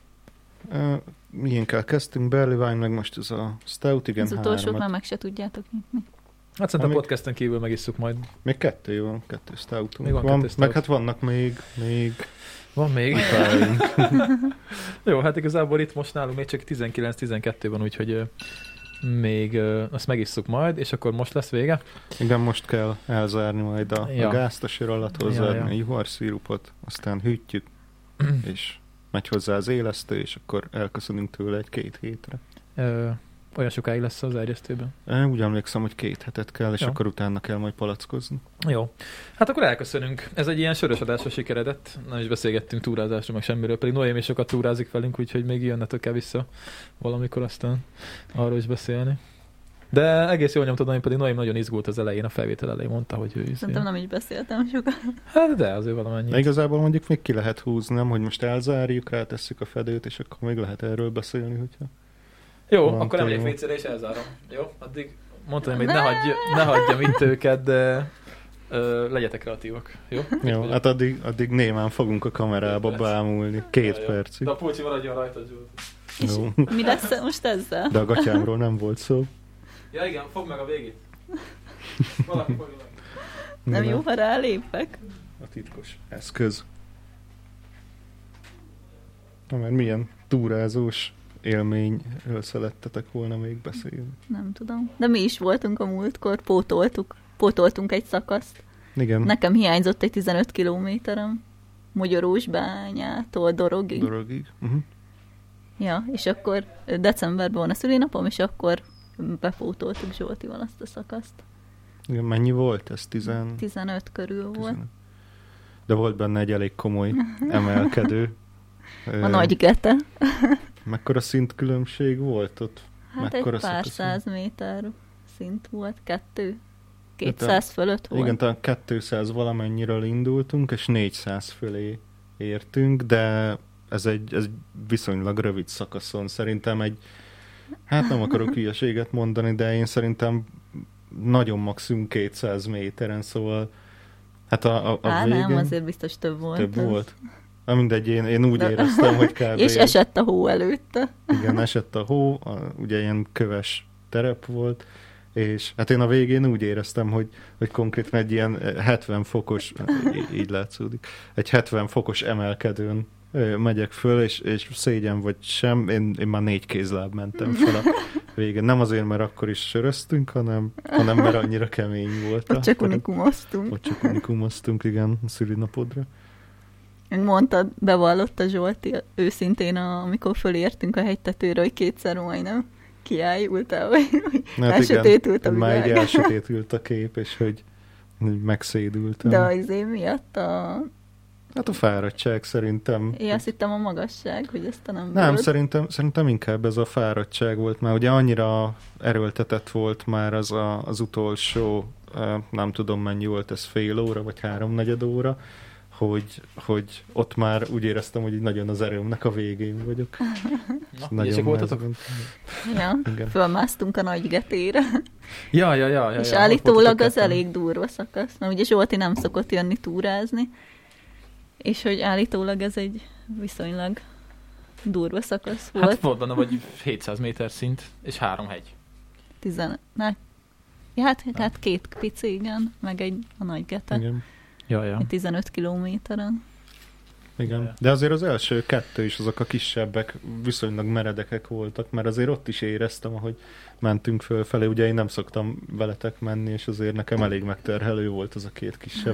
Uh, milyenkel kezdtünk, Barley Wine, meg most ez a Stout, igen, Az utolsót hármat. már meg se tudjátok nyitni. Hát szerintem Amíg- podcasten kívül megisszuk majd. Még kettő van, kettő Stoutunk Még van van, kettő meg Stout. hát vannak még, még Van még? pályink. Jó, hát igazából itt most nálunk még csak tizenkilenc tizenkettő van, úgyhogy ö, még ö, azt megisszuk majd, és akkor most lesz vége. Igen, most kell elzárni majd a, Ja. a gázt a sör alatt, Ja, hozzáadni ja. a juharszírupot, aztán hűtjük, és megy hozzá az élesztő, és akkor elköszönünk tőle egy-két hétre. Ö, olyan sokáig lesz az erjesztőben. Én úgy emlékszem, hogy két hetet kell, és Ja. akkor utána kell majd palackozni. Jó. Hát akkor elköszönünk. Ez egy ilyen sörös adásra sikeredett. Nem is beszélgettünk túrázásról, meg semmiről, pedig Noémi sokat túrázik velünk, úgyhogy még jönnetek el vissza valamikor aztán arról is beszélni. De egész jól nyomtad, Noémi, pedig Noémi nagyon izgult az elején, a felvétel elején mondta, hogy ő is. Szerintem nem is beszéltem sokat. Hát de azért valamennyi. De igazából mondjuk még ki lehet húzni, nem, hogy most elzárjuk, rátesszük a fedőt, és akkor még lehet erről beszélni, hogyha... Jó, Van akkor téma. emlék vécére és elzárom. Jó? Addig mondtam, hogy ne, hagyja, ne hagyjam itt őket, de ö, legyetek kreatívak. Jó? Jó, hát addig, addig némán fogunk a kamerába Két perc. bámulni. Két Ja, jó. percig. De a pulcsi maradjon rajta, Zsult. Jó. Mi lesz most ezzel? De a gatyámról nem volt szó. Ja igen, fogd meg a végét. Valaki fogja meg. Nem Na, jó, ha rálépek? A titkos eszköz. Na, mert milyen túrázós élményről szerettetek volna még beszélni. Nem tudom. De mi is voltunk a múltkor, pótoltuk. Pótoltunk egy szakaszt. Igen, Nekem hiányzott egy tizenöt kilométerem. Magyarósbányától Dorogig. Dorogig. Uh-huh. Ja, és akkor decemberben van a szülinapom, és akkor bepótoltuk Zsoltival azt a szakaszt. Igen, mennyi volt ez? Tizen... tizenöt körül volt. tizenöt. De volt benne egy elég komoly emelkedő. A Ö, nagy gete. Mekkora szintkülönbség volt ott? Hát Mekkora egy pár szakasz? száz méter szint volt, kettő. kétszáz fölött volt. Igen, talán kétszáz valamennyiről indultunk, és négyszáz fölé értünk, de ez egy, ez viszonylag rövid szakaszon. Szerintem egy, hát nem akarok hülyeséget mondani, de én szerintem nagyon maximum kétszáz méteren, szóval hát a, a, a Á, végén... nem, azért biztos több volt. Több ez. volt. Na mindegy, én, én úgy éreztem, hogy kb. És esett a hó előtte. Igen, esett a hó, a, ugye ilyen köves terep volt, és hát én a végén úgy éreztem, hogy, hogy konkrétan egy ilyen hetven fokos, í- így látszódik, egy hetven fokos emelkedőn ö, megyek föl, és, és szégyen vagy sem, én, én már négy kézláb mentem fel a végén. Nem azért, mert akkor is söröztünk, hanem, hanem mert annyira kemény volt. Ott csak unikumoztunk. Ott csak unikumoztunk, igen, a szülinapodra. Mondtad, bevallotta Zsolti őszintén, amikor fölértünk a hegytetőre, hogy kétszer majdnem kiájultál, vagy Hát elsötétült a már így világ. elsötétült a kép, és hogy, hogy megszédültem. De az én miatt a... Hát a fáradtság szerintem. Én azt hittem a magasság, hogy ezt a nem Nem, volt. szerintem, szerintem inkább ez a fáradtság volt, mert ugye annyira erőltetett volt már az a, az utolsó, nem tudom mennyi volt ez, fél óra, vagy háromnegyed óra, hogy, hogy ott már úgy éreztem, hogy így nagyon az erőmnek a végén vagyok. Na, ügyesek voltatok? Ja, fölmásztunk a Nagygetére. Ja, ja, ja. ja és ja, állítólag az elég durva szakasz. Mert ugye Zsolti nem szokott jönni túrázni, és hogy állítólag ez egy viszonylag durva szakasz volt. Hát volt benne, vagy hétszáz méter szint, és három hegy. Tizen... Ne. Ja, hát, hát két pici, igen, meg egy a Nagygete. Igen. Ja, ja. tizenöt kilométeren. Igen. De azért az első kettő is azok a kisebbek viszonylag meredekek voltak, mert azért ott is éreztem, ahogy mentünk fölfelé. Ugye én nem szoktam veletek menni, és azért nekem elég megterhelő volt az a két kisebb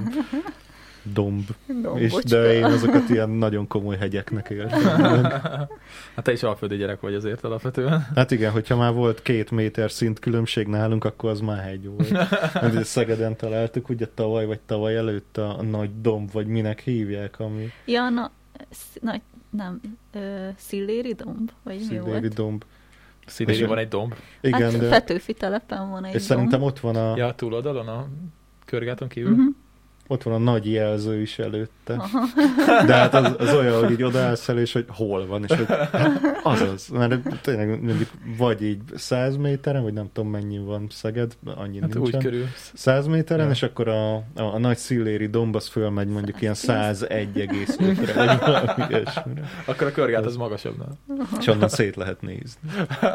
domb. És de én azokat ilyen nagyon komoly hegyeknek éltem. Hát te is alföldi gyerek vagy azért alapvetően. Hát igen, hogyha már volt két méter szint különbség nálunk, akkor az már hegy volt. Mert Szegeden találtuk, ugye tavaly vagy tavaly előtt a, a nagy domb, vagy minek hívják, ami... Ja, na, nagy, nem, ö, Szilléri domb? Vagy Szilléri mi volt? domb. Szilléri van egy domb. Igen, hát de... Petőfi telepen van egy és domb. szerintem ott van a... Ja, túloldalon, a körgáton kívül. Uh-huh. Ott van a nagy jelző is előtte. Aha. De hát az, az olyan, hogy így odaállsz el, és hogy hol van, és hogy hát azaz. Mert tényleg mondjuk vagy így száz méteren, vagy nem tudom mennyi van Szeged, annyi hát nincsen. úgy körül. száz méteren, ja. És akkor a, a, a nagy Szilléri domb az fölmegy mondjuk ilyen százegy egész ötre, vagy valami ilyesmire. Akkor a körgát az magasabbnál. És onnan szét lehet nézni.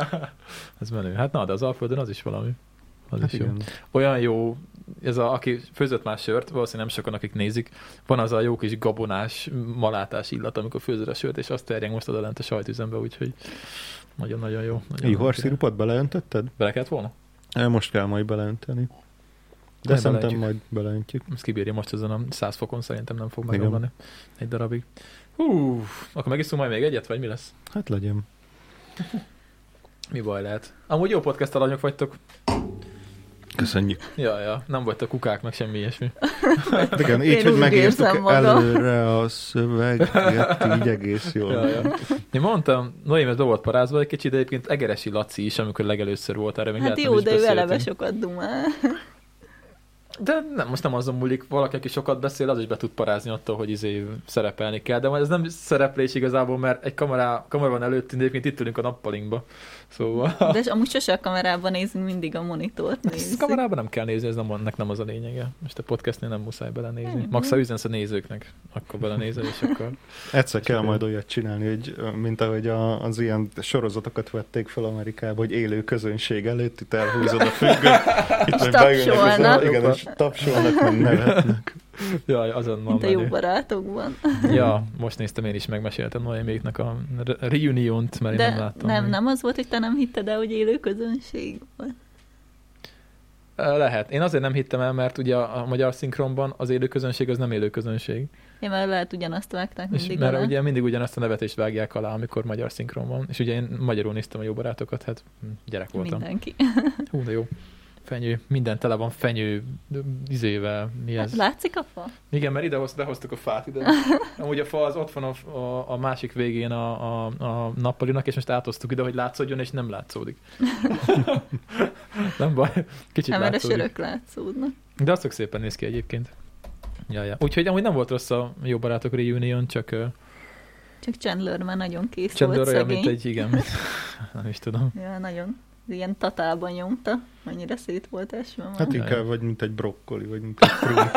Ez menő. Hát na, de az Alföldön az is valami. Az hát is igen. jó. Olyan jó, ez a, aki főzött már sört, valószínűleg nem sokan, akik nézik, van az a jó kis gabonás, malátás illat, amikor főzöd a sört, és azt terjeng most oda lent a sajtüzembe, úgyhogy nagyon-nagyon jó. Ihorszirupot beleöntötted? Bele kellett volna? Most kell majd beleönteni. De Majd szerintem beleöntjük. majd beleöntjük. Ezt kibírja most ezen a száz fokon, szerintem nem fog megromlani egy darabig. Hú, akkor megiszunk majd még egyet, vagy mi lesz? Hát legyen. Mi baj lehet? Amúgy jó podcast alanyok vagytok. Köszönjük. Ja, ja, nem vagytok kukák, meg semmi ilyesmi. Igen, így, hogy megírtuk előre a szöveget, így egész jól. Ja, ja. Én mondtam, Noémet be volt parázva egy kicsit, de egyébként Egeresi Laci is, amikor legelőször volt erre. Még hát lehet, jó, is de ő eleve beszéltünk. sokat dumál. De nem, most nem azon múlik, valaki, aki sokat beszél, az is be tud parázni attól, hogy izé szerepelni kell, de majd ez nem szereplés igazából, mert egy kamerá, kamera van előtt, egyébként itt ülünk a nappalinkba. Szóval... De amúgy sose a kamerában nézünk, mindig a monitort nézzük. Ezt kamerában nem kell nézni, ez nem, ennek nem az a lényege. Most a podcastnél nem muszáj belenézni. Max, ha üzensz a nézőknek, akkor belenézel, és akkor... Egyszer kell majd olyat csinálni, hogy mint ahogy a, az ilyen sorozatokat vették fel Amerikába, hogy élő közönség előtt, itt elhúzod a függöt, itt meg tapsolnak. Igen, és tapsolnak, meg nevetnek. Jaj, azon ma mint a jó barátokban. Ja, most néztem én is, megmeséltem Noéméknek a reuniont, mert de én nem láttam. nem, még. nem az volt, hogy te nem hitted el, hogy élő közönség volt. Lehet. Én azért nem hittem el, mert ugye a magyar szinkronban az élő közönség az nem élő közönség. Én már lehet ugyanazt vágták És mindig mert alá. ugye mindig ugyanazt a nevetést vágják alá, amikor magyar szinkron van. És ugye én magyarul néztem a Jó barátokat, hát gyerek voltam. Mindenki. Hú, de jó. Fenyő. Minden tele van fenyő izével. Mi ez? Látszik a fa? Igen, mert ide hoz, behoztuk a fát ide. Amúgy a fa az ott van a, a, a másik végén a, a, a nappalinak, és most áthoztuk ide, hogy látszódjon, és nem látszódik. Nem baj, kicsit Hát, mert a látszódik. sörök látszódnak. De az tök szépen néz ki egyébként. Ja, ja. Úgyhogy amúgy nem volt rossz a Jó Barátok Reunion, csak uh, Csak Chandler már nagyon kész Chandler volt, olyan, szegény. mint egy, igen, mint, nem is tudom. Ja, nagyon. Ilyen tatában nyomta, annyira szét volt esve már. Hát Jaj. inkább vagy mint egy brokkoli, vagy mint egy krumpli.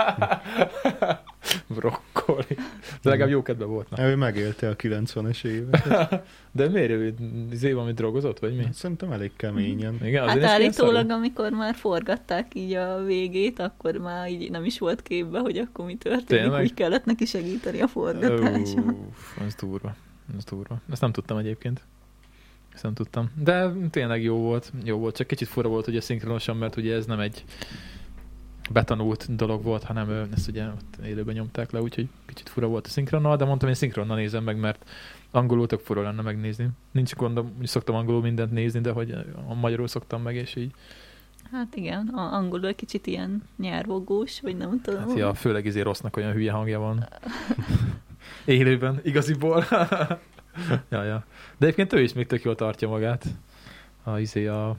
Brokkoli. De legalább jó kedve volt. Na. Ő megélte a kilencvenes éveket. De miért ő izé valami drogozott, vagy mi? Szerintem elég keményen. Igen, Hát azért is ilyen állítólag, szarú. amikor már forgatták így a végét, akkor már így nem is volt képbe, hogy akkor mi történik. Tényleg? Úgy kellett neki segíteni a forgatáson. Uff, ez durva. Ez durva. Ezt nem tudtam egyébként. Ezt nem tudtam. De tényleg jó volt. Jó volt. Csak kicsit fura volt ugye szinkronosan, mert ugye ez nem egy betanult dolog volt, hanem ö, ezt ugye ott élőben nyomták le, úgyhogy kicsit fura volt a szinkronnal, de mondtam, én szinkronnal nézem meg, mert angolul tök fura lenne megnézni. Nincs gondom, hogy szoktam angolul mindent nézni, de hogy a magyarul szoktam meg, és így. Hát igen, a angolul egy kicsit ilyen nyárvogós, vagy nem tudom. Hát ja, főleg izé rossznak olyan hülye hangja van. Élőben, igaziból. ja, ja. De egyébként ő is még tök jól tartja magát. A izé a...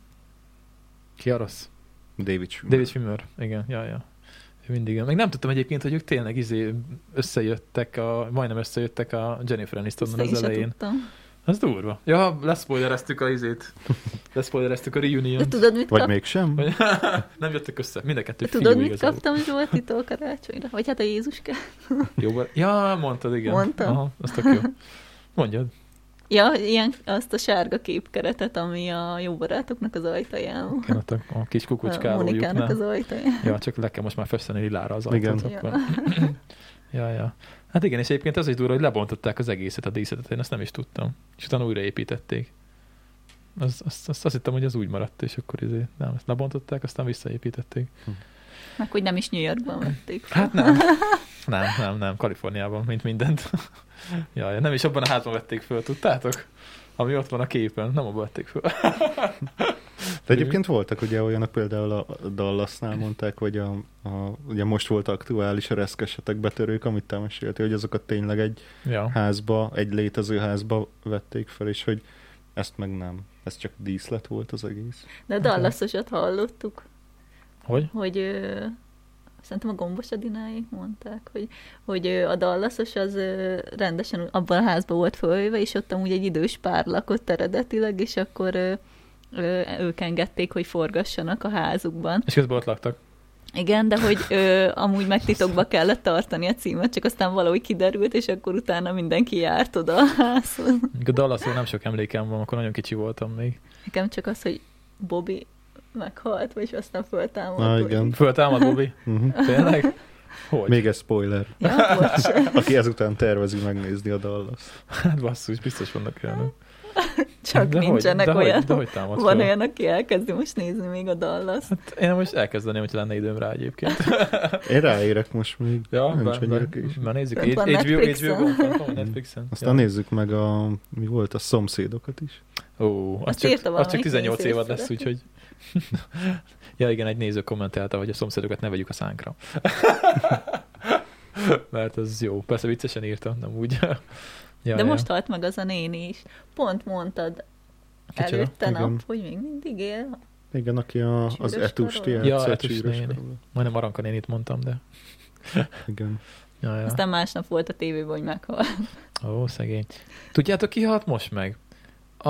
Ki a rossz? David Schwimmer. David Schwimmer. Igen, ja, ja. Ő mindig. Meg nem tudtam egyébként, hogy ők tényleg izé összejöttek, a, majdnem összejöttek a Jennifer Anistonnal Ezt én az sem elején. tudtam. Az durva. Ja, leszpoilereztük a izét. Leszpoilereztük a De reunion. tudod, mit, Vagy kap... mégsem? Nem jöttek össze. Mind a kettő tudod, fiú mit igazából. kaptam Zsoltitól karácsonyra? Vagy hát a Jézuskát? Jó, bar... Ja, mondtad, igen. Mondtam. Aha, az tök jó. Mondjad. Ja, ilyen azt a sárga képkeretet, ami a jó barátoknak az ajtaján. Igen, ott a, a kis A kukucskálójuknál. Monikának az ajtaján. Ja, csak le kell most már festeni lilára az Igen. ajtót. Akkor... ja, ja. Hát igen, és egyébként az is durva, hogy lebontották az egészet, a díszetet, én ezt nem is tudtam. És utána újraépítették. Az, azt, azt, azt hittem, hogy az úgy maradt, és akkor izé, nem, ezt lebontották, aztán visszaépítették. Meg hogy nem is New Yorkban vették fel. Hát nem. Nem, nem, nem, Kaliforniában, mint mindent. Jaj, nem is abban a házban vették föl, tudtátok? Ami ott van a képen, nem abban vették föl. De egyébként voltak ugye olyanok, például a Dallasnál mondták, hogy a, a, ugye most volt aktuális a reszkesetek betörők, amit te meséltél, hogy azokat tényleg egy Ja. házba, egy létező házba vették fel, és hogy ezt meg nem. Ez csak díszlet volt az egész. De a Dallasosat hallottuk, Hogy? hogy ö, szerintem a Gombos Adináik mondták, hogy, hogy ö, a Dallasos az ö, rendesen abban a házban volt fölvéve, és ott amúgy egy idős pár lakott eredetileg, és akkor ö, ö, ők engedték, hogy forgassanak a házukban. És közben ott laktak. Igen, de hogy ö, amúgy meg titokba kellett tartani a címet, csak aztán valahogy kiderült, és akkor utána mindenki járt oda a házhoz. A Dallasról nem sok emlékem van, akkor nagyon kicsi voltam még. Nekem csak az, hogy Bobby meghalt, vagy aztán föltámadt. Na, vagy- igen. Föltámad, Bobby? Uh-huh. Tényleg? Hogy? Még egy spoiler. Ja, bocs. Aki ezután tervezi megnézni a Dallas. Hát basszus, biztos vannak olyanok. Csak de nincsenek hogy, de olyan. Hogy, de hogy támad Van föl? olyan, aki elkezdi most nézni még a Dallas. Hát én most elkezdeném, hogy lenne időm rá egyébként. Én ráérek most még. Ja, Nincs be, annyira be, késő. már nézzük. Fönt van há bé ó, Netflixen. há bé ó Go, fönt van Netflixen. Aztán nézzük meg a, mi volt, a szomszédokat is. Ó, az Azt csak, írta az csak valamelyik tizennyolc néző évad lesz, szereti. úgyhogy... ja, igen, egy néző kommentálta, hogy a szomszédokat ne vegyük a szánkra. Mert az jó. Persze viccesen írta, nem úgy. ja, De ja. most halt meg az a néni is. Pont mondtad Kicsoda? előtte Igen. nap, hogy még mindig él. Igen, aki a, az Csíros Etusti Karola. Ja, játszott Etusti Csíros néni. Karola. Majdnem Aranka nénit mondtam, de... Igen. Ja, ja. Aztán másnap volt a tévében, hogy meghalt. Ó, szegény. Tudjátok, ki halt most meg? A...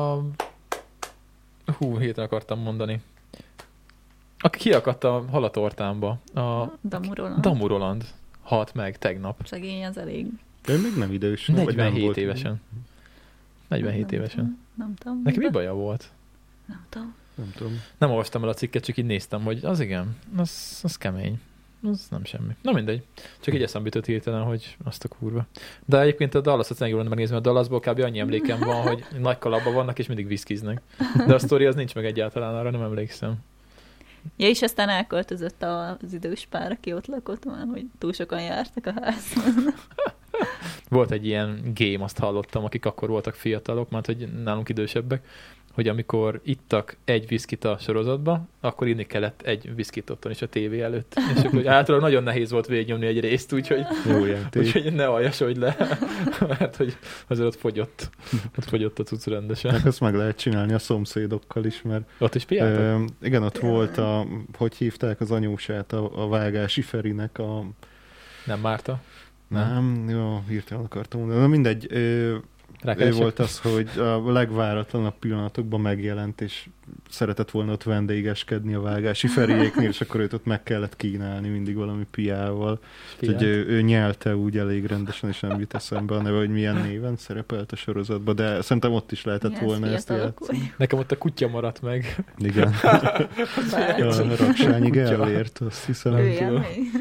Hú, héten akartam mondani. Aki kiakadt a halatortámba. A Damu Roland. Damu Roland halt meg tegnap. Szegény az elég. Ő még nem idős. vagy nem negyvenhét volt. évesen. negyvenhét nem évesen. Tudom, nem tudom. Neki mi de- baja volt? Nem tudom. Nem tudom. Nem olvastam el a cikket, csak így néztem, hogy az igen, az, az kemény. Az nem semmi. Na mindegy. Csak így eszembe jutott hirtelen, hogy azt a kurva. De egyébként a Dallas-ot nagyon jól lenne megnézni, mert a Dallasból kb. Annyi emlékem van, hogy nagy kalapban vannak, és mindig viszkiznek. De a sztori az nincs meg egyáltalán, arra nem emlékszem. Ja, és aztán elköltözött az idős pár, aki ott lakott már, hogy túl sokan jártak a házban. Volt egy ilyen game, azt hallottam, akik akkor voltak fiatalok, mert hogy nálunk idősebbek, hogy amikor ittak egy viszkit a sorozatba, akkor inni kellett egy viszkit otthon is a tévé előtt. És akkor általában nagyon nehéz volt végignyomni egy részt, úgyhogy, úgyhogy ne aljasodj le, mert hogy azért ott fogyott, ott fogyott a cucc rendesen. Hát ezt meg lehet csinálni a szomszédokkal is, mert... Ott is piáltak? Ö, igen, ott volt a, hogy hívták az anyósát, a, a Vágási Ferinek a... Nem Márta? Nem, nem jó, hirtelen akartam mondani. Na mindegy, ö, ő volt az, hogy a legváratlanabb pillanatokban megjelent, és szeretett volna ott vendégeskedni a Vágási Feriéknél, és akkor őt ott meg kellett kínálni mindig valami piával. Úgyhogy ő, ő nyelte úgy elég rendesen, és nem jut eszembe a neve, hogy milyen néven szerepelt a sorozatban, de szerintem ott is lehetett milyen volna ezt játszani. Nekem ott a kutya maradt meg. Igen. A Raksányi Gellért, azt hiszem. Ő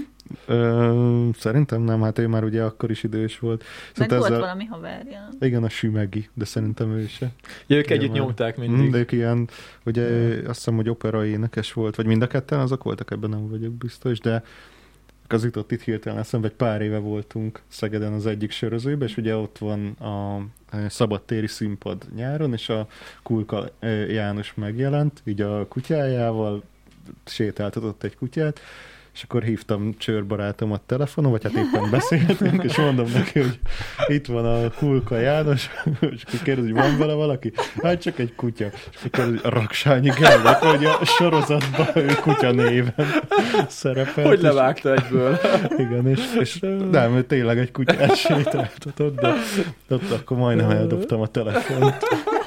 Ö, szerintem nem, hát ő már ugye akkor is idős volt. Meg volt ezzel... valami haverja. Igen, a Sümegi, de szerintem ő se. Ja, ők együtt nyomták mindig. De ők ilyen, ugye ja. Azt hiszem, hogy opera énekes volt, vagy mind a ketten azok voltak, ebben nem vagyok biztos, de az jutott itt hirtelen eszembe, egy pár éve voltunk Szegeden az egyik sörözőben, és ugye ott van a szabadtéri színpad nyáron, és a Kulka János megjelent, így a kutyájával, sétáltatott egy kutyát, és akkor hívtam csőrbarátomat telefonon, vagy hát éppen beszéltünk, és mondom neki, hogy itt van a Kulka János, és akkor kérdezi, hogy van vele valaki? Hát csak egy kutya. És akkor kérdezi, a Raksányi Gellért, hogy a sorozatban ő kutya néven szerepelt. Hogy levágta egyből. Igen, és, és nem, ő tényleg egy kutyát sétáltatott, de ott akkor majdnem eldobtam a telefont.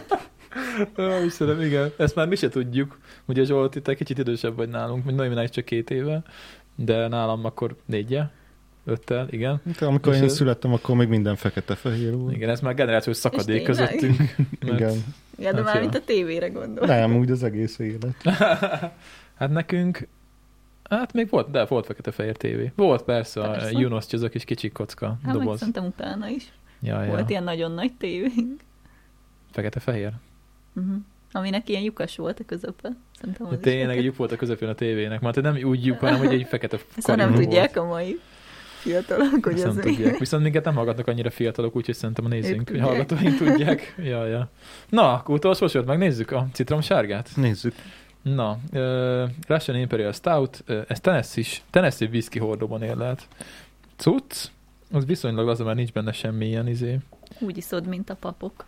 Ó, Istenem, igen. Ezt már mi se tudjuk. Ugye Zsolt, te kicsit idősebb vagy nálunk, mint Noéminek csak két éve, de nálam akkor négyje, öttel, igen. De amikor és én ez... születtem, akkor még minden fekete-fehér volt. Igen, ez már generációs szakadék közöttünk. Mert... Igen. Ja, de hát már ja. mint a tévére gondol. Nem, úgy az egész élet. Hát nekünk, hát még volt, de volt fekete-fehér tévé. Volt persze, persze. A Junos, az a kis kicsi kocka hát doboz. Hát meg szerintem utána is. Ja, volt ja. ilyen nagyon nagy tévénk. Fekete-fehér? Uh-huh. Aminek ilyen lyukas volt a közepe. Szerintem tényleg egy lyuk volt a közepén a tévének. Már nem úgy lyuk, hanem hogy egy fekete karim nem volt. Tudják a mai fiatalok, hogy ez tudják. Viszont minket nem hallgatnak annyira fiatalok, úgyhogy szerintem a nézőink, hogy hallgatóink tudják. Ja, ja. Na, akkor utolsó sort megnézzük a citromsárgát? Nézzük. Na, uh, Russian Imperial Stout, uh, ez Tennessee, Tennessee whisky hordóban érlelt. Cucc, az viszonylag laza, mert nincs benne semmi ilyen izé. Úgy iszod, mint a papok.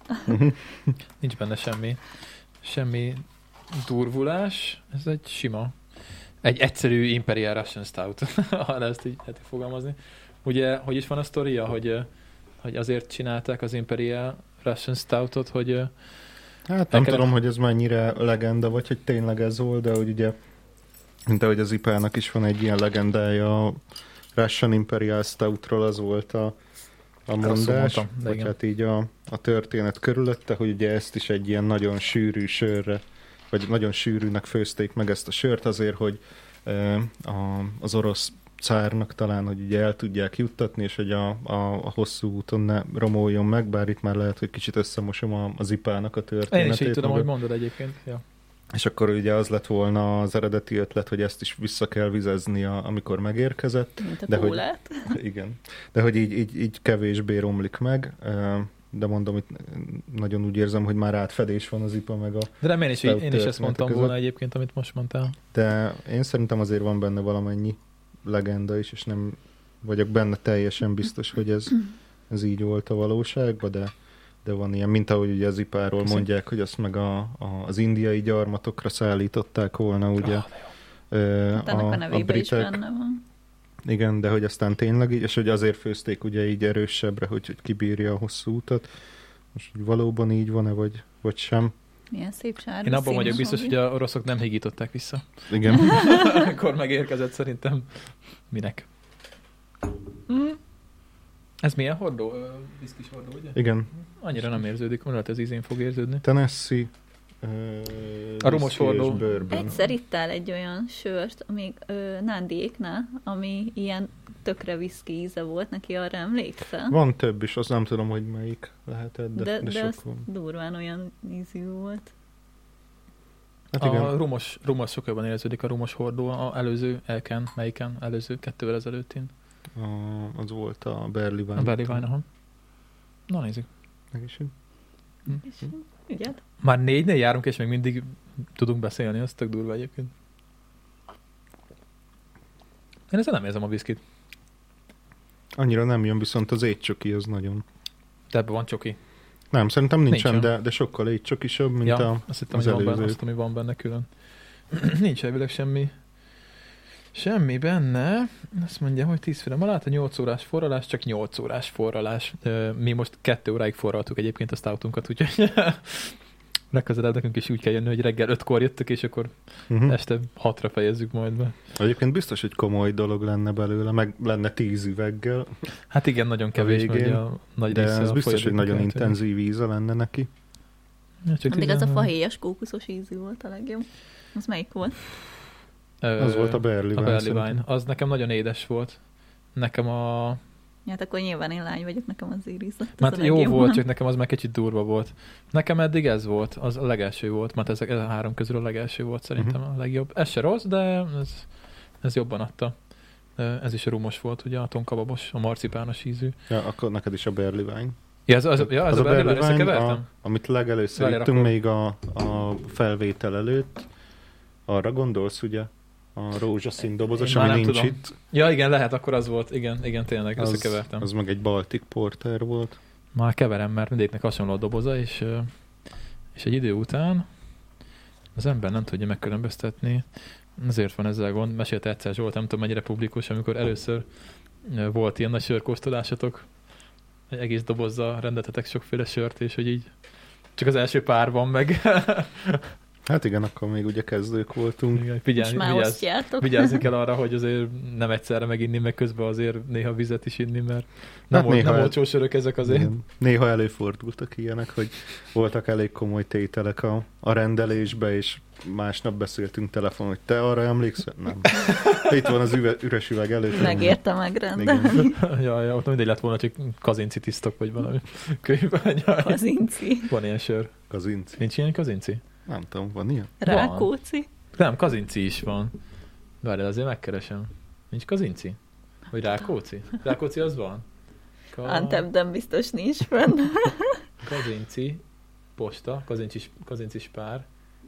Nincs benne semmi, semmi durvulás, ez egy sima, egy egyszerű Imperial Russian Stout, ha ezt így lehet fogalmazni. Ugye, hogy is van a sztoria, hogy, hogy azért csinálták az Imperial Russian Stoutot, hogy... Hát nem tudom, hogy ez mennyire legenda, vagy hogy tényleg ez volt, de hogy ugye, mint ahogy az i pé á-nak is van egy ilyen legendája, a Russian Imperial Stoutról az volt a a mondás, mondtam, vagy igen. Hát így a, a történet körülötte, hogy ugye ezt is egy ilyen nagyon sűrű sörre, vagy nagyon sűrűnek főzték meg ezt a sört azért, hogy e, a, az orosz cárnak talán, hogy ugye el tudják juttatni, és hogy a, a, a hosszú úton ne romoljon meg, bár itt már lehet, hogy kicsit összemosom a, az i pé á-nak a történetét. Én is így tudom, hogy mondod egyébként. Ja. És akkor ugye az lett volna az eredeti ötlet, hogy ezt is vissza kell vizezni, a, amikor megérkezett. Mint a de hogy, igen. De hogy így, így, így kevésbé romlik meg. De mondom, itt nagyon úgy érzem, hogy már átfedés van az i pé á meg a... De remélem is, én is ezt mondtam között. Volna egyébként, amit most mondtál. De én szerintem azért van benne valamennyi legenda is, és nem vagyok benne teljesen biztos, hogy ez, ez így volt a valóságban, de de van ilyen, mint ahogy ugye az i pé á-ról mondják, hogy azt meg a, a, az indiai gyarmatokra szállították volna, ugye. Oh, ö, hát a, a, a britek. Igen, de hogy aztán tényleg így, és hogy azért főzték ugye így erősebbre, hogy, hogy kibírja a hosszú utat. Most hogy valóban így van-e, vagy, vagy sem. Milyen szép sárga. Én abban vagyok biztos, hogy a oroszok nem higították vissza. Igen. Amikor megérkezett szerintem. Minek? Mm. Ez milyen hordó? Viszkis hordó, ugye? Igen. Annyira nem érződik, mert ez ízén fog érződni. Tennessee. Uh, a rumos hordó. Egyszer ittál egy olyan sört, amíg uh, Nándiéknál, ami ilyen tökre viszki íze volt, neki arra emlékszel? Van több is, azt nem tudom, hogy melyik lehetett, de, de, de, de sok az van. Durván olyan ízű volt. Hát igen. A rumos, rumos sok jobban érződik a rumos hordó, a előző elken, melyiken, előző kettővel ezelőttén. A, az volt a Barley Wine. A Barley Wine, aha. Na nézzük. Meg is. Hm. Igen. Már négynél járunk, és még mindig tudunk beszélni, az tök durva egyébként. Én ezzel nem érzem a viszkit. Annyira nem jön, viszont az étcsoki az nagyon. De ebben van csoki. Nem, szerintem nincsen, Nincsen. de, de sokkal étcsokisabb, mint Ja, a, azt hittem, az hogy van előző. benne, azt, ami van benne külön. Nincs elvileg semmi semmi benne. Azt mondja, hogy tízféle malát, a nyolc órás forralás, csak nyolc órás forralás. Ö, Mi most kettő óráig forraltuk egyébként a stoutunkat, úgyhogy legközelebb nekünk is úgy kell jönni, hogy reggel ötkor jöttök, és akkor Uh-huh. este hatra fejezzük majd be. Egyébként biztos, hogy komoly dolog lenne belőle, meg lenne tíz üveggel, Hát igen, nagyon kevés végén, megy a nagy de része ez a biztos, hogy folyadéknak, nagyon úgyhogy- intenzív íze lenne neki. Ja, csak Addig az a tizenhárom. fahéjas kókuszos ízű volt a legjobb. Az melyik volt? Ö, Az volt a Barley A Wine, Barley szerintem. Wine. Az nekem nagyon édes volt. Nekem a... Hát akkor nyilván én lány vagyok, nekem az írizat. Mert jó volt, csak nekem az már kicsit durva volt. Nekem eddig ez volt, az a legelső volt, mert ezek ez a három közül a legelső volt szerintem Mhm. a legjobb. Ez se rossz, de ez, ez jobban adta. Ez is rumos volt, ugye, a tonkababos, a marcipános ízű. Ja, akkor neked is a Barley Wine. Ja, ez, az, ja, ez Az a Barley Wine, a, összekevertem? amit legelőször Várjál, ittunk akkor- még a, a felvétel előtt. Arra gondolsz, ugye? A rózsaszín dobozos, Én már ami nem nincs tudom. itt. Ja, igen, lehet, akkor az volt. Igen, igen, tényleg, Az, összekevertem. az meg egy Baltic Porter volt. Már keverem, mert mindegyiknek hasonló a doboza, és, ö, és egy idő után az ember nem tudja megkülönböztetni. Azért van ezzel gond. Mesélte egyszer Zsolt, nem tudom mennyire publikus, amikor először ö, volt ilyen nagy sörkóstolásatok, egy egész dobozzal rendeltetek sokféle sört, és hogy így csak az első pár van meg. Hát igen, akkor még ugye kezdők voltunk. Igen, És Vigyázni, már vigyázz, osztjátok. vigyázni kell arra, hogy azért nem egyszerre meginni, meg közben azért néha vizet is inni, mert nem, Hát ol- néha nem el- olcsó sörök ezek azért. Igen. Néha előfordultak ilyenek, hogy voltak elég komoly tételek a, a rendelésbe, és másnap beszéltünk telefonon, hogy te arra emlékszel? Nem. Itt van az üve, üres üveg előtt. Megérte megrendelni. Igen. Ja, ja, ott mindegy lett volna, csak kazinci tisztok, vagy valami könyvben. Az inci. Van ilyen sör. Kazinci. Nincs ilyen kazinci? Nem tudom, van ilyen? Rákóczi. Nem, kazinci is van. Várjál, azért megkeresem. Nincs kazinci? Vagy Rákóczi? Rákóczi az van? Ka- Antebben biztos nincs fenn. Kazinci, posta, kazinci, kazinci spár,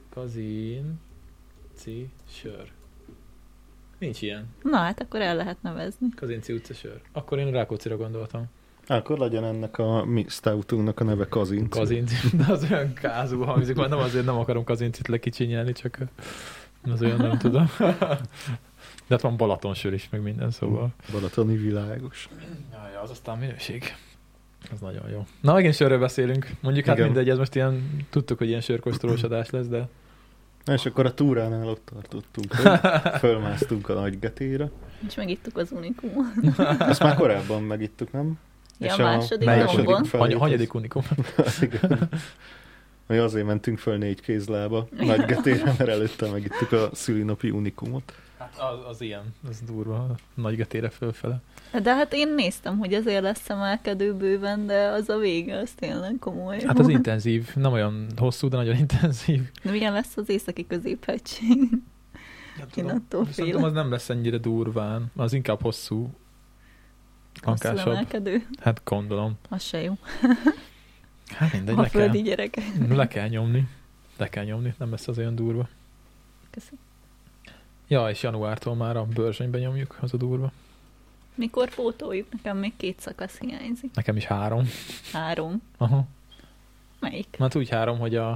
kazinci sör. Nincs ilyen. Na hát akkor el lehet nevezni. Kazinci utca sör. Akkor én Rákóczira gondoltam. Akkor legyen ennek a mi stoutunknak a neve Kazinci. Kazinci, de az olyan kázú hangzik, majd nem azért nem akarom kazincit lekicsinyelni, csak az olyan nem tudom. De ott van Balaton sör is, meg minden, szóval. Balatoni világos. Ja, ja, az aztán minőség. Az nagyon jó. Na, megint sörről beszélünk. Mondjuk hát Igen. mindegy, ez most ilyen, tudtuk, hogy ilyen sörkóstolós adás lesz, de Na és akkor a túránál ott tartottunk, hogy fölmásztunk a Nagygetére. És megittuk az unikumot. Ezt már korábban megittuk, nem? Ja, És a második melyik napon. Hany, felét hanyadik unikum? az- Igen. Mi azért mentünk föl négy kézlába Nagygetére, mert előtte megittuk a szülinapi unikumot. Hát az, az ilyen, az durva, Nagygetére fölfele. De hát én néztem, hogy azért lesz emelkedő bőven, de az a vége, az tényleg komoly. Hát az intenzív, nem olyan hosszú, de nagyon intenzív. De milyen lesz az északi középhegység? Én attól Szerintem félek. az nem lesz ennyire durván, az inkább hosszú, Hosszú hankásabb. emelkedő. Hát gondolom. Az se jó. Hát mindegy, A le kell, földi gyerekek. le kell nyomni. Le kell nyomni, nem lesz az olyan durva. Köszönöm. Ja, és januártól már a Börzsönyben nyomjuk, az a durva. Mikor pótoljuk? Nekem még két szakasz hiányzik. Nekem is három. Három. Aha. Melyik? Hát úgy három, hogy a...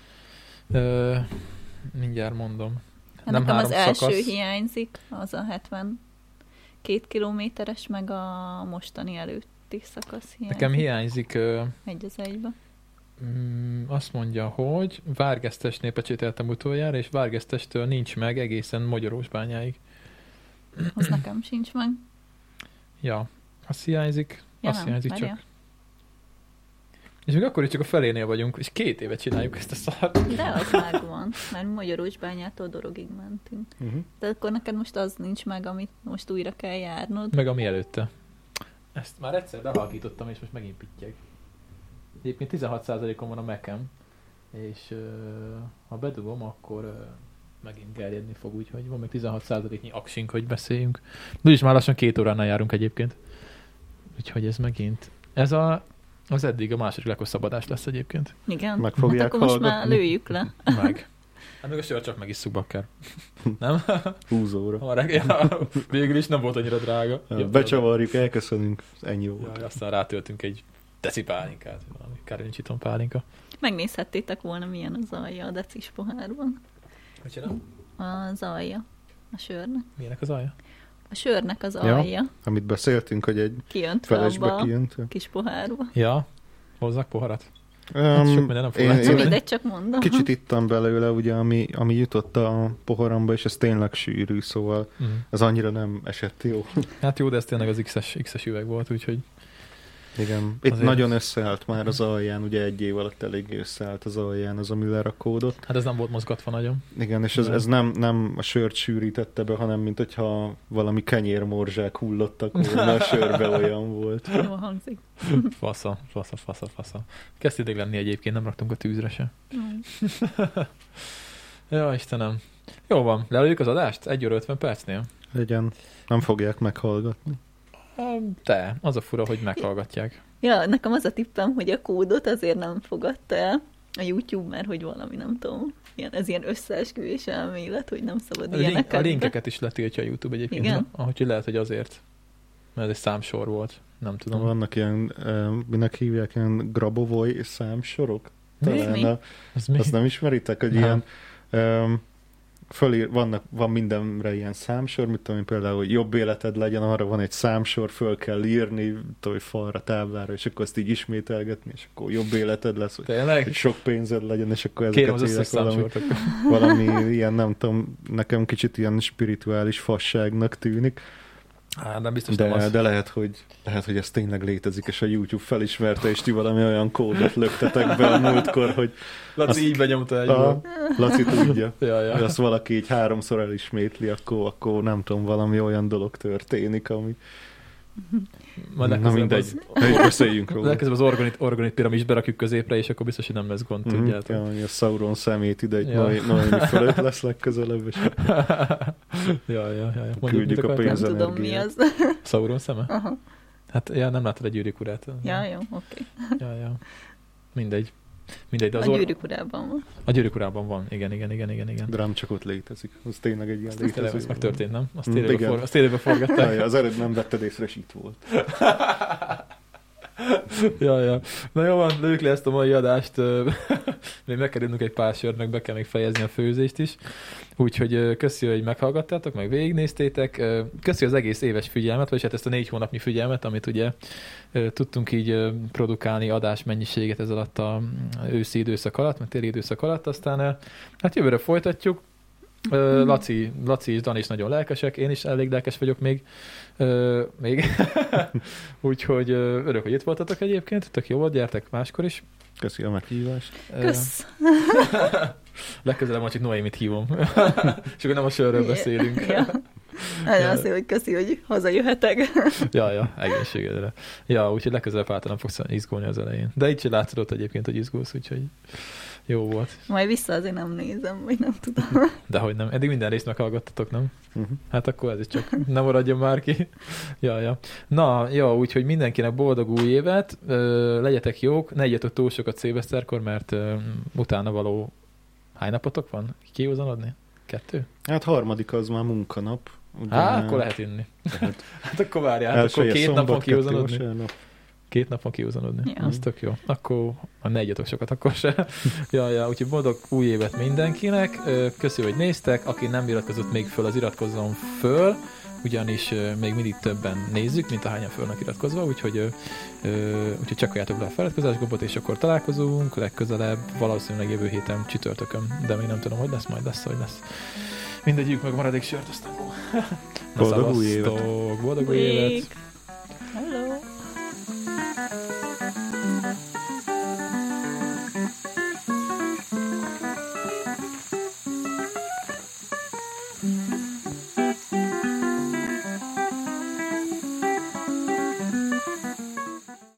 Ö, mindjárt mondom. Hát nekem az első szakasz. hiányzik, az a hetvenkét kilométeres, meg a mostani előtti szakasz hiányzik. Nekem hiányzik... Ö, Egy az egybe. Mm, azt mondja, hogy Várgesztesnél pecsételtem utoljára, és Várgesztestől nincs meg egészen Magyarósbányáig. Az nekem sincs meg. Ja, azt hiányzik, Ja, azt nem, hiányzik várjál. csak. És még akkor is csak a felénél vagyunk, és két éve csináljuk ezt a szart. De az megvan, mert Magyarósbányától Dorogig mentünk. Uh-huh. De akkor neked most az nincs meg, amit most újra kell járnod. Meg ami előtte. Ezt már egyszer behalkítottam, és most megint pittyeg. Egyébként tizenhat százalékon van a Mac-em, és uh, ha bedugom, akkor uh, megint gerjedni fog, úgyhogy van még tizenhat százaléknyi aksink, hogy beszéljünk. De úgyis már lassan két óránál járunk egyébként. Úgyhogy ez megint. Ez a Az eddig a második leghosszabb adás lesz egyébként. Igen. Meg fogják hát akkor most hallgatni. már lőjük le. Meg. Hát meg a sört csak megisszuk, bakker. Nem? húsz óra. Ha reg- ja, végül is nem volt annyira drága. Ja, becsavarjuk, elköszönünk, ennyi volt. Ja, aztán rátöltünk egy deci pálinkát, valami Karincsiton pálinka. Megnézhettétek volna, milyen az alja a decis pohárban. Hogy csinál? Az alja a sörnek. Milyenek az alja? A sörnek az Ja. alja. Amit beszéltünk, hogy egy Kijöntve abba felesbe a kijöntve. kis pohárba. Ja, hozzak poharat? Um, sok minden nem fog én, látszani. Nem én mindegy, csak mondom. kicsit ittam belőle, ugye, ami, ami jutott a poharamba, és ez tényleg sűrű, szóval Mm. ez annyira nem esett jó. Hát jó, de ez tényleg az X-es, X-es üveg volt, úgyhogy Igen. Itt Azért- nagyon összeállt már az alján, ugye egy év alatt eléggé összeállt az alján az, ami lerakódott. hát ez nem volt mozgatva nagyon. Igen, és ez, Nem. ez nem, nem a sört sűrítette be, hanem mint hogyha valami kenyérmorzsák hullottak volna a sörbe, olyan volt. Jó hangzik. Fasza, fasza, fasza, fasza. Kezd ideg lenni egyébként, nem raktunk a tűzre se. Mm. Ja, Istenem. Jó van, lelőjük az adást? egy óra ötven percnél? Legyen, nem fogják meghallgatni. Te, az a fura, hogy meghallgatják. Ja, nekem az a tippem, hogy a kódot azért nem fogadta el a YouTube, mert hogy valami, nem tudom, ilyen, ez ilyen összeesküvés elmélet, hogy nem szabad A, link, ilyeneket. a linkeket is letiltja a YouTube egyébként. Igen? Ahogy lehet, hogy azért. Mert ez egy számsor volt. Nem tudom. Vannak ilyen, eh, minek hívják, ilyen Grabovoi számsorok? Mi? Talán a, Ez mi? azt nem ismeritek, hogy Nem. ilyen um, fölír, vannak, van mindenre ilyen számsor, mit tudom én, például, hogy jobb életed legyen, arra van egy számsor, föl kell írni, tudom, hogy falra, táblára, és akkor azt így ismételgetni, és akkor jobb életed lesz, hogy, Tényleg? hogy sok pénzed legyen, és akkor Kérem ezeket az összes írják valami, számsort. valami ilyen, nem tudom, nekem kicsit ilyen spirituális fasságnak tűnik, Hát nem biztos nem de, az. de lehet, hogy, lehet, hogy ez tényleg létezik, és a YouTube felismerte, és ti valami olyan kódot löktetek be a múltkor, hogy Laci azt- így benyomta a, egyből. Laci tudja. Ja, Ha ja. azt valaki így háromszor elismétli, akkor, akkor nem tudom, valami olyan dolog történik, ami... Majd Na legközelebb mindegy, az, beszéljünk róla. legközelebb az organit, organit piramis berakjuk középre, és akkor biztos, hogy nem lesz gond, Mhm, tudjátok. ja, hogy a Sauron szemét ide egy Ja. Noé- Noémi fölött lesz legközelebb, és ja, ja, ja, ja. Mondjuk, Küldjük mit a akartál? Nem pénz- tudom, mi energiát. az. Sauron szeme? Aha. Hát, ja, nem láttad egy gyűrűk urát. Ja, jó, oké. Ja, ja. Mindegy. Mindegy, de az A or... gyűrűk urában van. a gyűrűk urában van. Igen, igen, igen, igen, igen. de nem csak ott létezik. Az tényleg egy ilyen Ez tényleg, ez létező. meg történt, nem? Azt Mm, télébe, igen. for... Azt télébe forgatták. Ja, az előbb nem vetted észre, és itt volt. Ja, ja. Na jó van, lőjük le ezt a mai adást. Ö, még meg kell innunk egy pár sört, meg be kell még fejezni a főzést is. Úgyhogy ö, köszi, hogy meghallgattátok, meg végignéztétek. Ö, Köszi az egész éves figyelmet, vagy hát ezt a négy hónapnyi figyelmet, amit ugye ö, tudtunk így ö, produkálni adásmennyiséget ez alatt a őszi időszak alatt, meg téli időszak alatt. Aztán ö, hát jövőre folytatjuk. Ö, Laci, Laci és Dan is nagyon lelkesek, én is elég lelkes vagyok még. Ö, még. Úgyhogy ö, örök, hogy itt voltatok egyébként, tök jó volt, gyertek máskor is. Köszi a meghívást. Ö, Kösz. Legközelebb majd csak Noémit hívom. És akkor nem a sörről beszélünk. Ja. Nagyon azt mondja, hogy köszi, hogy hazajöhetek. Ja, ja, egészségedre. Ja, úgyhogy legközelebb általán fogsz izgulni az elején. De így se látszott egyébként, hogy izgulsz, úgyhogy jó volt. Majd vissza azért nem nézem, vagy nem tudom. De hogy nem. Eddig minden részt meghallgattatok, nem? Uh-huh. Hát akkor ez is csak ne maradjon már ki. Ja, ja. Na, jó, úgyhogy mindenkinek boldog új évet, ö, legyetek jók, ne igyatok túl sokat szilveszterkor, mert ö, utána való hány napotok van? Kiúzanodni? Kettő? Hát harmadik az már munkanap. Ugye, Á, akkor lehet inni. Tehát Hát akkor várjál, hát akkor elsője két szombat, napon kettő kiúzanodni. vasárnap. Két napon kiúzanodni. Ja. Az tök jó. Akkor ha ne igyatok sokat, akkor se. Ja, ja, úgyhogy boldog új évet mindenkinek. Ö, Köszi, hogy néztek. Aki nem iratkozott még föl, az iratkozzon föl, ugyanis ö, még mindig többen nézzük, mint ahányan fölnek iratkozva, úgyhogy, ö, ö, úgyhogy csakoljátok le a feliratkozás gombot, és akkor találkozunk legközelebb, valószínűleg jövő héten csütörtökön, de még nem tudom, hogy lesz, majd lesz, hogy lesz. Mindegyik meg maradék sört, aztán Boldog új évet. szevasztok, boldog új évet! Hello.